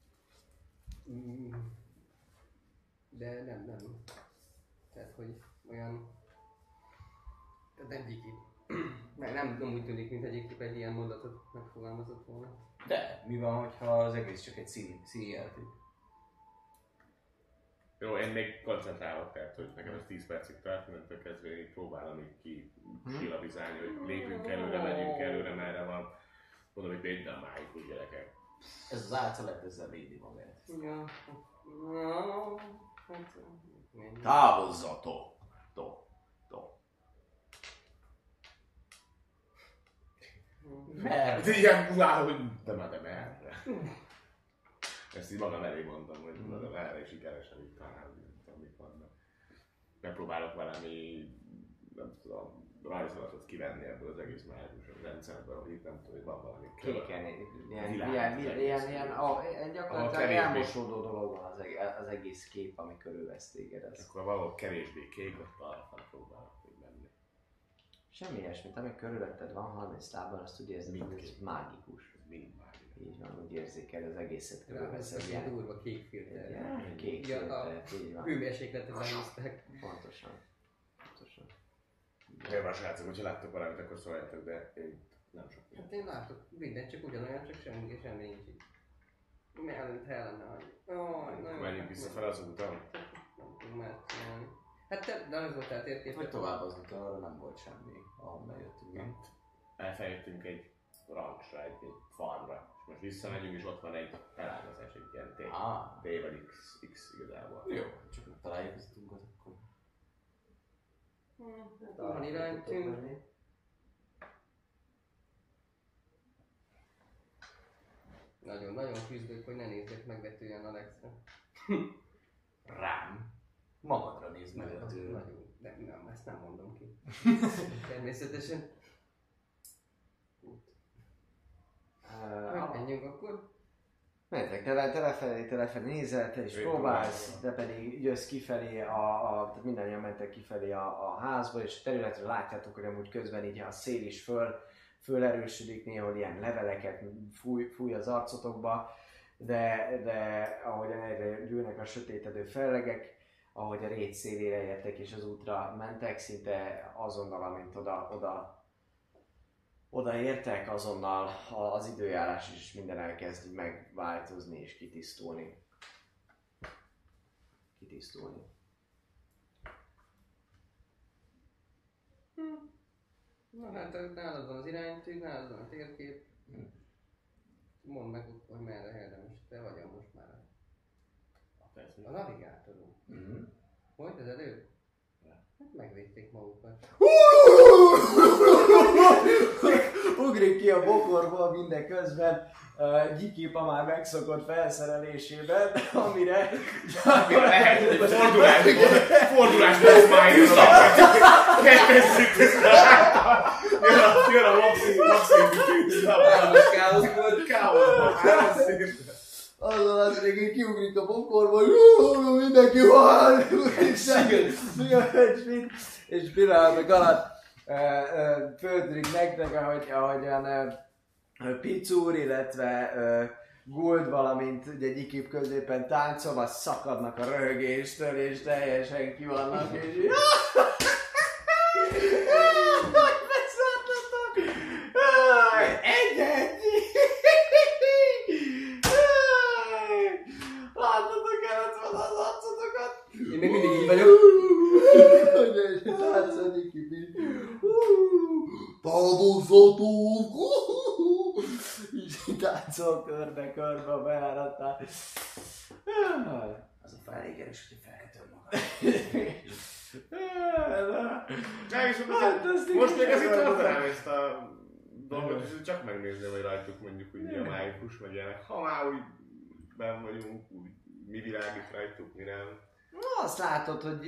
De nem. Tehát, hogy olyan... Tehát nem gyiki. Nem úgy tűnik, mint egyik egy ilyen mondatot megfogalmazott volna. De mi van, hogyha az egész csak egy színjáték? Jó, én még koncentrálok, tehát hogy nekem ez 10 percig tart, mentől kezdve én próbálom így ki silabizálni, hogy lépünk előre, megyünk előre, merre van. Mondom, hogy minden máig, úgy gyerekek. Ez az álca lett ezzel védi magát. Ja. Távozzatok! Mert Igen, hogy de merre. Ezt így magam elé mondtam, hogy de merre, és így keresen itt találni, amik vannak. Megpróbálok valami, nem tudom, rajzolatot kivenni ebből az egész mágus rendszerből, hogy itt nem tudom, hogy van valami Kéken, ilyen ahol gyakorlatilag elmosódó dolog van az egész kép, ami körülvesz téged. Akkor valahol kevésbé kék, ott arra próbálok még menni. Semmi ilyesmit, ami körülötted van 30 lábban, azt úgy érzed, hogy ez mágikus. Mind mágikus. Így van, úgy érzékel az egészet körülvesz Ez egy ilyen ilyen durva kék filter. kék Ja, filtert, így van. hőmérsékletet ráhúzták. Pontosan. Nyilván srácok, hogyha láttok valamit, akkor szóljátok, de én nem sok. Hát én látok mindent, csak ugyanolyan, csak semmi nincs itt. Mellett ellene, hogy... Akkor menjünk vissza fel az úton. Nem tudom már csinálni. Hát te, de az voltál térképet. vagy tovább az úton, arra nem volt semmi, ahonnan jöttünk. Elfeljöttünk egy rancsra, egy farmra. És most visszamegyünk, és ott van egy elágazás, egy ilyen T vagy X igazából. Jó, csak megtaláljuk az utunkat akkor. Van iránytünk. Nagyon küzdök, hogy ne nézzek megvetően Alexra. Rám. Magadra nézd meg. Nagyon. Nem, ezt nem mondom ki. Természetesen. Menjünk akkor. Mentek, telefelé nézel, te is próbálsz, de pedig jössz kifelé, tehát mindannyian mentek kifelé a házba, és a területről látjátok, hogy amúgy közben így a szél is fölerősödik, néhol ilyen leveleket fúj az arcotokba, de ahogyan egyre gyűlnek a sötétedő fellegek, ahogy a rét szélére értek és az útra mentek, szinte azonnal, amint oda értek, azonnal az időjárás is minden elkezd megváltozni és kitisztulni. Na hát nálad van az iránytű, nálad van a térkép. Mondd meg, hogy merre érdemes. Te vagy most már a navigátorunk. Volt ez előbb? Hát megvédték magukat. Ugrik ki a bokorból mindeközben Gyikip már megszokott felszerelésében, amire lehet, hogy fordulásból ez már kezdjük jön a maximum Káosz volt. Azzal az végén kiugrik a bokorból, mindenki hal, és pillanatnak alatt föltűnik nektek, ahogyan Picúr, illetve Gould, valamint ugye Gyikip középen táncolva szakadnak a röhögéstől, és teljesen ki vannak, és hogy beszartatok! Egy-egy! Láttatok el az arcotokat? Én még mindig így vagyok. Táncolni Gyikip így. Távozzatok! Így táncol körbe a bejáratnál. Az a fel elég erős, hogy felkötöm magam. Most még ez itt tartanám ezt a dolgot, és csak megnézném, hogy rajtuk mondjuk úgy a mágikus, meg ilyenek. Ha már úgy benn vagyunk, úgy mi világít rajtuk, mi nem. Azt látod, hogy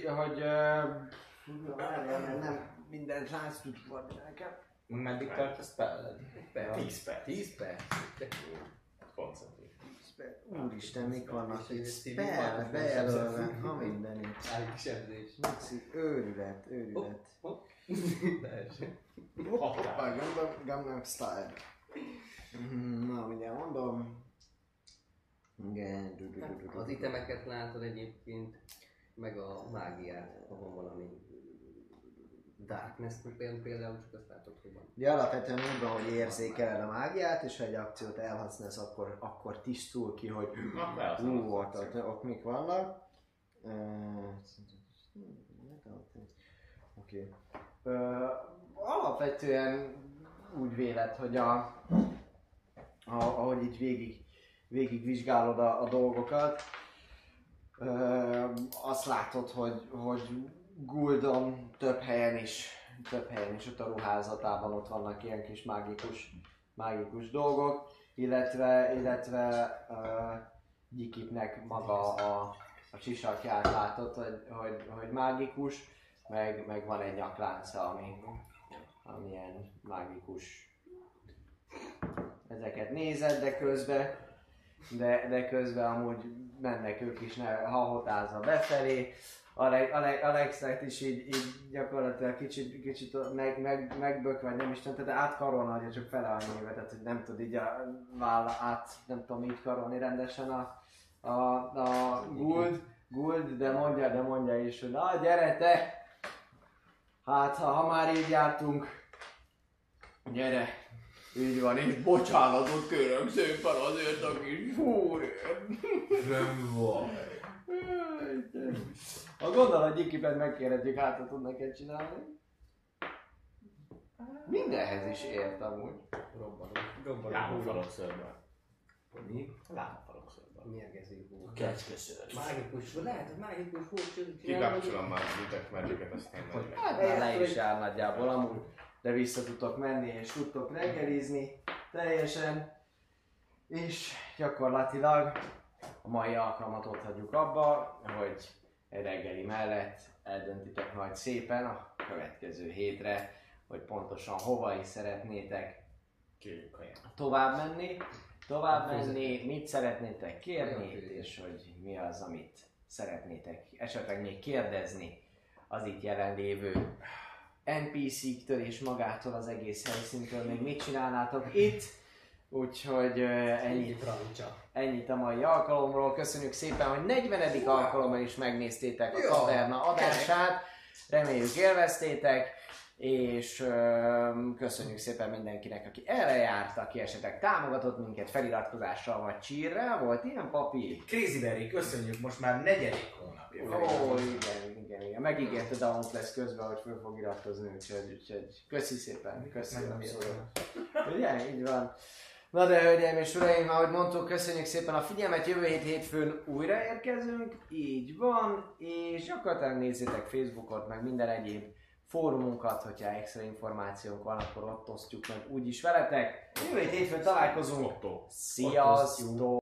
nem minden srác tud fordni nekem. Meddig tart a spelled? 10 perc. 10 perc? Koncentrálj. Úristen, mik vannak itt? Spell, bejelölve, ha minden itt. Állj sebzés. Őrület. Hoppá, Gangnam Style. Na, mindjárt mondom. Igen. Az itemeket látod egyébként, meg a mágiát, ahol valami Darkness például, csak azt látod, hogy van. De alapvetően úgy van, hogy érzékeled a mágiát, és ha egy akciót elhasználsz, akkor tisztul ki, hogy ott mik vannak. Oké. Alapvetően úgy véled, hogy ahogy így végig vizsgálod a dolgokat, azt látod, hogy Guldon több helyen is ott a ruházatában ott vannak ilyen kis mágikus dolgok, illetve Gyikipnek maga a sisakját látod, hogy mágikus, meg van egy nyaklánca, ami ilyen mágikus. Ezeket nézed, de közben amúgy mennek ők is hahotázva befelé. Alexet is így gyakorlatilag kicsit megbökve, nem is tudom, tehát átkarolna, csak fele annyi éve, tehát hogy nem tud így a váll nem tudom így karolni rendesen a Guld, de mondja is, hogy na gyere te! Hát ha már így jártunk, gyere! Így van, és bocsánatot kérek szépen azért a kis fúrért! Nem van. A gondolat Gyikipet megkérhetjük, hát tud neked csinálni. Mindenhez is ért amúgy. Robbanó. Lábafalok szörben. Mi? Lábafalok szörben. Mérgező hó. Kecskeszőr. Mágikus, lehet, hogy mágikus hó csinálni. Kikapcsolom már a Detect Magic-et, aztán megy. Hát már le is áll nagyjából amúgy, de vissza tudtok menni és tudtok reggelizni teljesen. És gyakorlatilag a mai alkalmat ott hagyjuk abba, hogy egy reggeli mellett eldöntitek majd szépen a következő hétre, hogy pontosan hova is szeretnétek tovább menni, mit szeretnétek kérni, és hogy mi az, amit szeretnétek esetleg még kérdezni az itt jelenlévő NPC-któl és magától az egész helyszíntől, még mit csinálnátok itt. Úgyhogy ennyit a mai alkalomról. Köszönjük szépen, hogy 40. alkalommal is megnéztétek a taverna adását. Reméljük élveztétek, és köszönjük szépen mindenkinek, aki erre járt, aki esetleg támogatott minket feliratkozással vagy csírrel. Volt ilyen, papi? Crazy Berry, köszönjük, most már 4. hónapja. Ó, igen. Megígérte Dauntless közben, hogy föl fog iratkozni, úgyhogy köszi szépen, köszönöm. Ugye, így van. Na de hölgyeim és uraim, ahogy mondtuk, köszönjük szépen a figyelmet, jövő hétfőn újra érkezünk, így van, és gyakorlatilag nézzétek Facebookot, meg minden egyéb fórumunkat, hogyha extra információk van, akkor ott osztjuk meg úgyis veletek. Jövő hétfőn találkozunk, sziasztok!